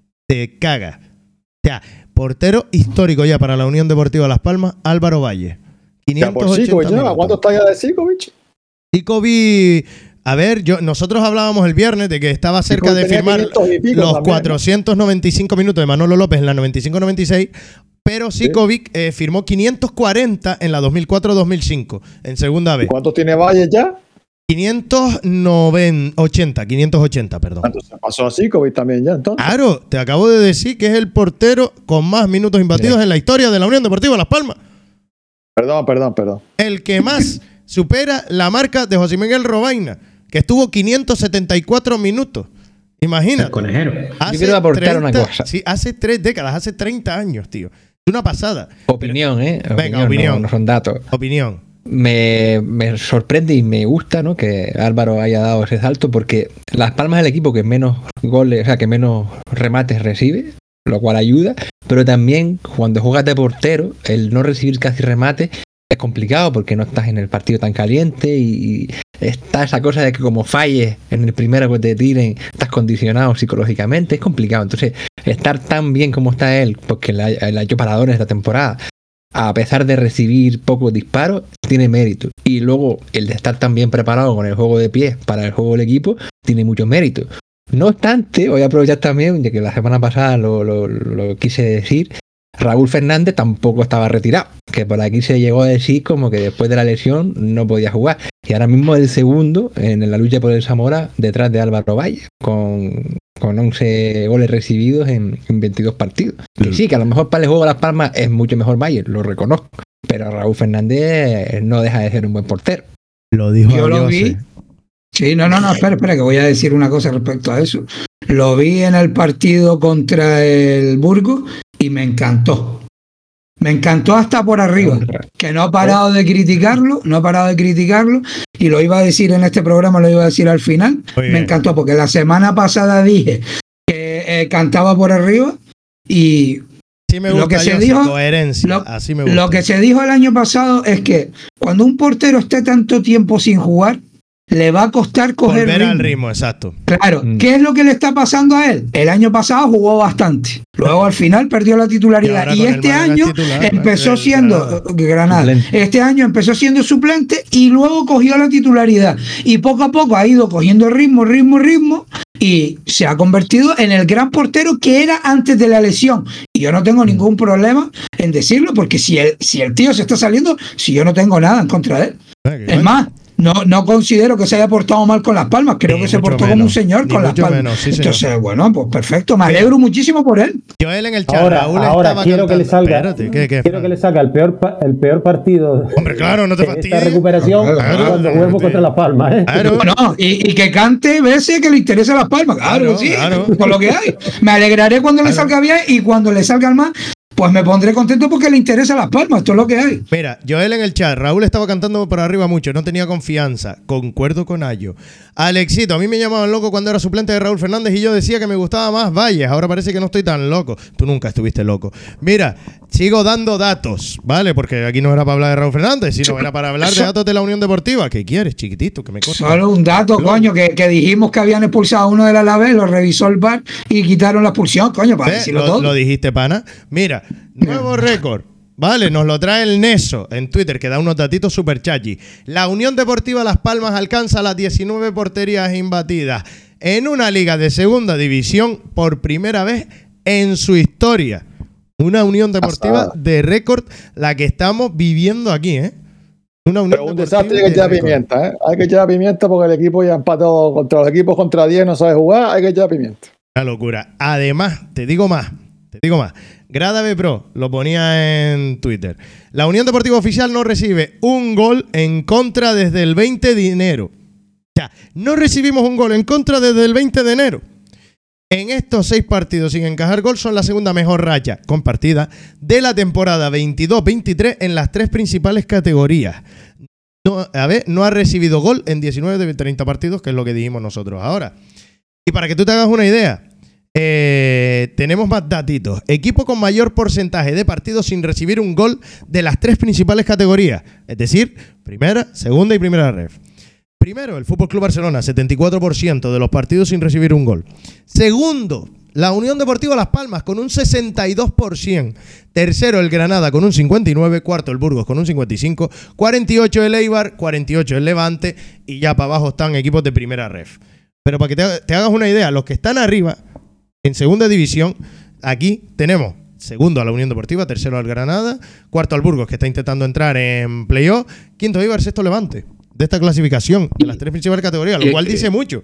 Speaker 2: Te caga. O sea, portero histórico ya para la Unión Deportiva Las Palmas, Álvaro Valle.
Speaker 7: Ya por
Speaker 2: quinientos ochenta
Speaker 7: Sikovic, ¿no? ¿A
Speaker 2: minutos.
Speaker 7: cuánto está ya de Sikovic?
Speaker 2: Sikovic, a ver, yo, nosotros hablábamos el viernes de que estaba cerca de
Speaker 7: Sikovic tenía
Speaker 2: firmar
Speaker 7: quinientos y pico
Speaker 2: los
Speaker 7: también, ¿no?
Speaker 2: cuatrocientos noventa y cinco minutos de Manolo López en la noventa y cinco noventa y seis, pero Sikovic eh, firmó quinientos cuarenta en la dos mil cuatro dos mil cinco, en segunda vez.
Speaker 7: ¿Cuántos tiene Valle ya?
Speaker 2: quinientos ochenta, quinientos ochenta, perdón.
Speaker 7: Entonces pasó a Sikovic también ya, entonces.
Speaker 2: Claro, te acabo de decir que es el portero con más minutos imbatidos
Speaker 8: Bien.
Speaker 2: en la historia de la Unión Deportiva Las Palmas.
Speaker 7: Perdón, perdón, perdón.
Speaker 2: El que más supera la marca de José Miguel Robaina, que estuvo quinientos setenta y cuatro minutos.
Speaker 5: El
Speaker 2: Imagínate.
Speaker 5: conejero.
Speaker 8: Yo quiero aportar una cosa.
Speaker 2: Sí, hace tres décadas, hace treinta años, tío. Es una pasada.
Speaker 8: Opinión, ¿eh?
Speaker 2: Venga,
Speaker 8: no-
Speaker 2: opinión.
Speaker 8: No, son datos.
Speaker 2: Opinión.
Speaker 8: Me, me sorprende y me gusta, ¿no?, que Álvaro haya dado ese salto, porque Las Palmas es el equipo que menos goles, o sea, que menos remates recibe, lo cual ayuda, pero también cuando juegas de portero, el no recibir casi remate es complicado porque no estás en el partido tan caliente y está esa cosa de que como falles en el primero que te tiren, estás condicionado psicológicamente, es complicado. Entonces, estar tan bien como está él, porque le ha, le ha hecho paradores esta temporada, a pesar de recibir pocos disparos, tiene mérito. Y luego, el de estar tan bien preparado con el juego de pies para el juego del equipo, tiene mucho mérito. No obstante, voy a aprovechar también, ya que la semana pasada lo, lo, lo quise decir, Raúl Fernández tampoco estaba retirado, que por aquí se llegó a decir como que después de la lesión no podía jugar. Y ahora mismo es el segundo en la lucha por el Zamora detrás de Álvaro Valle, con, con once goles recibidos en, en veintidós partidos. Que sí, que a lo mejor para el juego de Las Palmas es mucho mejor Valle, lo reconozco, pero Raúl Fernández no deja de ser un buen portero.
Speaker 2: Lo dijo
Speaker 3: Yo lo
Speaker 2: Jose.
Speaker 3: vi. Sí, no, no, no, espera, espera, que voy a decir una cosa respecto a eso. Lo vi en el partido contra el Burgos y me encantó. Me encantó hasta por arriba. Que no he parado de criticarlo, no he parado de criticarlo, y lo iba a decir en este programa, lo iba a decir al final.
Speaker 2: Muy bien.
Speaker 3: Me encantó, porque la semana pasada dije que eh, cantaba por arriba y
Speaker 2: Sí me gusta,
Speaker 3: lo que se
Speaker 2: Jose,
Speaker 3: dijo-
Speaker 2: coherencia.
Speaker 3: lo-
Speaker 2: Así me gusta.
Speaker 3: Lo que se dijo el año pasado es que cuando un portero esté tanto tiempo sin jugar, le va a costar coger
Speaker 2: Volver
Speaker 3: ritmo.
Speaker 2: al ritmo, exacto.
Speaker 3: Claro,
Speaker 8: Mm.
Speaker 3: ¿qué es lo que le está pasando a él? El año pasado jugó bastante. Luego al final perdió la
Speaker 2: Y
Speaker 3: titularidad.
Speaker 2: ahora
Speaker 3: Y,
Speaker 2: con el
Speaker 3: este
Speaker 2: Málaga es
Speaker 3: año
Speaker 2: titular,
Speaker 3: empezó
Speaker 2: el
Speaker 3: siendo
Speaker 2: Granada.
Speaker 3: eh, Granada.
Speaker 8: Suplente.
Speaker 3: Este año empezó siendo suplente y luego cogió la titularidad. Y poco a poco ha ido cogiendo ritmo, ritmo, ritmo. y se ha convertido en el gran portero que era antes de la lesión. Y yo no tengo ningún problema en decirlo, porque si el, si el tío se está saliendo, si yo no tengo nada en contra de él. Es más, no, no considero que se haya portado mal con Las Palmas, creo
Speaker 2: Ni
Speaker 3: que se
Speaker 2: mucho
Speaker 3: portó
Speaker 2: menos,
Speaker 3: como un señor
Speaker 2: ni
Speaker 3: con Las
Speaker 2: mucho
Speaker 3: Palmas.
Speaker 2: menos, sí,
Speaker 3: Entonces,
Speaker 2: señor.
Speaker 3: bueno, pues perfecto, me alegro muchísimo por él.
Speaker 2: Joel en el chat,
Speaker 4: Ahora,
Speaker 2: Raúl
Speaker 4: ahora
Speaker 2: estaba
Speaker 4: quiero que le
Speaker 2: cantando.
Speaker 4: salga,
Speaker 2: Espérate, ¿qué, qué,
Speaker 4: quiero
Speaker 2: Fran?
Speaker 4: que le salga el peor, pa- el peor partido.
Speaker 2: Hombre, claro, no te
Speaker 4: de esta
Speaker 2: fastidies.
Speaker 4: recuperación
Speaker 2: Claro,
Speaker 4: cuando
Speaker 2: claro,
Speaker 4: juguemos
Speaker 2: sí.
Speaker 4: contra Las Palmas, ¿eh?
Speaker 2: Claro.
Speaker 3: No, y, y que cante veces que le interesa Las Palmas, claro,
Speaker 2: Claro,
Speaker 3: sí,
Speaker 2: claro.
Speaker 3: por lo que hay. Me alegraré cuando le
Speaker 2: Claro.
Speaker 3: salga bien y cuando le salgan mal, pues me pondré contento porque le interesa Las Palmas, esto es lo que hay.
Speaker 2: Mira, Joel en el chat, Raúl estaba cantando por arriba mucho, no tenía confianza. Concuerdo con Ayo. Alexito, a mí me llamaban loco cuando era suplente de Raúl Fernández y yo decía que me gustaba más Valles. Ahora parece que no estoy tan loco. Tú nunca estuviste loco. Mira, sigo dando datos, ¿vale? Porque aquí no era para hablar de Raúl Fernández, sino era para hablar de datos de la Unión Deportiva. ¿Qué quieres, chiquitito? Que me corta.
Speaker 3: Solo un dato, coño, que, que dijimos que habían expulsado a uno del Alavés, lo revisó el V A R y quitaron la expulsión, coño, para
Speaker 2: ¿Ves?
Speaker 3: decirlo
Speaker 2: Lo,
Speaker 3: todo.
Speaker 2: lo dijiste, pana. Mira, nuevo récord. Vale, nos lo trae el Neso en Twitter, que da unos datitos super chachi. La Unión Deportiva Las Palmas alcanza las diecinueve porterías imbatidas en una liga de segunda división por primera vez en su historia. Una Unión Deportiva
Speaker 7: Pasada.
Speaker 2: de récord, la que estamos viviendo aquí, ¿eh? Una Unión
Speaker 7: Pero un
Speaker 2: Deportiva
Speaker 7: desastre, hay que
Speaker 2: de
Speaker 7: echar
Speaker 2: récord.
Speaker 7: pimienta, ¿eh? Hay que echar pimienta porque el equipo ya empató contra los equipos contra diez, no sabe jugar, hay que echar pimienta.
Speaker 2: Una locura. Además, te digo más, te digo más. Grada B Pro lo ponía en Twitter. La Unión Deportiva Oficial no recibe un gol en contra desde el veinte de enero. O sea, no recibimos un gol en contra desde el veinte de enero. En estos seis partidos sin encajar gol son la segunda mejor racha compartida de la temporada veintidós veintitrés en las tres principales categorías. No, a ver, no ha recibido gol en diecinueve de treinta partidos, que es lo que dijimos nosotros ahora. Y para que tú te hagas una idea, eh, tenemos más datitos. Equipo con mayor porcentaje de partidos sin recibir un gol de las tres principales categorías, es decir, primera, segunda y primera ref. Primero, el F C Barcelona, setenta y cuatro por ciento de los partidos sin recibir un gol. Segundo, la Unión Deportiva Las Palmas con un sesenta y dos por ciento. Tercero, el Granada con un cincuenta y nueve por ciento. Cuarto, el Burgos con un cincuenta y cinco por ciento. cuarenta y ocho por ciento el Eibar, cuarenta y ocho por ciento el Levante. Y ya para abajo están equipos de primera ref. Pero para que te, te hagas una idea, los que están arriba, en segunda división, aquí tenemos segundo a la Unión Deportiva, tercero al Granada, cuarto al Burgos, que está intentando entrar en playoff, quinto Eibar, sexto Levante, de esta clasificación, de las tres principales categorías, lo
Speaker 8: Eh,
Speaker 2: cual
Speaker 8: eh,
Speaker 2: dice mucho.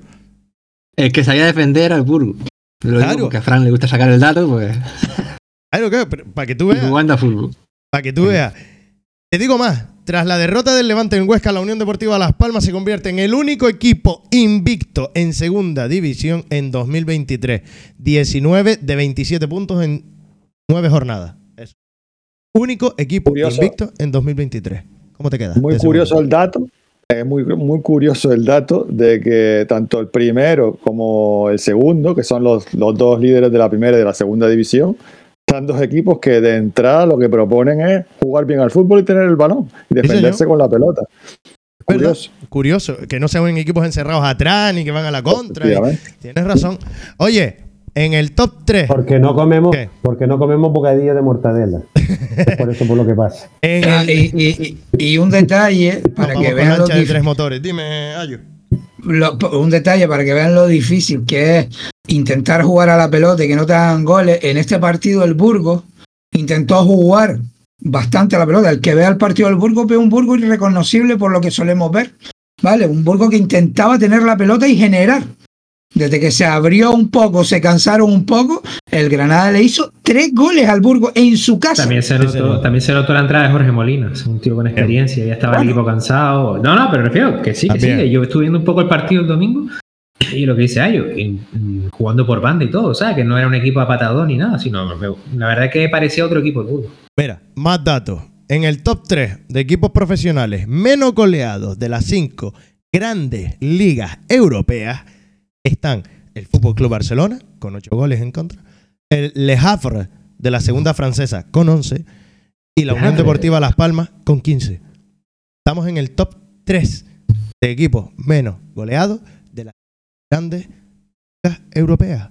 Speaker 8: El que sabía defender al Burgos. Lo
Speaker 2: Claro.
Speaker 8: digo porque a Fran le gusta sacar el dato, pues.
Speaker 2: Claro, claro, pero para que tú veas,
Speaker 8: Jugando a fútbol.
Speaker 2: para que tú veas. Te digo más, tras la derrota del Levante en Huesca, la Unión Deportiva Las Palmas se convierte en el único equipo invicto en segunda división en dos mil veintitrés. diecinueve de veintisiete puntos en nueve jornadas. Eso. Único equipo
Speaker 7: Curioso.
Speaker 2: invicto en dos mil veintitrés. ¿Cómo te queda?
Speaker 7: Muy
Speaker 2: de
Speaker 7: curioso
Speaker 2: segundo?
Speaker 7: el dato. Es muy, muy curioso el dato de que tanto el primero como el segundo, que son los, los dos líderes de la primera y de la segunda división, están dos equipos que de entrada lo que proponen es jugar bien al fútbol y tener el balón y defenderse
Speaker 2: señor.
Speaker 7: con la pelota.
Speaker 2: ¿Verdad?
Speaker 7: Curioso.
Speaker 2: Curioso, que no sean equipos encerrados atrás ni que van a la contra. y-
Speaker 7: Efectivamente.
Speaker 2: Tienes razón. Oye, en el top tres.
Speaker 4: Porque no comemos,
Speaker 2: ¿Qué?
Speaker 4: porque no comemos bocadillas de mortadela. Es por eso por lo que pasa.
Speaker 2: En
Speaker 3: Ah,
Speaker 2: el,
Speaker 3: y, y- y- y un detalle para
Speaker 2: vamos
Speaker 3: que
Speaker 2: con
Speaker 3: vean lo
Speaker 2: lancha de
Speaker 3: dif-
Speaker 2: tres motores. Dime, Ayu.
Speaker 3: lo- un detalle para que vean lo difícil que es intentar jugar a la pelota y que no te hagan goles. En este partido el Burgos intentó jugar bastante a la pelota. El que vea el partido del Burgos ve un Burgos irreconocible por lo que solemos ver. ¿Vale? Un Burgos que intentaba tener la pelota y generar. Desde que se abrió un poco, se cansaron un poco, el Granada le hizo tres goles al Burgos en su casa.
Speaker 5: También se,
Speaker 2: Sí,
Speaker 5: notó,
Speaker 2: señor.
Speaker 5: también se notó la entrada de Jorge Molina, es un tío con experiencia, ya estaba el
Speaker 3: Bueno.
Speaker 5: equipo cansado. No, no, pero refiero que sí, que
Speaker 2: También.
Speaker 5: sí. Yo estuve viendo un poco el partido el domingo y lo que dice Ayo, en- en- jugando por banda y todo, o sea, que no era un equipo apatado ni nada, sino me- la verdad es que parecía otro equipo de fútbol.
Speaker 2: Mira, más datos. En el top tres de equipos profesionales menos goleados de las cinco grandes ligas europeas están el F C Barcelona, con ocho goles en contra, el Le Havre de la segunda francesa, con once, y la
Speaker 5: Le
Speaker 2: Unión
Speaker 5: Havre.
Speaker 2: Deportiva Las Palmas, con quince. Estamos en el top tres de equipos menos goleados de las grandes ligas europeas.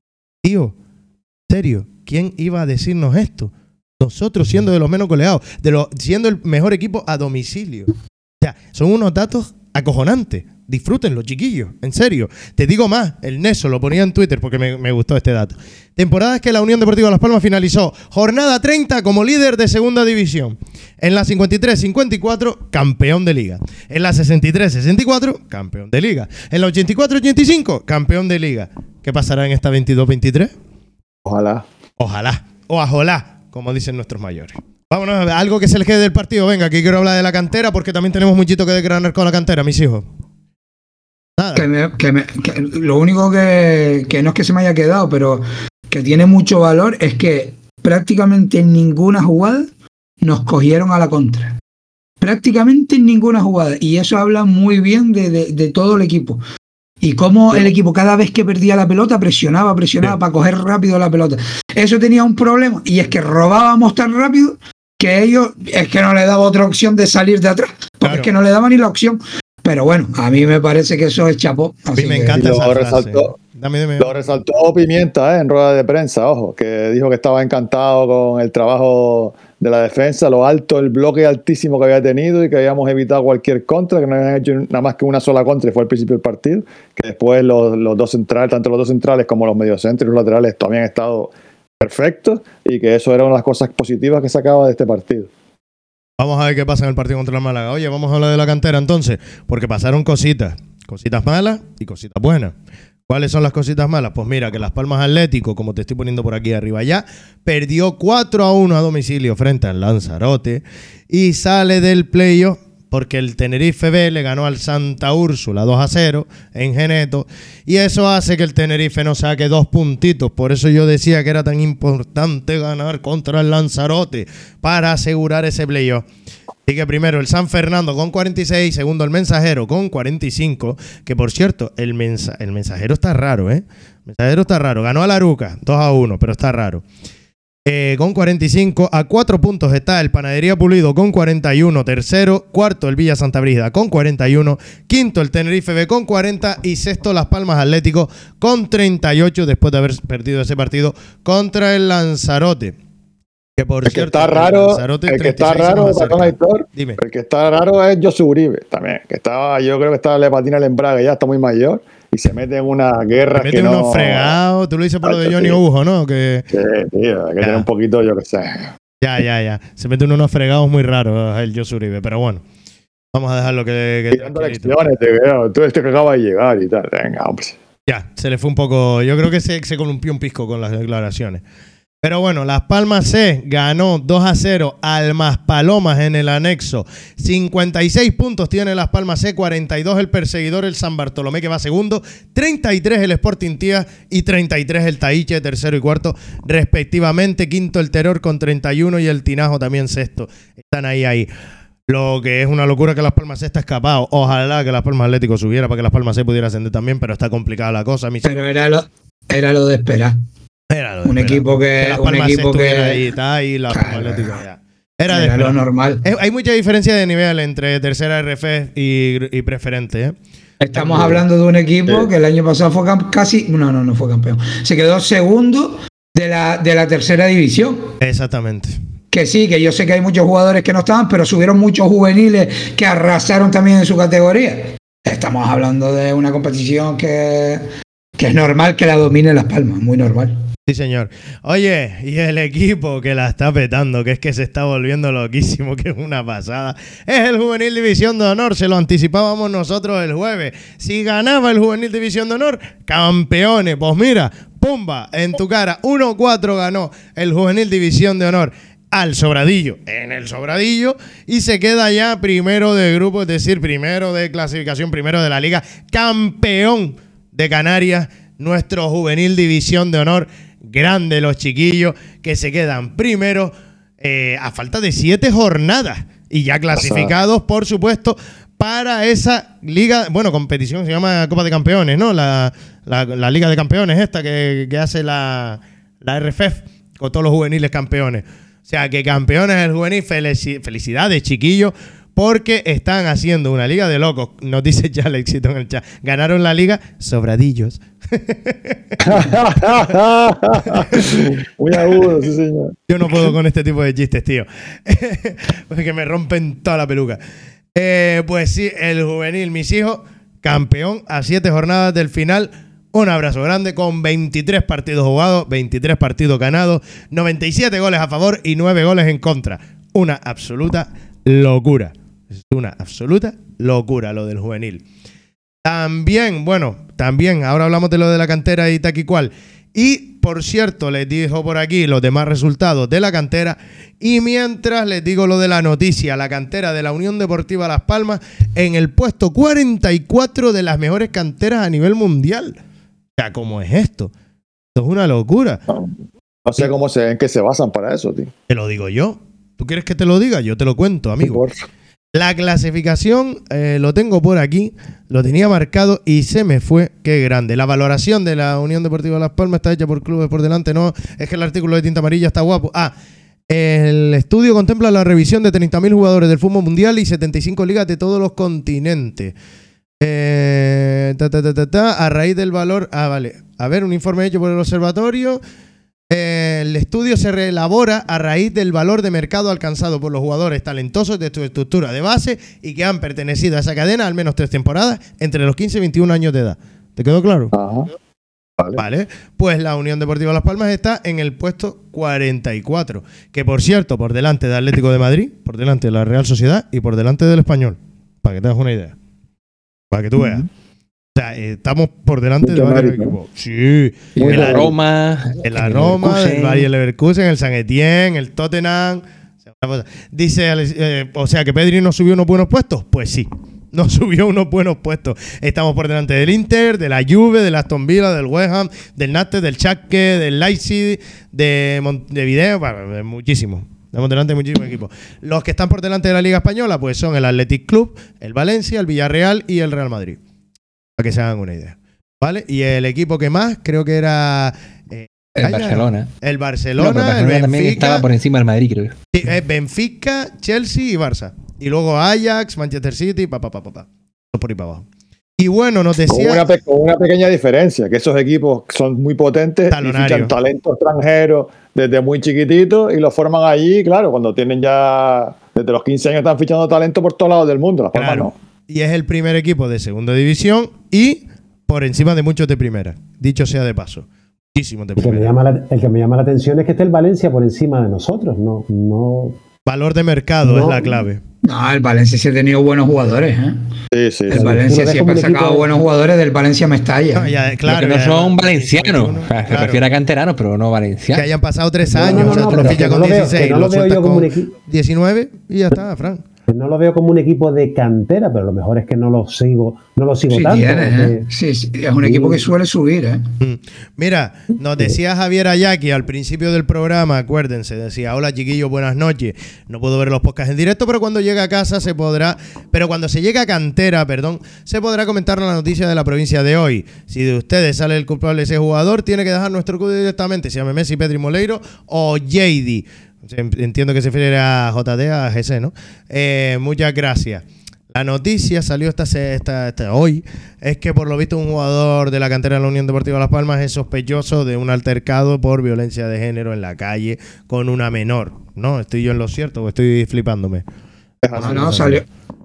Speaker 2: Tío, en serio, ¿quién iba a decirnos esto? Nosotros siendo de los menos goleados, de los, siendo el mejor equipo a domicilio. O sea, son unos datos acojonantes. Disfrútenlo, chiquillos, en serio. Te digo más, el Neso lo ponía en Twitter porque me, me gustó este dato. Temporadas que la Unión Deportiva Las Palmas finalizó jornada treinta como líder de segunda división. En la cincuenta y tres cincuenta y cuatro, campeón de liga. En la sesenta y tres sesenta y cuatro, campeón de liga. En la ochenta y cuatro ochenta y cinco, campeón de liga. ¿Qué pasará en esta veintidós veintitrés?
Speaker 7: Ojalá.
Speaker 2: Ojalá. O ajolá, como dicen nuestros mayores. Vámonos a ver, algo que se les quede del partido. Venga, aquí quiero hablar de la cantera porque también tenemos muchito que desgranar con la cantera, mis hijos. Nada.
Speaker 3: Que me- que me- que lo único que, que no es que se me haya quedado, pero que tiene mucho valor es que prácticamente en ninguna jugada nos cogieron a la contra. Prácticamente en ninguna jugada. Y eso habla muy bien de, de- de todo el equipo. Y cómo el equipo cada vez que perdía la pelota presionaba, presionaba
Speaker 2: Sí.
Speaker 3: para coger rápido la pelota. Eso tenía un problema y es que robábamos tan rápido que ellos es que no le daba otra opción de salir de atrás. Porque
Speaker 2: Claro.
Speaker 3: es que no le daba ni la opción. Pero bueno, a mí me parece que eso es chapó.
Speaker 2: A mí
Speaker 3: Así
Speaker 2: me
Speaker 3: que-
Speaker 2: encanta
Speaker 7: Y
Speaker 2: esa
Speaker 7: lo
Speaker 2: frase.
Speaker 7: resaltó.
Speaker 2: Dame, dime.
Speaker 7: Lo resaltó Pimienta eh, en rueda de prensa, ojo, que dijo que estaba encantado con el trabajo de la defensa, lo alto, el bloque altísimo que había tenido y que habíamos evitado cualquier contra, que no habían hecho nada más que una sola contra y fue al principio del partido, que después los, los dos centrales, tanto los dos centrales como los mediocentros y los laterales también han estado perfectos y que eso era una de las cosas positivas que sacaba de este partido.
Speaker 2: Vamos a ver qué pasa en el partido contra el Málaga. Oye, vamos a hablar de la cantera entonces, porque pasaron cositas, cositas malas y cositas buenas. ¿Cuáles son las cositas malas? Pues mira, que Las Palmas Atlético, como te estoy poniendo por aquí arriba ya, perdió cuatro a uno a domicilio frente al Lanzarote y sale del playoff porque el Tenerife B le ganó al Santa Úrsula dos a cero en Geneto y eso hace que el Tenerife no saque dos puntitos. Por eso yo decía que era tan importante ganar contra el Lanzarote para asegurar ese playoff. Así que primero el San Fernando con cuarenta y seis, segundo el Mensajero con cuarenta y cinco, que por cierto, el, mensa el Mensajero está raro, ¿eh? El Mensajero está raro, ganó a la Aruca dos a uno, pero está raro. Eh, con cuarenta y cinco, a cuatro puntos está el Panadería Pulido con cuarenta y uno, tercero, cuarto el Villa Santa Brígida con cuarenta y uno, quinto el Tenerife B con cuarenta y sexto Las Palmas Atlético con treinta y ocho después de haber perdido ese partido contra el Lanzarote. Que por
Speaker 7: El que
Speaker 2: cierto,
Speaker 7: está raro,
Speaker 2: Lanzarote
Speaker 7: el que está
Speaker 2: treinta y seis
Speaker 7: raro,
Speaker 2: se nos
Speaker 7: perdón,
Speaker 2: acerca.
Speaker 7: Héctor,
Speaker 2: Dime.
Speaker 7: el que está raro es Josu Uribe también, que estaba, yo creo que estaba le patina el embrague, ya está muy mayor y se mete en una guerra
Speaker 2: Te mete
Speaker 7: que no.
Speaker 2: unos fregados, tú lo dices por lo de
Speaker 7: Tacho,
Speaker 2: Johnny
Speaker 7: tío.
Speaker 2: Ujo, ¿no? Que
Speaker 7: Sí, tío, hay que
Speaker 2: Ya.
Speaker 7: tener un poquito, yo qué sé.
Speaker 2: ya, ya, ya. Se mete en unos fregados muy raros el Josu Uribe, pero bueno. Vamos a dejarlo que, que
Speaker 7: Tirando
Speaker 2: tranquilito.
Speaker 7: lecciones, te veo, tú este que acaba de llegar y tal, venga, hombre.
Speaker 2: Ya, se le fue un poco. Yo creo que se, se columpió un pisco con las declaraciones. Pero bueno, Las Palmas C ganó dos a cero al Maspalomas en el anexo. cincuenta y seis puntos tiene Las Palmas C, cuarenta y dos el perseguidor, el San Bartolomé, que va segundo, treinta y tres el Sporting Tía y treinta y tres el Taiche, tercero y cuarto respectivamente. Quinto el Terror con treinta y uno y el Tinajo también sexto. Están ahí, ahí. Lo que es una locura que Las Palmas C está escapado. Ojalá que Las Palmas Atlético subiera para que Las Palmas C pudiera ascender también, pero está complicada la cosa. mis-
Speaker 3: Pero era lo, era lo de esperar.
Speaker 2: Era lo de
Speaker 3: Un
Speaker 2: esperar.
Speaker 3: equipo que-
Speaker 2: Las
Speaker 3: un
Speaker 2: Palmas
Speaker 3: equipo
Speaker 2: estuviera
Speaker 3: que-
Speaker 2: ahí, está ahí la
Speaker 3: Claro,
Speaker 2: Palmas Atlético ya. Era, de
Speaker 3: Era lo
Speaker 2: esperar.
Speaker 3: normal.
Speaker 2: Eh, Hay mucha diferencia de nivel entre tercera R F y, y preferente, ¿eh?
Speaker 3: Estamos hablando de un equipo que el año pasado fue cam- casi. No, no, no fue campeón. Se quedó segundo de la, de la tercera división.
Speaker 2: Exactamente.
Speaker 3: Que sí, que yo sé que hay muchos jugadores que no estaban, pero subieron muchos juveniles que arrasaron también en su categoría. Estamos hablando de una competición que, que es normal que la domine Las Palmas, muy normal.
Speaker 2: Sí, señor. Oye, y el equipo que la está petando, que es que se está volviendo loquísimo, que es una pasada, es el Juvenil División de Honor. Se lo anticipábamos nosotros el jueves. Si ganaba el Juvenil División de Honor, campeones. Pues mira, pumba, en tu cara. uno cuatro ganó el Juvenil División de Honor al Sobradillo, en el Sobradillo, y se queda ya primero de grupo, es decir, primero de clasificación, primero de la liga, campeón de Canarias, nuestro Juvenil División de Honor. Grande los chiquillos que se quedan primero eh, a falta de siete jornadas y ya clasificados, por supuesto, para esa liga, bueno, competición, se llama Copa de Campeones, ¿no? La, la, la Liga de Campeones esta que, que hace la, la R F E F con todos los juveniles campeones. O sea, que campeones del juvenil, felici- felicidades, chiquillos, porque están haciendo una liga de locos. Nos dice ya el éxito en el chat. Ganaron la liga Sobradillos.
Speaker 7: Muy agudo, sí, señor.
Speaker 2: Yo no puedo con este tipo de chistes, tío. Porque me rompen toda la peluca. Eh, pues sí, el juvenil, mis hijos, campeón a siete jornadas del final. Un abrazo grande con veintitrés partidos jugados, veintitrés partidos ganados, noventa y siete goles a favor y nueve goles en contra. Una absoluta locura. Es una absoluta locura lo del juvenil. También, bueno, también, ahora hablamos de lo de la cantera y tal y cual. Y, por cierto, les dijo por aquí los demás resultados de la cantera. Y mientras les digo lo de la noticia, la cantera de la Unión Deportiva Las Palmas en el puesto cuarenta y cuatro de las mejores canteras a nivel mundial. O sea, ¿cómo es esto? Esto es una locura.
Speaker 7: No, no sé cómo se, en qué se basan para eso, tío.
Speaker 2: Te lo digo yo. ¿Tú quieres que te lo diga? Yo te lo cuento, amigo.
Speaker 7: Sí,
Speaker 2: la clasificación eh, lo tengo por aquí, lo tenía marcado y se me fue. Qué grande. La valoración de la Unión Deportiva Las Palmas está hecha por clubes por delante. No, es que el artículo de tinta amarilla está guapo. Ah, el estudio contempla la revisión de treinta mil jugadores del fútbol mundial y setenta y cinco ligas de todos los continentes. Eh, ta, ta, ta, ta, ta, a raíz del valor... Ah, vale. A ver, un informe hecho por el observatorio. Eh, el estudio se reelabora a raíz del valor de mercado alcanzado por los jugadores talentosos de su estructura de base y que han pertenecido a esa cadena al menos tres temporadas entre los quince y veintiún años de edad. ¿Te quedó claro?
Speaker 7: Ajá. Vale.
Speaker 2: Vale. Pues la Unión Deportiva Las Palmas está en el puesto cuarenta y cuatro. Que, por cierto, por delante del Atlético de Madrid, por delante de la Real Sociedad y por delante del Español. Para que te hagas una idea. Para que tú veas. Uh-huh. O sea, eh, estamos por delante Mucho de varios mérito. equipos. Sí.
Speaker 8: El la Roma.
Speaker 2: El la Roma, el Bayer Leverkusen, el San Etienne, el Tottenham. Dice, eh, o sea, que Pedri no subió unos buenos puestos. Pues sí, no subió unos buenos puestos. Estamos por delante del Inter, de la Juve, del Aston Villa, del West Ham, del Nantes, del Schalke, del Leipzig, de Montevideo, bueno, de muchísimos. Estamos delante de muchísimos equipos. Los que están por delante de la Liga Española, pues son el Athletic Club, el Valencia, el Villarreal y el Real Madrid. Para que se hagan una idea. ¿Vale? Y el equipo que más, creo que era... Eh,
Speaker 8: el Calla, Barcelona.
Speaker 2: El Barcelona, no, el
Speaker 8: Barcelona
Speaker 2: Benfica.
Speaker 8: También estaba por encima del Madrid, creo.
Speaker 2: Sí, es Benfica, Chelsea y Barça. Y luego Ajax, Manchester City, pa, pa, pa, pa, pa. Por ahí para abajo. Y bueno, nos decía...
Speaker 7: Con una, pe- con una pequeña diferencia, que esos equipos son muy potentes y fichan talento extranjero desde muy chiquititos y los forman allí, claro, cuando tienen ya... Desde los quince años están fichando talento por todos lados del mundo. Las Palmas
Speaker 2: claro.
Speaker 7: no.
Speaker 2: Y es el primer equipo de segunda división y por encima de muchos de primera. Dicho sea de paso. Muchísimos de
Speaker 4: primera. El que me llama la, el que me llama la atención es que esté el Valencia por encima de nosotros. No, no...
Speaker 2: Valor de mercado no, es la clave.
Speaker 3: No, el Valencia sí ha tenido buenos jugadores, ¿eh?
Speaker 7: Sí, sí.
Speaker 3: El
Speaker 7: sí.
Speaker 3: Valencia sí ha sacado de... buenos jugadores del Valencia Mestalla.
Speaker 2: No, ya, claro,
Speaker 8: que no
Speaker 2: ya,
Speaker 8: son valencianos.
Speaker 2: uno,
Speaker 8: o sea,
Speaker 2: claro.
Speaker 8: Se refiere a canteranos, pero no valencianos.
Speaker 2: Que hayan pasado tres
Speaker 4: no,
Speaker 2: años.
Speaker 4: No, no,
Speaker 2: o sea,
Speaker 4: no,
Speaker 2: tú lo fichas con
Speaker 4: no
Speaker 2: dieciséis,
Speaker 4: no
Speaker 2: lo
Speaker 4: lo veo
Speaker 2: sueltas
Speaker 4: yo como
Speaker 2: con
Speaker 4: un equipo.
Speaker 2: diecinueve y ya está, Fran.
Speaker 4: No lo veo como un equipo de cantera, pero lo mejor es que no lo sigo, no lo sigo
Speaker 3: sí,
Speaker 4: tanto.
Speaker 3: Tiene, ¿eh? sí, sí, es un sí. equipo que suele subir, ¿eh?
Speaker 2: Mira, nos decía Javier Ayaki al principio del programa, acuérdense, decía, hola chiquillos, buenas noches. No puedo ver los podcasts en directo, pero cuando llegue a casa se podrá, pero cuando se llegue a cantera, perdón, se podrá comentar la noticia de la provincia de hoy. Si de ustedes sale el culpable ese jugador, tiene que dejar nuestro club directamente, se llame Messi, Pedri Moleiro o J D. Entiendo que se refiere a J D, a G C, ¿no? Eh, muchas gracias. La noticia salió esta, esta, esta hoy, es que por lo visto un jugador de la cantera de la Unión Deportiva Las Palmas es sospechoso de un altercado por violencia de género en la calle con una menor. ¿No? ¿Estoy yo en lo cierto o estoy flipándome?
Speaker 3: No, no, salió,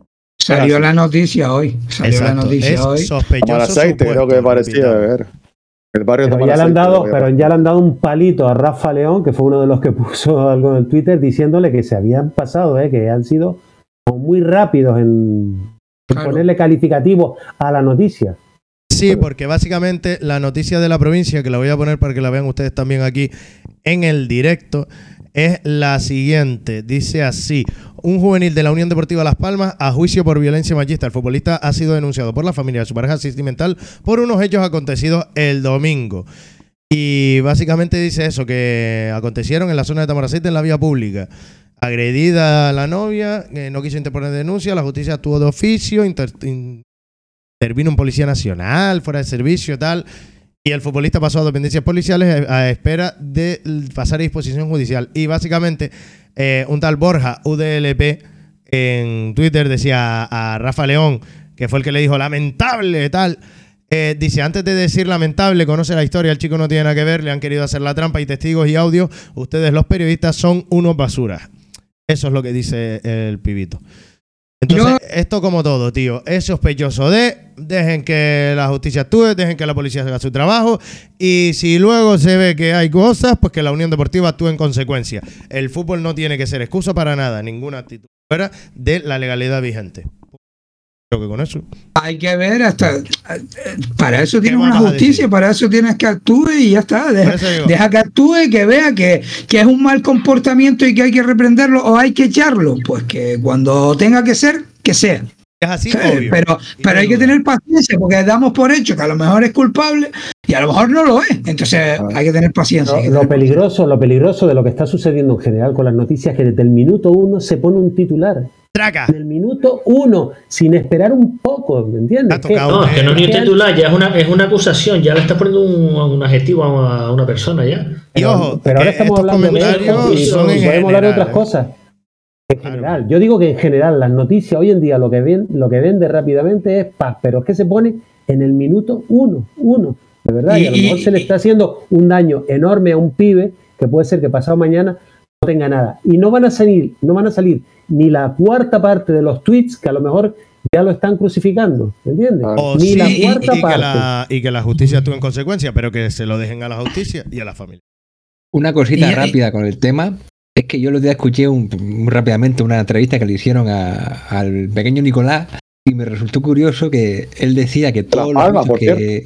Speaker 3: salió la noticia hoy. Salió
Speaker 2: Exacto,
Speaker 3: la noticia
Speaker 2: es
Speaker 3: hoy.
Speaker 2: Sospechoso.
Speaker 7: Al aceite, creo que parecía de ver. El barrio
Speaker 4: pero, ya le han dado, pero ya le han dado un palito a Rafa León, que fue uno de los que puso algo en Twitter, diciéndole que se habían pasado, ¿eh? Que han sido muy rápidos en, claro. en ponerle calificativo a la noticia.
Speaker 2: Sí, porque básicamente la noticia de la provincia, que la voy a poner para que la vean ustedes también aquí en el directo, es la siguiente. Dice así: un juvenil de la Unión Deportiva Las Palmas a juicio por violencia machista. El futbolista ha sido denunciado por la familia de su pareja sentimental por unos hechos acontecidos el domingo. Y básicamente dice eso, que acontecieron en la zona de Tamaraceite, en la vía pública. Agredida la novia, eh, no quiso interponer denuncia, la justicia actuó de oficio, inter, intervino un policía nacional, fuera de servicio, tal, y el futbolista pasó a dependencias policiales a, a espera de pasar a disposición judicial. Y básicamente eh, un tal Borja U D L P en Twitter decía a, a Rafa León, que fue el que le dijo lamentable, tal, eh, dice, antes de decir lamentable, conoce la historia, el chico no tiene nada que ver, le han querido hacer la trampa y testigos y audios, ustedes los periodistas son unos basuras. Eso es lo que dice el pibito. Entonces, Yo... esto como todo, tío, es sospechoso de dejen que la justicia actúe, dejen que la policía haga su trabajo y si luego se ve que hay cosas, pues que la Unión Deportiva actúe en consecuencia. El fútbol no tiene que ser excusa para nada, ninguna actitud fuera de la legalidad vigente. Creo que con eso.
Speaker 3: Hay que ver hasta. Para eso tiene una justicia, para eso tienes que actúe y ya está. Deja, deja que actúe, que vea que, que es un mal comportamiento y que hay que reprenderlo o hay que echarlo. Pues que cuando tenga que ser, que sea.
Speaker 2: Es así,
Speaker 3: sí,
Speaker 2: obvio.
Speaker 3: Pero, pero hay que tener paciencia porque damos por hecho que a lo mejor es culpable y a lo mejor no lo es. Entonces hay que tener paciencia.
Speaker 4: Lo,
Speaker 3: que
Speaker 4: lo
Speaker 3: tener
Speaker 4: peligroso, lo peligroso de lo que está sucediendo en general con las noticias es que desde el minuto uno se pone un titular.
Speaker 2: Traca.
Speaker 4: En el minuto uno, sin esperar un poco, ¿me entiendes?
Speaker 6: ¿Qué? No, es que no es ni un titular, ya es una, es una acusación, ya le estás poniendo un, un adjetivo a una, a una persona ya.
Speaker 2: Y ojo,
Speaker 4: pero ahora estamos hablando de esto y podemos hablar de otras cosas. En general, yo digo que en general las noticias hoy en día lo que ven, lo que vende rápidamente es paz, pero es que se pone en el minuto uno, uno, de verdad, y, y a lo mejor y, se le está haciendo un daño enorme a un pibe que puede ser que pasado mañana no tenga nada. Y no van a salir, no van a salir ni la cuarta parte de los tweets que a lo mejor ya lo están crucificando, ¿me entiendes?
Speaker 2: O
Speaker 4: ni
Speaker 2: sí,
Speaker 4: la cuarta
Speaker 2: y, y
Speaker 4: parte.
Speaker 2: Que la, y que la justicia actúe en consecuencia, pero que se lo dejen a la justicia y a la familia.
Speaker 8: Una cosita
Speaker 3: Y-
Speaker 8: rápida con el tema. Es que yo el otro día escuché un- muy rápidamente una entrevista que le hicieron a- al pequeño Nicolás y me resultó curioso que él decía que todos los
Speaker 7: Palma,
Speaker 8: juicios
Speaker 7: por
Speaker 8: que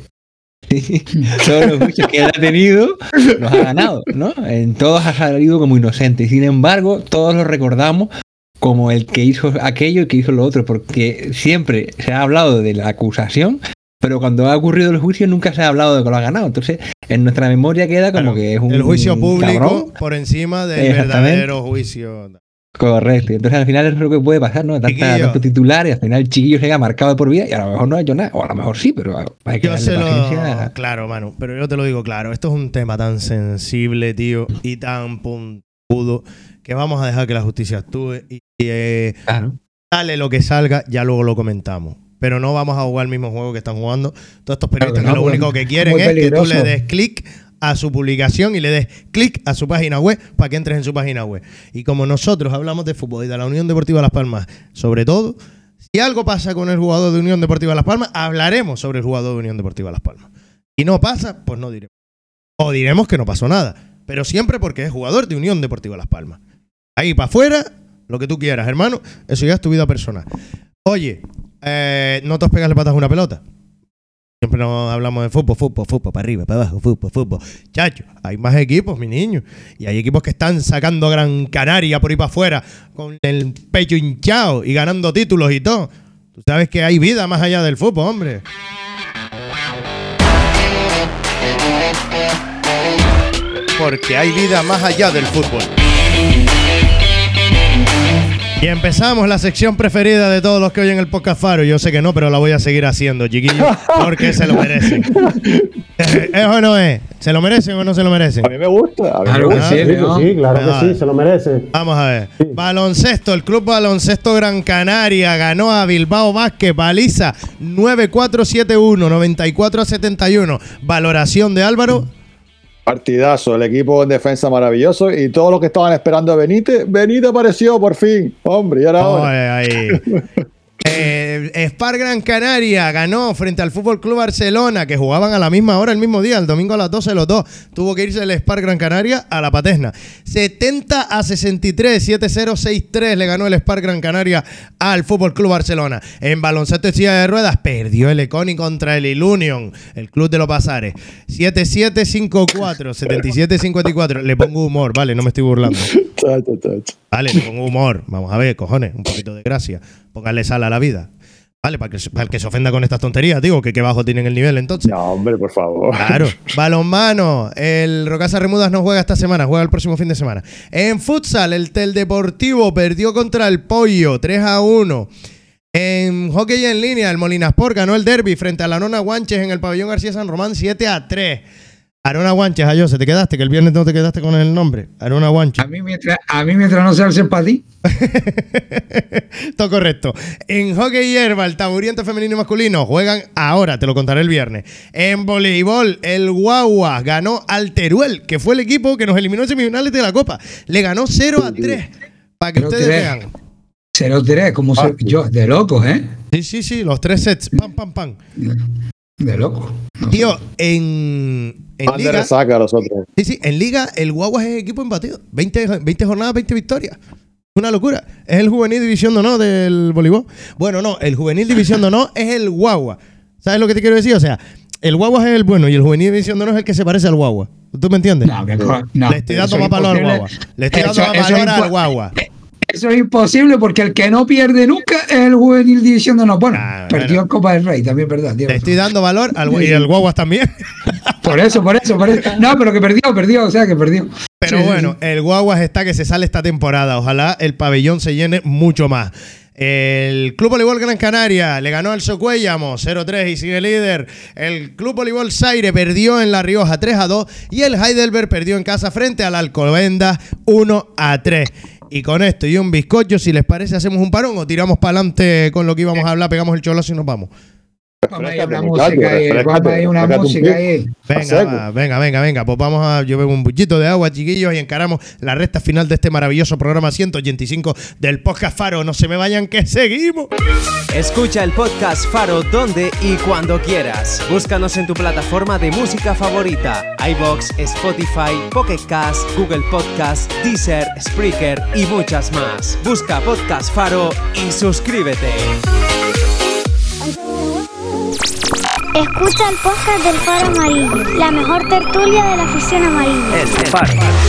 Speaker 8: todos los juicios que él ha tenido los ha ganado, ¿no? En todos ha salido como inocente. Sin embargo, todos los recordamos como el que hizo aquello y que hizo lo otro, porque siempre se ha hablado de la acusación, pero cuando ha ocurrido el juicio nunca se ha hablado de que lo ha ganado. Entonces, en nuestra memoria queda como
Speaker 2: Claro,
Speaker 8: que es un
Speaker 2: el juicio público
Speaker 8: cabrón.
Speaker 2: por encima del
Speaker 8: Exactamente.
Speaker 2: verdadero juicio.
Speaker 8: Correcto. Entonces al final es lo que puede pasar, ¿no? Tanta,
Speaker 2: Chiquillo.
Speaker 8: tanto titular y al final el chiquillo se queda marcado de por vida y a lo mejor no ha hecho nada. O a lo mejor sí, pero hay que
Speaker 2: Yo
Speaker 8: darle
Speaker 2: se lo...
Speaker 8: paciencia.
Speaker 2: Claro, mano, pero yo te lo digo claro. Esto es un tema tan sensible, tío, y tan puntudo que vamos a dejar que la justicia actúe y, y, eh,
Speaker 8: Claro.
Speaker 2: sale lo que salga, ya luego lo comentamos. Pero no vamos a jugar el mismo juego que están jugando todos estos periodistas,
Speaker 3: Claro que no,
Speaker 2: que lo único
Speaker 3: pues,
Speaker 2: que quieren
Speaker 3: muy
Speaker 2: es que tú
Speaker 3: peligroso.
Speaker 2: le des clic a su publicación y le des clic a su página web para que entres en su página web. Y como nosotros hablamos de fútbol y de la Unión Deportiva Las Palmas, sobre todo, si algo pasa con el jugador de Unión Deportiva Las Palmas, hablaremos sobre el jugador de Unión Deportiva Las Palmas. Si no pasa, pues no diremos. O diremos que no pasó nada. Pero siempre porque es jugador de Unión Deportiva Las Palmas. Ahí para afuera, lo que tú quieras, hermano. Eso ya es tu vida personal. Oye, eh, no te os pegas patas a una pelota. Siempre nos hablamos de fútbol, fútbol, fútbol, para arriba, para abajo, fútbol, fútbol. Chacho, hay más equipos, mi niño. Y hay equipos que están sacando a Gran Canaria por ahí para afuera con el pecho hinchado y ganando títulos y todo. Tú sabes que hay vida más allá del fútbol, hombre. Porque hay vida más allá del fútbol. Y empezamos la sección preferida de todos los que oyen el podcast Faro. Yo sé que no, pero la voy a seguir haciendo, chiquillos, porque se lo merecen. Eh, ¿Es o no es? ¿Se lo merecen o no se lo merecen?
Speaker 7: A mí me gusta. A mí
Speaker 3: Claro
Speaker 7: me
Speaker 3: que
Speaker 7: gusta.
Speaker 3: sí,
Speaker 4: Sí, que
Speaker 3: ¿no?
Speaker 4: sí, claro
Speaker 2: Ah,
Speaker 4: que sí, se lo merece.
Speaker 2: Vamos a ver. Baloncesto, el Club Baloncesto Gran Canaria ganó a Bilbao Basket, paliza nueve cuatro siete uno, noventa y cuatro a setenta y uno. Valoración de Álvaro.
Speaker 7: Partidazo, el equipo en defensa maravilloso y todos los que estaban esperando a Benítez, Benítez apareció por fin. Hombre, y ahora ahora.
Speaker 2: Ay, ay. Eh, Spar Gran Canaria ganó frente al Fútbol Club Barcelona, que jugaban a la misma hora el mismo día, el domingo a las doce los dos. Tuvo que irse el Spar Gran Canaria a la Paterna. setenta a sesenta y tres, siete cero seis tres le ganó el Spar Gran Canaria al Fútbol Club Barcelona. En baloncesto de silla de ruedas perdió el Econi contra el Ilunion, el Club de los Pasares. siete siete cinco cuatro, setenta y siete cincuenta y cuatro. Le pongo humor, vale, no me estoy burlando.
Speaker 7: Chacho, chacho.
Speaker 2: Vale, le pongo humor. Vamos a ver, cojones, un poquito de gracia. Póngale sal a la vida. Vale, para, que, para el que se ofenda con estas tonterías, digo, que qué bajo tienen el nivel entonces.
Speaker 7: No, hombre, por favor.
Speaker 2: Claro. Balonmano, el Rocasa Remudas no juega esta semana, juega el próximo fin de semana. En futsal, el Tel Deportivo perdió contra el Pollo, tres a uno. En hockey en línea, el Molinasport ganó el derbi frente a la Nona Guanches en el pabellón García San Román, siete a tres. Arona Guanches, a yo, ¿se te quedaste? Que el viernes no te quedaste con el nombre. Arona Guanches.
Speaker 3: A mí mientras, a mí mientras no se alcen para ti.
Speaker 2: Todo correcto. En hockey hierba, el Taburiente femenino y masculino juegan ahora, te lo contaré el viernes. En voleibol, el Guagua ganó al Teruel, que fue el equipo que nos eliminó en semifinales de la Copa. Le ganó cero a tres. Para que
Speaker 3: Pero
Speaker 2: ustedes
Speaker 3: tres.
Speaker 2: vean.
Speaker 3: cero tres, como
Speaker 7: Ah,
Speaker 3: se, yo, de locos, ¿eh?
Speaker 2: Sí, sí, sí, los tres sets, pam, pam, pam.
Speaker 3: De locos. No
Speaker 2: Tío,
Speaker 3: sé.
Speaker 2: en, en
Speaker 7: Van de
Speaker 2: Liga,
Speaker 7: resaca los otros.
Speaker 2: sí, sí, en Liga el Guaguas es equipo embatido. veinte, veinte jornadas, veinte victorias. Una locura. Es el Juvenil División de Honor del voleibol. Bueno, no, el Juvenil División de Honor es el Guagua. ¿Sabes lo que te quiero decir? O sea, el Guagua es el bueno y el Juvenil División de Honor es el que se parece al Guagua. ¿Tú me entiendes?
Speaker 3: No, que co- no,
Speaker 2: Le estoy dando
Speaker 3: eso
Speaker 2: más
Speaker 3: es
Speaker 2: valor al
Speaker 3: imposible.
Speaker 2: Guagua. Le estoy dando
Speaker 3: Eso-
Speaker 2: más
Speaker 3: eso es
Speaker 2: valor al
Speaker 3: impo-
Speaker 2: Guagua.
Speaker 3: Eso es imposible porque el que no pierde nunca es el Juvenil División de Honor. Bueno,
Speaker 2: Ah,
Speaker 3: perdió
Speaker 2: bueno.
Speaker 3: en Copa del Rey, también, ¿verdad? Tío?
Speaker 2: Le estoy dando valor al Guagua y al Guaguas también.
Speaker 3: Por eso, por eso, por eso. No, pero que perdió, perdió, o sea, que perdió.
Speaker 2: Pero
Speaker 3: Sí, sí,
Speaker 2: bueno, el Guaguas está que se sale esta temporada. Ojalá el pabellón se llene mucho más. El Club Voleibol Gran Canaria le ganó al Socuéllamo cero tres y sigue líder. El Club Voleibol Zaire perdió en La Rioja tres a dos y el Heidelberg perdió en casa frente al Alcobendas uno a tres. Y con esto y un bizcocho, si les parece, hacemos un parón o tiramos para adelante con lo que íbamos a hablar, pegamos el cholazo y nos vamos.
Speaker 3: Vamos a ir a una
Speaker 7: Refrescate,
Speaker 3: música ahí,
Speaker 7: refrescate,
Speaker 3: vamos a ir a una
Speaker 7: refrescate un
Speaker 3: música
Speaker 7: poco.
Speaker 3: ahí.
Speaker 2: Venga,
Speaker 7: seco.
Speaker 2: va, venga, venga, venga. Pues vamos a. Yo bebo un buchito de agua, chiquillos, y encaramos la recta final de este maravilloso programa ciento ochenta y cinco del Podcast Faro. No se me vayan, que seguimos.
Speaker 10: Escucha el Podcast Faro donde y cuando quieras. Búscanos en tu plataforma de música favorita: iVoox, Spotify, Pocket Cast, Google Podcast, Deezer, Spreaker y muchas más. Busca Podcast Faro y suscríbete.
Speaker 9: Escucha el podcast del Faro Amarillo, la mejor tertulia de la afición amarilla.
Speaker 10: El Faro.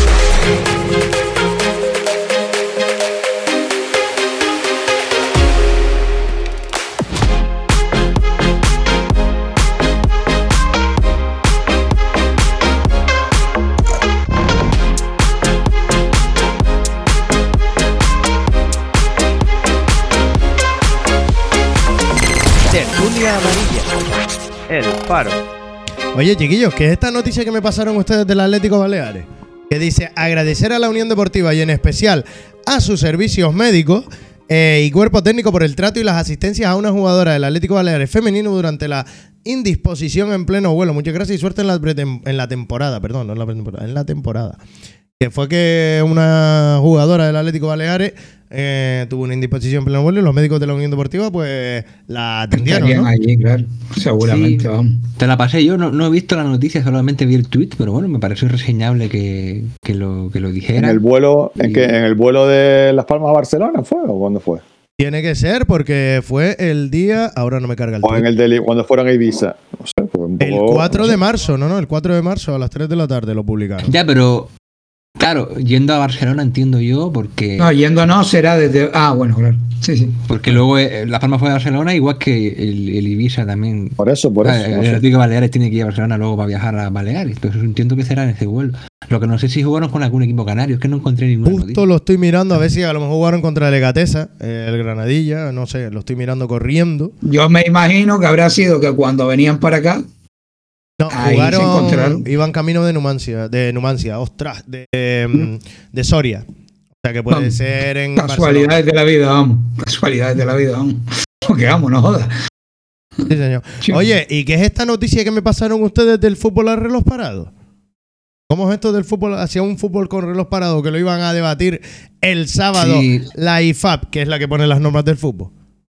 Speaker 10: Tertulia amarilla. El Faro.
Speaker 2: Oye, chiquillos, ¿qué es esta noticia que me pasaron ustedes del Atlético Baleares? Que dice: agradecer a la Unión Deportiva y en especial a sus servicios médicos eh, y cuerpo técnico por el trato y las asistencias a una jugadora del Atlético Baleares femenino durante la indisposición en pleno vuelo. Muchas gracias y suerte en la, pretem- en la temporada, perdón, no en la pretemporada, en la temporada. Que fue que una jugadora del Atlético Baleares eh, tuvo una indisposición en pleno vuelo y los médicos de la Unión Deportiva pues la atendieron,
Speaker 3: Estarían
Speaker 2: ¿no?
Speaker 3: allí, claro. Seguramente,
Speaker 8: Sí,
Speaker 3: vamos.
Speaker 8: te la pasé yo, no, no he visto la noticia, solamente vi el tweet, pero bueno, me pareció reseñable que, que lo, que lo
Speaker 7: En
Speaker 8: dijera.
Speaker 7: el vuelo, en,
Speaker 8: Y-
Speaker 7: que, en el vuelo de Las Palmas a Barcelona fue o cuándo fue?
Speaker 2: Tiene que ser porque fue el día, ahora no me carga el
Speaker 7: O en
Speaker 2: tweet.
Speaker 7: el de, cuando fueron a Ibiza. No sé, fue un
Speaker 2: El
Speaker 7: poco-
Speaker 2: cuatro
Speaker 7: no
Speaker 2: de
Speaker 7: sé.
Speaker 2: marzo, no, no, el cuatro de marzo a las tres de la tarde lo publicaron.
Speaker 8: Ya, pero claro, yendo a Barcelona entiendo yo, porque
Speaker 3: No, yendo no será desde. Ah, bueno, claro. Sí, sí.
Speaker 8: porque luego eh, La Palma fue a Barcelona, igual que el, el Ibiza también.
Speaker 7: Por eso, por
Speaker 8: Ah,
Speaker 7: eso.
Speaker 8: el
Speaker 7: no sé.
Speaker 8: Atlético de Baleares tiene que ir a Barcelona luego para viajar a Baleares, entonces entiendo que será en ese vuelo. Lo que no sé si jugaron con algún equipo canario, es que no encontré ninguna
Speaker 2: Justo
Speaker 8: noticia.
Speaker 2: lo estoy mirando a ver si a lo mejor jugaron contra el Egatesa, eh, el Granadilla, no sé, lo estoy mirando corriendo.
Speaker 3: Yo me imagino que habrá sido que cuando venían para acá.
Speaker 2: No,
Speaker 3: Ahí se
Speaker 2: jugaron,
Speaker 3: encontraron.
Speaker 2: iban camino de Numancia, de Numancia, ostras, de, de, de Soria. O sea que puede
Speaker 3: Vamos.
Speaker 2: ser en
Speaker 3: Casualidades de la vida, vamos. Casualidades de la vida, vamos. Porque vamos, no jodas.
Speaker 2: Barcelona. Sí, señor. Oye, ¿y qué es esta noticia que me pasaron ustedes del fútbol a reloj parado? ¿Cómo es esto del fútbol hacia un fútbol con reloj parado que lo iban a debatir el sábado
Speaker 8: Sí.
Speaker 2: la I F A B, que es la que pone las normas del fútbol?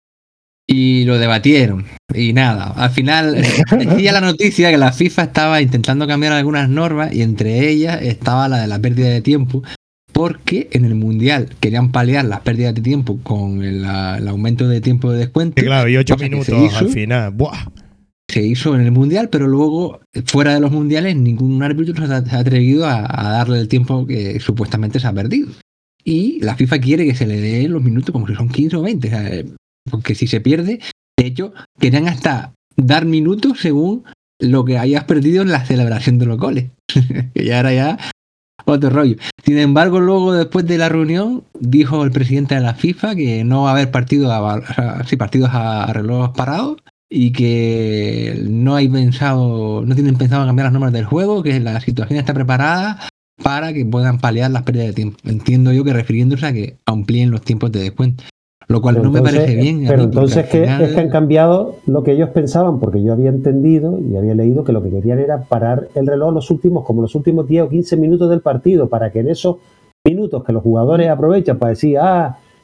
Speaker 8: Y lo debatieron. Y nada, al final decía la noticia que la FIFA estaba intentando cambiar algunas normas y entre ellas estaba la de la pérdida de tiempo, porque en el Mundial querían paliar las pérdidas de tiempo con el, la- el aumento de tiempo de descuento.
Speaker 2: Que claro, y ocho
Speaker 8: cosa que
Speaker 2: minutos
Speaker 8: se hizo.
Speaker 2: al final. ¡Buah!
Speaker 8: Se hizo en el Mundial, pero luego, fuera de los Mundiales, ningún árbitro se ha, se ha atrevido a, a darle el tiempo que supuestamente se ha perdido. Y la FIFA quiere que se le dé los minutos como si son quince o veinte. O sea, eh, porque si se pierde, de hecho, querían hasta dar minutos según lo que hayas perdido en la celebración de los goles. Que ya era ya otro rollo. Sin embargo, luego, después de la reunión, dijo el presidente de la FIFA que no va a haber partidos a, o sea, sí, partidos a, a reloj parados y que no hay pensado, no tienen pensado cambiar las normas del juego, que la situación está preparada para que puedan paliar las pérdidas de tiempo. Entiendo yo que refiriéndose a que amplíen los tiempos de descuento. Lo cual
Speaker 4: Pero
Speaker 8: no me
Speaker 4: entonces-
Speaker 8: parece bien. a
Speaker 4: Pero
Speaker 8: mí, porque
Speaker 4: entonces
Speaker 8: al
Speaker 4: que,
Speaker 8: final-
Speaker 4: es que han cambiado lo que ellos pensaban, porque yo había entendido y había leído que lo que querían era parar el reloj los últimos, como los últimos diez o quince minutos del partido, para que en esos minutos que los jugadores aprovechan para decir, ah,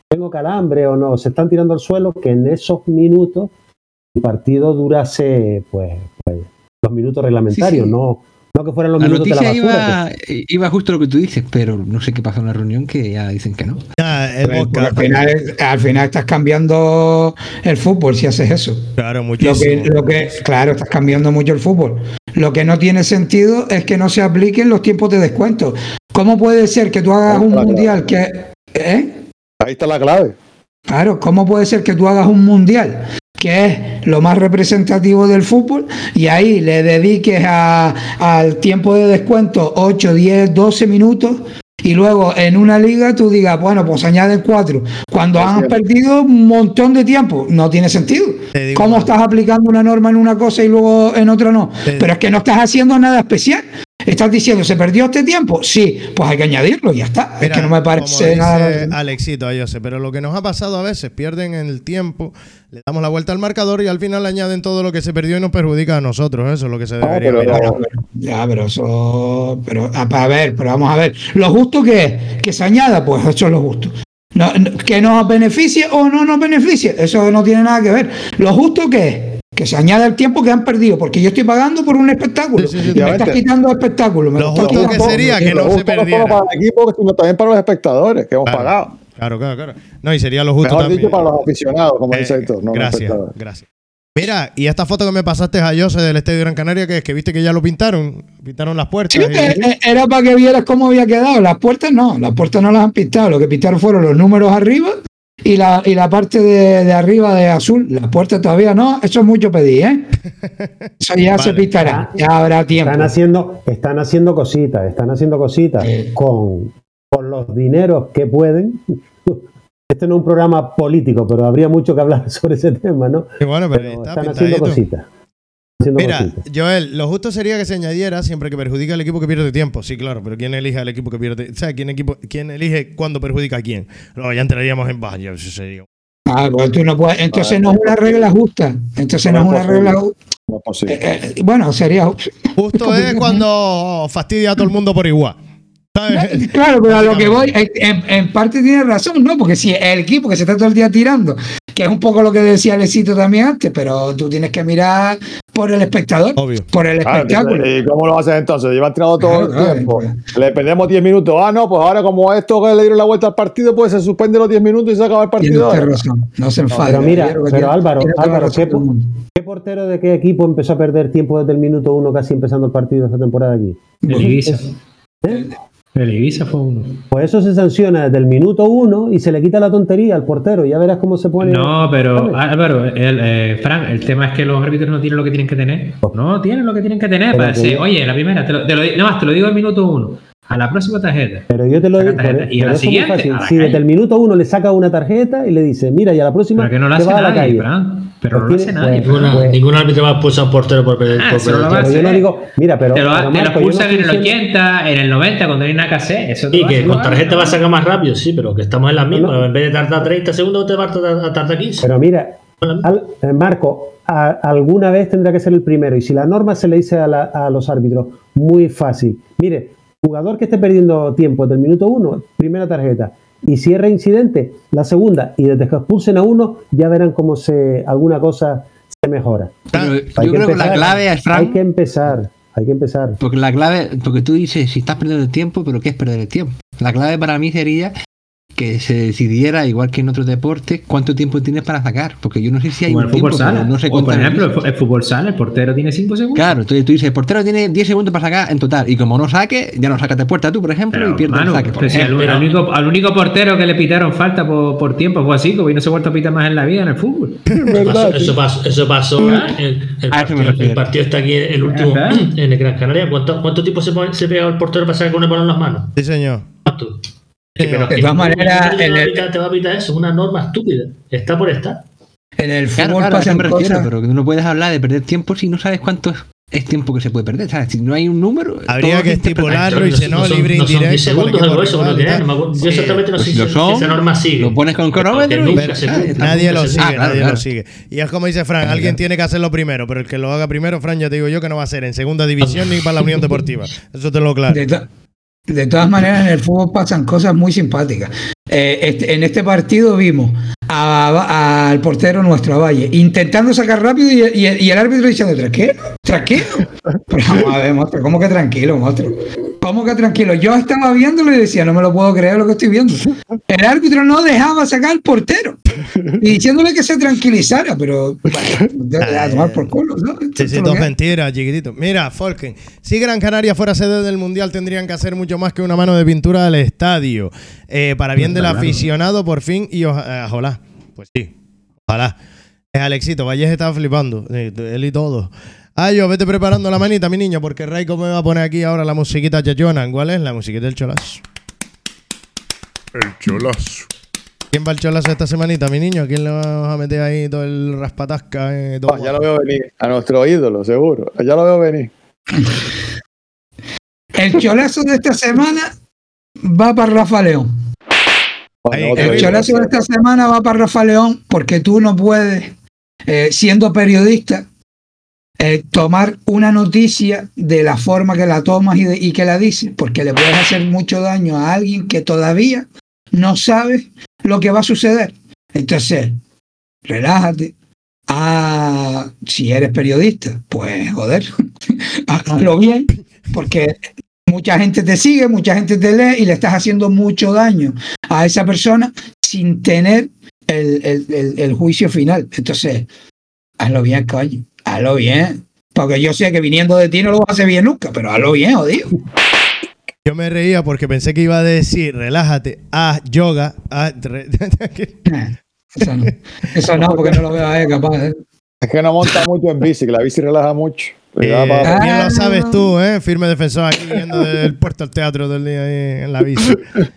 Speaker 4: tengo calambre o no, se están tirando al suelo, que en esos minutos el partido durase pues, pues los minutos reglamentarios, sí, sí. no no que fueran los
Speaker 8: la
Speaker 4: minutos de la
Speaker 8: noticia
Speaker 4: basura.
Speaker 8: Iba, que... iba justo lo que tú dices, pero no sé qué pasó en la reunión que ya dicen que no.
Speaker 3: Ah, pues, pues al, final, al final estás cambiando el fútbol si haces eso.
Speaker 2: Claro, muchísimo.
Speaker 3: Lo que, lo que, claro, estás cambiando mucho el fútbol. Lo que no tiene sentido es que no se apliquen los tiempos de descuento. ¿Cómo puede ser que tú hagas un mundial que... ¿eh?
Speaker 7: Ahí está la clave.
Speaker 3: Claro, ¿cómo puede ser que tú hagas un mundial que es lo más representativo del fútbol y ahí le dediques a, al tiempo de descuento ocho, diez, doce minutos y luego en una liga tú digas, bueno, pues añaden cuatro, cuando han perdido un montón de tiempo? No tiene sentido. ¿Cómo estás aplicando una norma en una cosa y luego en otra no? Pero es que no estás haciendo nada especial. ¿Estás diciendo, se perdió este tiempo? Sí, pues hay que añadirlo y ya está. Mira, es que no me parece nada.
Speaker 2: Alexito, yo sé, pero lo que nos ha pasado a veces, pierden el tiempo, le damos la vuelta al marcador y al final añaden todo lo que se perdió y nos perjudica a nosotros. Eso es lo que se debería
Speaker 3: no, pero, pero, pero, ya, pero eso. Pero, a ver, pero vamos a ver. Lo justo que es que se añada, pues eso es lo justo. No, que nos beneficie o no nos beneficie, eso no tiene nada que ver. Lo justo que es que se añade el tiempo que han perdido, porque yo estoy pagando por un espectáculo. Sí, sí, sí, y me estás quitando el espectáculo. Me
Speaker 2: lo justo que sería que no se perdiera.
Speaker 7: No solo para el equipo, sino también para los espectadores que hemos
Speaker 2: claro,
Speaker 7: pagado.
Speaker 2: Claro, claro, claro. No, y sería lo justo
Speaker 7: Mejor
Speaker 2: también.
Speaker 7: dicho, para los aficionados, como eh, dice Héctor. No
Speaker 2: gracias, gracias. Mira, y esta foto que me pasaste a Jose del Estadio Gran Canaria, que es que viste que ya lo pintaron, pintaron las puertas.
Speaker 3: Sí, y... Era para que vieras cómo había quedado. Las puertas no, las puertas no las han pintado. Lo que pintaron fueron los números arriba y la, y la parte de, de arriba de azul. Las puertas todavía no, eso es mucho pedir, ¿eh? Eso ya vale. se pintará, ya habrá tiempo.
Speaker 4: Están haciendo, están haciendo cositas, están haciendo cositas eh. con, con los dineros que pueden. Este no es un programa político, pero habría mucho que hablar sobre ese tema, ¿no?
Speaker 2: Sí, bueno, pero
Speaker 4: pero están haciendo cositas. Haciendo
Speaker 2: Mira,
Speaker 4: cositas.
Speaker 2: Joel, lo justo sería que se añadiera siempre que perjudica al equipo que pierde tiempo. Sí, claro, pero ¿quién elige al equipo que pierde? O sea, ¿quién, equipo, quién elige cuándo perjudica a quién? Luego ya entraríamos en vaya, eso sería.
Speaker 3: Ah, pues tú no puedes. Entonces ah, no es una regla justa. Entonces no, no es una regla justa.
Speaker 7: No es posible.
Speaker 3: Eh, eh, bueno, sería.
Speaker 2: Justo es cuando fastidia a todo el mundo por igual.
Speaker 3: ¿Sabes? Claro, pero a lo que voy, en, en parte tiene razón, ¿no? Porque si el equipo que se está todo el día tirando, que es un poco lo que decía Alexito también antes, pero tú tienes que mirar por el espectador,
Speaker 2: obvio,
Speaker 3: por el
Speaker 7: claro,
Speaker 3: espectáculo.
Speaker 7: ¿Y cómo lo haces entonces? Llevan tirado todo
Speaker 3: claro,
Speaker 7: el tiempo.
Speaker 3: claro.
Speaker 7: Le perdemos diez minutos. Ah, no, pues ahora como esto que le dieron la vuelta al partido, pues se suspende los diez minutos y se acaba el partido.
Speaker 3: Tienes razón, no se enfade.
Speaker 4: Pero mira, pero tiene, Álvaro, tiene Álvaro ¿qué, ¿qué portero de qué equipo empezó a perder tiempo desde el minuto uno casi empezando el partido esta temporada aquí?
Speaker 5: El Ibiza. ¿Eh? El Ibiza fue uno.
Speaker 4: Pues eso se sanciona desde el minuto uno y se le quita la tontería al portero. Ya verás cómo se pone.
Speaker 5: No, pero Álvaro, el, eh, Frank, el tema es que los árbitros no tienen lo que tienen que tener. No tienen lo que tienen que tener. Pero para decir, oye, la primera, te lo, te lo, nada más te lo digo al minuto uno. A la próxima tarjeta.
Speaker 4: Pero yo te lo digo.
Speaker 5: Y a la siguiente.
Speaker 4: Fácil.
Speaker 5: A la
Speaker 4: si desde el minuto uno le saca una tarjeta y le dice, mira, y a la próxima.
Speaker 5: Pero que no lo hace nadie, Frank. Pero no lo hace nadie.
Speaker 6: Ninguna,
Speaker 4: pues,
Speaker 6: ningún árbitro va a expulsar a un portero por perder.
Speaker 5: Ah,
Speaker 6: por
Speaker 5: perder
Speaker 6: lo
Speaker 4: pero yo no digo, mira, pero.
Speaker 5: Te lo,
Speaker 4: pero
Speaker 5: te
Speaker 4: Marco,
Speaker 5: lo expulsan
Speaker 4: no
Speaker 5: en el
Speaker 4: diciendo...
Speaker 5: ochenta, en el noventa, cuando no hay nada que hacer. Eso
Speaker 6: sí, que con tarjeta va a sacar más rápido, sí, pero que estamos en las mismas. No. En vez de tardar treinta segundos, te va a tardar quince.
Speaker 4: Pero mira, al, Marco, a, alguna vez tendrá que ser el primero. Y si la norma se le dice a, la, a los árbitros, muy fácil. Mire, jugador que esté perdiendo tiempo desde el minuto uno, primera tarjeta. Y si es reincidente, la segunda. Y desde que expulsen a uno, ya verán cómo se alguna cosa se mejora.
Speaker 8: Pero yo creo que, empezar, que la clave es, Frank,
Speaker 4: hay que empezar, hay que empezar.
Speaker 8: Porque la clave, porque tú dices, si estás perdiendo el tiempo, pero ¿qué es perder el tiempo? La clave para mí sería que se decidiera, igual que en otros deportes, cuánto tiempo tienes para sacar. Porque yo no sé si hay
Speaker 5: como
Speaker 8: un
Speaker 5: el
Speaker 8: tiempo,
Speaker 5: fútbol sala.
Speaker 8: No sé
Speaker 5: o por ejemplo, el, el fútbol sala, el portero tiene cinco segundos.
Speaker 8: Claro, entonces tú dices, el portero tiene diez segundos para sacar en total. Y como no saque, ya no sacas de puerta tú, por ejemplo, pero, y pierdes el saque.
Speaker 5: Pero si al, al, único, al único portero que le pitaron falta por, por tiempo fue así, como y no se ha vuelto a pitar más en la vida en el fútbol.
Speaker 6: ¿Verdad? Eso pasó, eso pasó el, el, partido, el partido está aquí, el último, en el Gran Canaria. ¿Cuánto, cuánto tiempo se, pone, se pega el portero para sacar con el balón en las manos?
Speaker 2: Sí, señor.
Speaker 6: ¿Cuánto?
Speaker 3: Pero de todas maneras,
Speaker 6: te, el... te va a pitar eso, una norma estúpida. Está por estar.
Speaker 3: En el
Speaker 8: claro,
Speaker 3: fútbol
Speaker 8: claro,
Speaker 3: pasan
Speaker 8: me
Speaker 3: cosas.
Speaker 8: refiero, pero que no puedes hablar de perder tiempo si no sabes cuánto es tiempo que se puede perder. ¿Sabes? Si no hay un número.
Speaker 2: Habría que estipularlo y se no, no libre
Speaker 6: no
Speaker 2: indirecto.
Speaker 6: diez segundos algo eso, no tiene. Yo exactamente no sé si esa norma sigue.
Speaker 8: Lo pones con cronómetro y
Speaker 2: nadie lo sigue, nadie lo sigue. Y es como dice Fran, alguien tiene que hacerlo primero, pero el que lo haga primero, Fran, ya te digo yo que no va a ser en segunda división ni para la Unión Deportiva. Eso te lo claro.
Speaker 3: De todas maneras, en el fútbol pasan cosas muy simpáticas. Eh, este, en este partido vimos a, a, al portero nuestro, a Valle, intentando sacar rápido y, y, y el árbitro diciendo, tranquilo, tranquilo. Pero vamos a ver, monstruo, ¿cómo que tranquilo, monstruo? ¿Cómo que tranquilo? Yo estaba viéndolo y decía, no me lo puedo creer lo que estoy viendo. El árbitro no dejaba sacar al portero y diciéndole que se tranquilizara, pero bueno, a tomar por culo, ¿no?
Speaker 2: Sí, sí, dos mentiras, chiquitito. Mira, Folken, si Gran Canaria fuera sede del Mundial, tendrían que hacer mucho más que una mano de pintura al estadio. Eh, para bien del aficionado, por fin, y ojalá. Pues sí, ojalá. Es Alexito, Valles estaba flipando, él y todo. Ay, yo vete preparando la manita, mi niño, porque Raiko me va a poner aquí ahora la musiquita chachona. ¿Cuál es? La musiquita del cholazo.
Speaker 13: El cholazo.
Speaker 2: ¿Quién va al cholazo esta semanita, mi niño? ¿A quién le vamos a meter ahí todo el raspatasca? Eh, todo
Speaker 7: ah, ya lo veo venir. A nuestro ídolo, seguro. Ya lo veo venir.
Speaker 3: El cholazo de esta semana va para Rafa León.
Speaker 7: Bueno,
Speaker 3: el cholazo de esta semana va para Rafa León porque tú no puedes, eh, siendo periodista, eh, tomar una noticia de la forma que la tomas y, de, y que la dices, porque le puedes hacer mucho daño a alguien que todavía no sabe lo que va a suceder. Entonces, relájate. Ah, si eres periodista, pues joder, hazlo bien, porque mucha gente te sigue, mucha gente te lee y le estás haciendo mucho daño a esa persona sin tener el, el, el, el juicio final. Entonces, hazlo bien, coño, hazlo bien. Porque yo sé que viniendo de ti no lo vas a hacer bien nunca, pero hazlo bien, jodido.
Speaker 2: Yo me reía porque pensé que iba a decir, relájate, haz yoga, haz...
Speaker 3: Eso no, eso no, porque no lo veo a él capaz. ¿eh?
Speaker 7: Es que no monta mucho en bici, que la bici relaja mucho.
Speaker 2: Eh, para... Bien lo sabes tú, ¿eh? Firme defensor aquí yendo del puerto al teatro todo el día ahí en la bici.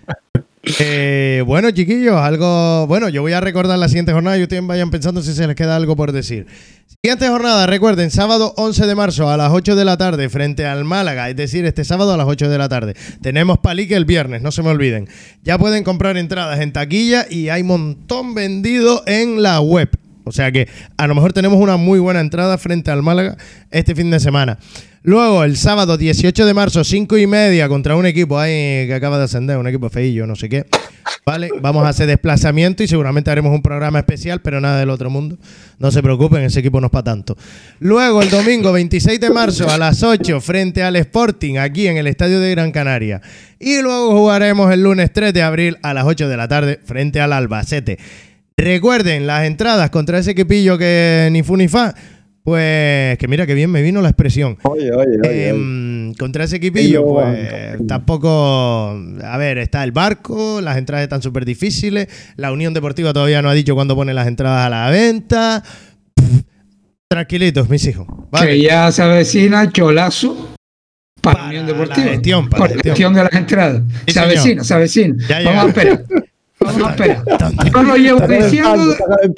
Speaker 2: Eh, bueno, chiquillos, algo... Bueno, yo voy a recordar la siguiente jornada y ustedes vayan pensando si se les queda algo por decir. Siguiente jornada, recuerden, sábado once de marzo a las ocho de la tarde frente al Málaga, es decir, este sábado a las ocho de la tarde. Tenemos palique el viernes, no se me olviden. Ya pueden comprar entradas en taquilla y hay montón vendido en la web. O sea que a lo mejor tenemos una muy buena entrada frente al Málaga este fin de semana. Luego, el sábado dieciocho de marzo, cinco y media, contra un equipo ahí que acaba de ascender, un equipo feillo, no sé qué. Vale, vamos a hacer desplazamiento y seguramente haremos un programa especial, pero nada del otro mundo. No se preocupen, ese equipo no es para tanto. Luego, el domingo veintiséis de marzo a las ocho, frente al Sporting, aquí en el Estadio de Gran Canaria. Y luego jugaremos el lunes tres de abril a las ocho de la tarde, frente al Albacete. Recuerden, las entradas contra ese equipillo que ni fu ni fa, pues que mira que bien me vino la expresión.
Speaker 7: Oye, oye, oye.
Speaker 2: Eh, oye. Contra ese equipillo, pues tampoco... A ver, está el barco, las entradas están súper difíciles, la Unión Deportiva todavía no ha dicho cuándo pone las entradas a la venta. Pff, tranquilitos, mis hijos.
Speaker 3: ¿Vale? Que ya se avecina el cholazo para, para Unión Deportiva.
Speaker 2: La gestión, para
Speaker 3: por
Speaker 2: la
Speaker 3: la
Speaker 2: gestión.
Speaker 3: gestión de las entradas.
Speaker 2: Sí,
Speaker 3: se avecina, se avecina.
Speaker 2: Ya
Speaker 3: Vamos a esperar. Vamos a esperar. Yo lo llevo diciendo.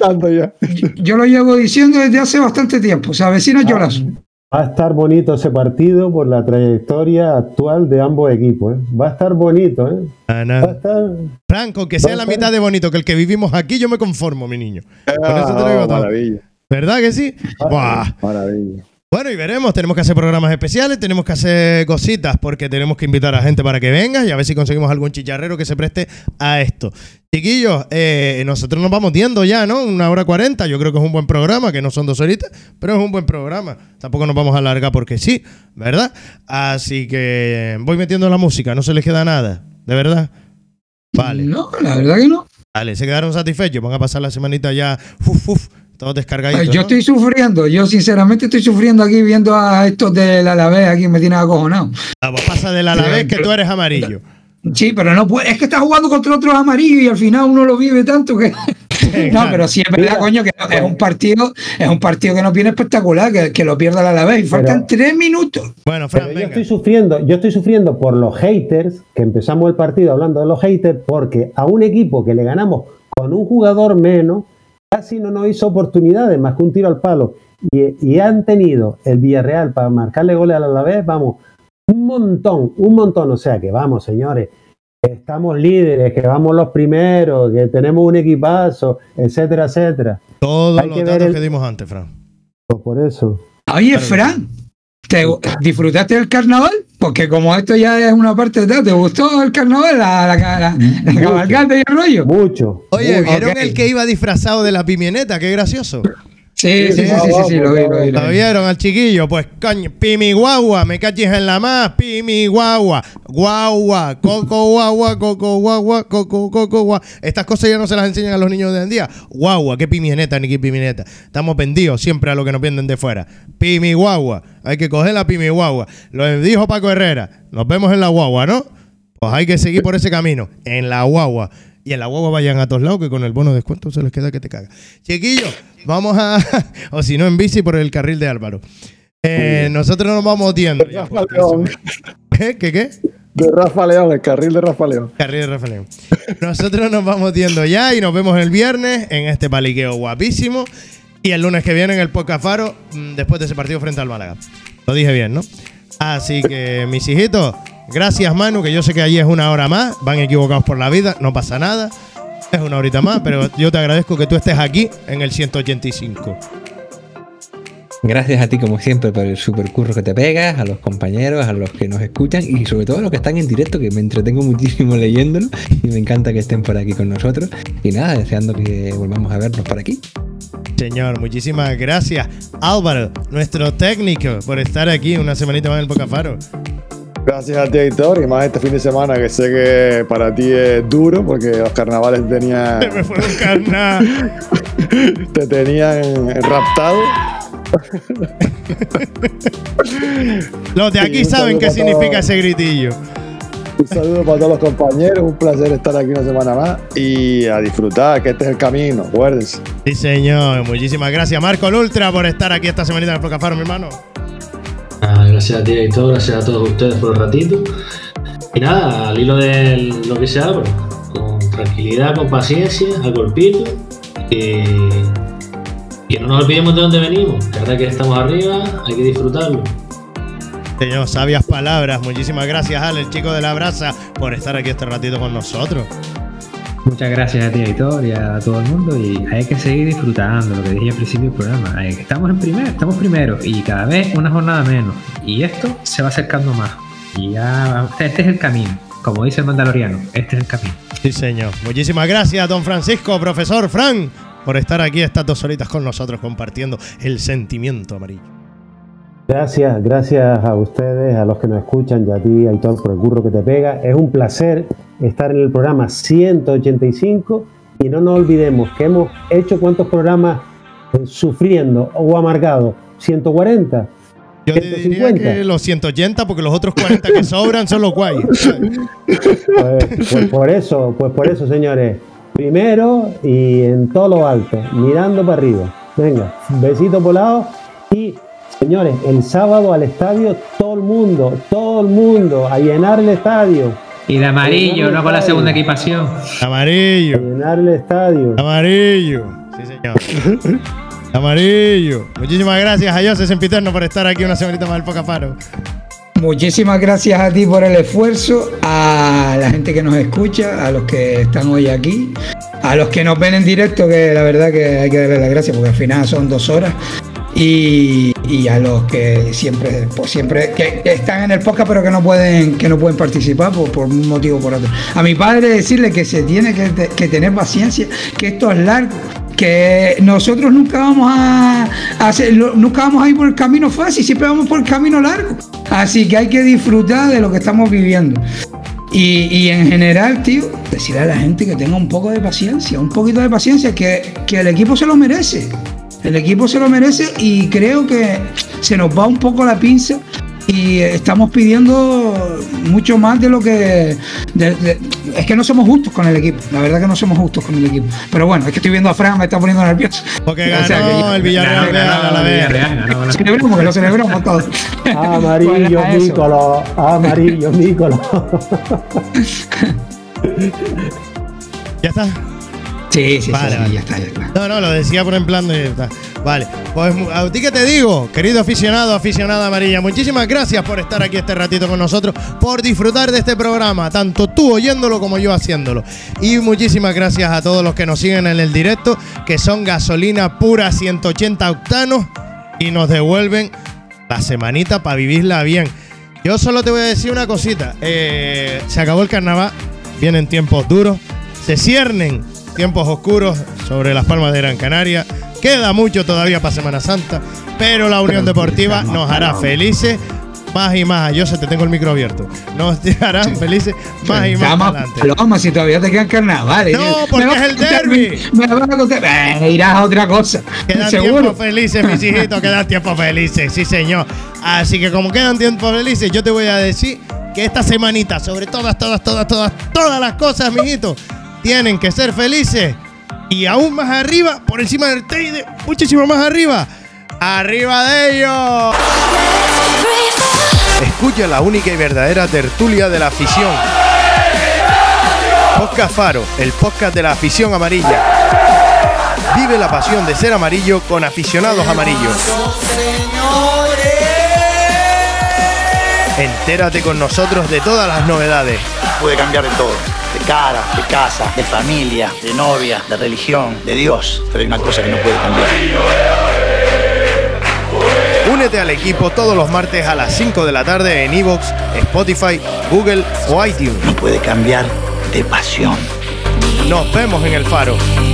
Speaker 3: Yo lo llevo diciendo desde hace bastante tiempo. Se avecina el cholazo.
Speaker 4: Va a estar bonito ese partido por la trayectoria actual de ambos equipos. ¿eh? Va a estar bonito. ¿eh?
Speaker 2: Ah, no.
Speaker 4: Va a estar...
Speaker 2: Franco, que sea la mitad de bonito que el que vivimos aquí, yo me conformo, mi niño. Con eso te lo digo todo.
Speaker 7: Maravilla.
Speaker 2: ¿Verdad que sí? Buah.
Speaker 7: Maravilla.
Speaker 2: Bueno, y veremos, tenemos que hacer programas especiales, tenemos que hacer cositas porque tenemos que invitar a gente para que venga y a ver si conseguimos algún chicharrero que se preste a esto. Chiquillos, eh, nosotros nos vamos yendo ya, ¿no? Una hora cuarenta, yo creo que es un buen programa, que no son dos horitas, pero es un buen programa. Tampoco nos vamos a alargar porque sí, ¿verdad? Así que voy metiendo la música, no se les queda nada, ¿de verdad? Vale.
Speaker 3: No, la verdad que no.
Speaker 2: Vale, se quedaron satisfechos, van a pasar la semanita ya, uf, uf, todos descargaditos.
Speaker 3: Yo
Speaker 2: ¿no?
Speaker 3: estoy sufriendo, yo sinceramente estoy sufriendo aquí viendo a estos del Alavés, aquí me tienen acojonado.
Speaker 2: Ah, pues pasa del Alavés que tú eres amarillo.
Speaker 3: Sí, pero no puede, es que está jugando contra otros amarillos y al final uno lo vive tanto que...
Speaker 2: Sí,
Speaker 3: no,
Speaker 2: claro.
Speaker 3: pero sí es verdad, coño, que es un partido, es un partido que nos viene espectacular, que, que lo pierda el Alavés y faltan pero, tres minutos.
Speaker 2: Bueno, Fran,
Speaker 4: yo estoy sufriendo, yo estoy sufriendo por los haters, que empezamos el partido hablando de los haters, porque a un equipo que le ganamos con un jugador menos, casi no nos hizo oportunidades más que un tiro al palo. Y, y han tenido el Villarreal para marcarle goles al Alavés, vamos, un montón, un montón. O sea que vamos, señores, estamos líderes, que vamos los primeros, que tenemos un equipazo, etcétera, etcétera.
Speaker 2: Todos
Speaker 4: Hay
Speaker 2: los
Speaker 4: que
Speaker 2: datos
Speaker 4: ver el...
Speaker 2: que dimos antes, Fran.
Speaker 4: Por eso.
Speaker 3: Oye, Fran, ¿te disfrutaste del carnaval? Porque como esto ya es una parte de... ¿Te gustó el carnaval? La, la, la, la, la cabalgata y el rollo.
Speaker 4: Mucho.
Speaker 2: Oye,
Speaker 3: Mucho.
Speaker 2: ¿vieron
Speaker 3: Okay.
Speaker 2: el que iba disfrazado de la pimieneta? Qué gracioso.
Speaker 3: Sí, sí, sí, sí, sí, sí, lo vi, lo vi.
Speaker 2: ¿Lo vieron al chiquillo? Pues coño, pimi guagua, me cachis en la más, pimi guagua, guagua, coco guagua, coco guagua, coco, coco guagua. Estas cosas ya no se las enseñan a los niños de hoy en día. Guagua, qué pimieneta ni qué pimieneta. Estamos vendidos siempre a lo que nos venden de fuera. Pimi guagua, hay que coger la pimi guagua. Lo dijo Paco Herrera, nos vemos en la guagua, ¿no? Pues hay que seguir por ese camino, en la guagua. Y en la guagua vayan a todos lados, que con el bono de descuento se les queda que te caga. Chiquillos, vamos a... o si no, en bici por el carril de Álvaro. Eh, nosotros nos vamos yendo.
Speaker 7: De Rafa León.
Speaker 2: ¿Qué? ¿Qué? ¿Qué?
Speaker 7: De Rafa León, el carril de Rafa León.
Speaker 2: Carril de Rafa León. Nosotros nos vamos yendo ya y nos vemos el viernes en este paliqueo guapísimo. Y el lunes que viene en el Podcast Faro, después de ese partido frente al Málaga. Lo dije bien, ¿no? Así que, mis hijitos... Gracias, Manu, que yo sé que allí es una hora más. Van equivocados por la vida, no pasa nada. Es una horita más, pero yo te agradezco que tú estés aquí en el ciento ochenta y cinco.
Speaker 8: Gracias a ti, como siempre, por el super curro que te pegas, a los compañeros, a los que nos escuchan y sobre todo a los que están en directo, que me entretengo muchísimo leyéndolo y me encanta que estén por aquí con nosotros. Y nada, deseando que volvamos a vernos por aquí.
Speaker 2: Señor, muchísimas gracias, Álvaro, nuestro técnico, por estar aquí una semanita más en el Podcast Faro.
Speaker 7: Gracias a ti, editor, y más este fin de semana que sé que para ti es duro porque los carnavales tenían.
Speaker 2: Se me fue un carnal.
Speaker 7: Te tenían raptado.
Speaker 2: Los de aquí
Speaker 7: Sí, un
Speaker 2: saben
Speaker 7: saludo
Speaker 2: qué
Speaker 7: para
Speaker 2: significa
Speaker 7: todos.
Speaker 2: ese gritillo.
Speaker 7: Un saludo para todos los compañeros, un placer estar aquí una semana más y a disfrutar, que este es el camino, acuérdense.
Speaker 2: Sí, señor, muchísimas gracias, Marco Ultra, por estar aquí esta semanita en el Podcast Faro, mi hermano.
Speaker 6: Ah, gracias a ti, editor, gracias a todos ustedes por el ratito. Y nada, al hilo de lo que se habla, con tranquilidad, con paciencia, a golpito. Y que no nos olvidemos de dónde venimos, que ahora que estamos arriba hay que disfrutarlo.
Speaker 2: Señor, sabias palabras. Muchísimas gracias, Ale, el chico de la brasa, por estar aquí este ratito con nosotros.
Speaker 5: Muchas gracias a ti, editor, y a todo el mundo. Y hay que seguir disfrutando, lo que dije al principio del programa. Estamos en primero, estamos primero y cada vez una jornada menos. Y esto se va acercando más. Y ya, este es el camino. Como dice el Mandaloriano, este es el camino.
Speaker 2: Sí, señor. Muchísimas gracias, don Francisco, profesor Fran, por estar aquí estas dos horitas con nosotros compartiendo el sentimiento amarillo.
Speaker 4: Gracias, gracias a ustedes, a los que nos escuchan y a ti, Aitor, por el curro que te pega. Es un placer estar en el programa ciento ochenta y cinco y no nos olvidemos que hemos hecho cuántos programas eh, sufriendo o amargados, ciento cuarenta.
Speaker 2: Yo te diría que los ciento ochenta, porque los otros cuarenta que sobran son los guay.
Speaker 4: Pues, pues por eso, pues por eso, señores, primero y en todo lo alto, mirando para arriba. Venga, besito por lado y señores, el sábado al estadio todo el mundo, todo el mundo a llenar el estadio.
Speaker 5: Y de amarillo, no con la segunda equipación.
Speaker 2: Amarillo.
Speaker 4: A llenar el estadio.
Speaker 2: Amarillo. Sí, señor. Amarillo. Muchísimas gracias a José Sempiterno por estar aquí una semanita más del Podcast Faro.
Speaker 3: Muchísimas gracias a ti por el esfuerzo, a la gente que nos escucha, a los que están hoy aquí, a los que nos ven en directo, que la verdad que hay que darle las gracias porque al final son dos horas. Y, y a los que siempre, pues siempre que, que están en el podcast pero que no pueden, que no pueden participar por, por un motivo o por otro. A mi padre decirle que se tiene que, que tener paciencia, que esto es largo, que nosotros nunca vamos a, a hacer, nunca vamos a ir por el camino fácil, siempre vamos por el camino largo. Así que hay que disfrutar de lo que estamos viviendo. Y, y en general, tío, decirle a la gente que tenga un poco de paciencia, un poquito de paciencia, que, que el equipo se lo merece. El equipo se lo merece y creo que se nos va un poco la pinza y estamos pidiendo mucho más de lo que... De, de, es que no somos justos con el equipo, la verdad que no somos justos con el equipo. Pero bueno, es que estoy viendo a Fran, me está poniendo nervioso.
Speaker 2: Porque ganó o sea, que, el Villarreal, ganó, ganó, a la vez.
Speaker 3: Celebramos, que lo celebramos todos.
Speaker 4: Amarillo, pues Mícolo, amarillo, Mícolo.
Speaker 2: ¿Ya está?
Speaker 3: Sí, sí,
Speaker 2: vale,
Speaker 3: sí,
Speaker 2: vale.
Speaker 3: ya está, ya está.
Speaker 2: No, no, lo decía por en plan de... Vale, pues a ti que te digo, querido aficionado, aficionada amarilla, muchísimas gracias por estar aquí este ratito con nosotros, por disfrutar de este programa, tanto tú oyéndolo como yo haciéndolo. Y muchísimas gracias a todos los que nos siguen en el directo, que son gasolina pura ciento ochenta octanos y nos devuelven la semanita para vivirla bien. Yo solo te voy a decir una cosita. Eh, se acabó el carnaval, vienen tiempos duros, se ciernen tiempos oscuros sobre las Palmas de Gran Canaria. Queda mucho todavía para Semana Santa, pero la Unión Deportiva nos hará felices más y más. Yo sé, te tengo el micro abierto. Nos harán sí. felices más y más
Speaker 3: Vamos,
Speaker 2: adelante.
Speaker 3: Paloma, si todavía te quedan carnavales.
Speaker 2: No, porque es el derbi.
Speaker 3: Me van a contar. Eh, irás a otra cosa.
Speaker 2: Quedan
Speaker 3: seguro.
Speaker 2: tiempos felices, mis hijitos. Quedan tiempos felices, sí, señor. Así que como quedan tiempos felices, yo te voy a decir que esta semanita, sobre todas, todas, todas, todas, todas las cosas, mijitos, tienen que ser felices. Y aún más arriba, por encima del Teide, muchísimo más arriba. ¡Arriba de ellos!
Speaker 1: Escucha la única y verdadera tertulia de la afición. Podcast Faro, el podcast de la afición amarilla. Vive la pasión de ser amarillo con aficionados amarillos. Entérate con nosotros de todas las novedades.
Speaker 14: Puede cambiar de todo, de cara, de casa, de familia, de novia, de religión, de Dios. Pero hay una cosa que no puede cambiar.
Speaker 1: Únete al equipo todos los martes a las cinco de la tarde en iVoox, Spotify, Google o iTunes.
Speaker 14: No puede cambiar de pasión.
Speaker 1: Nos vemos en el Faro.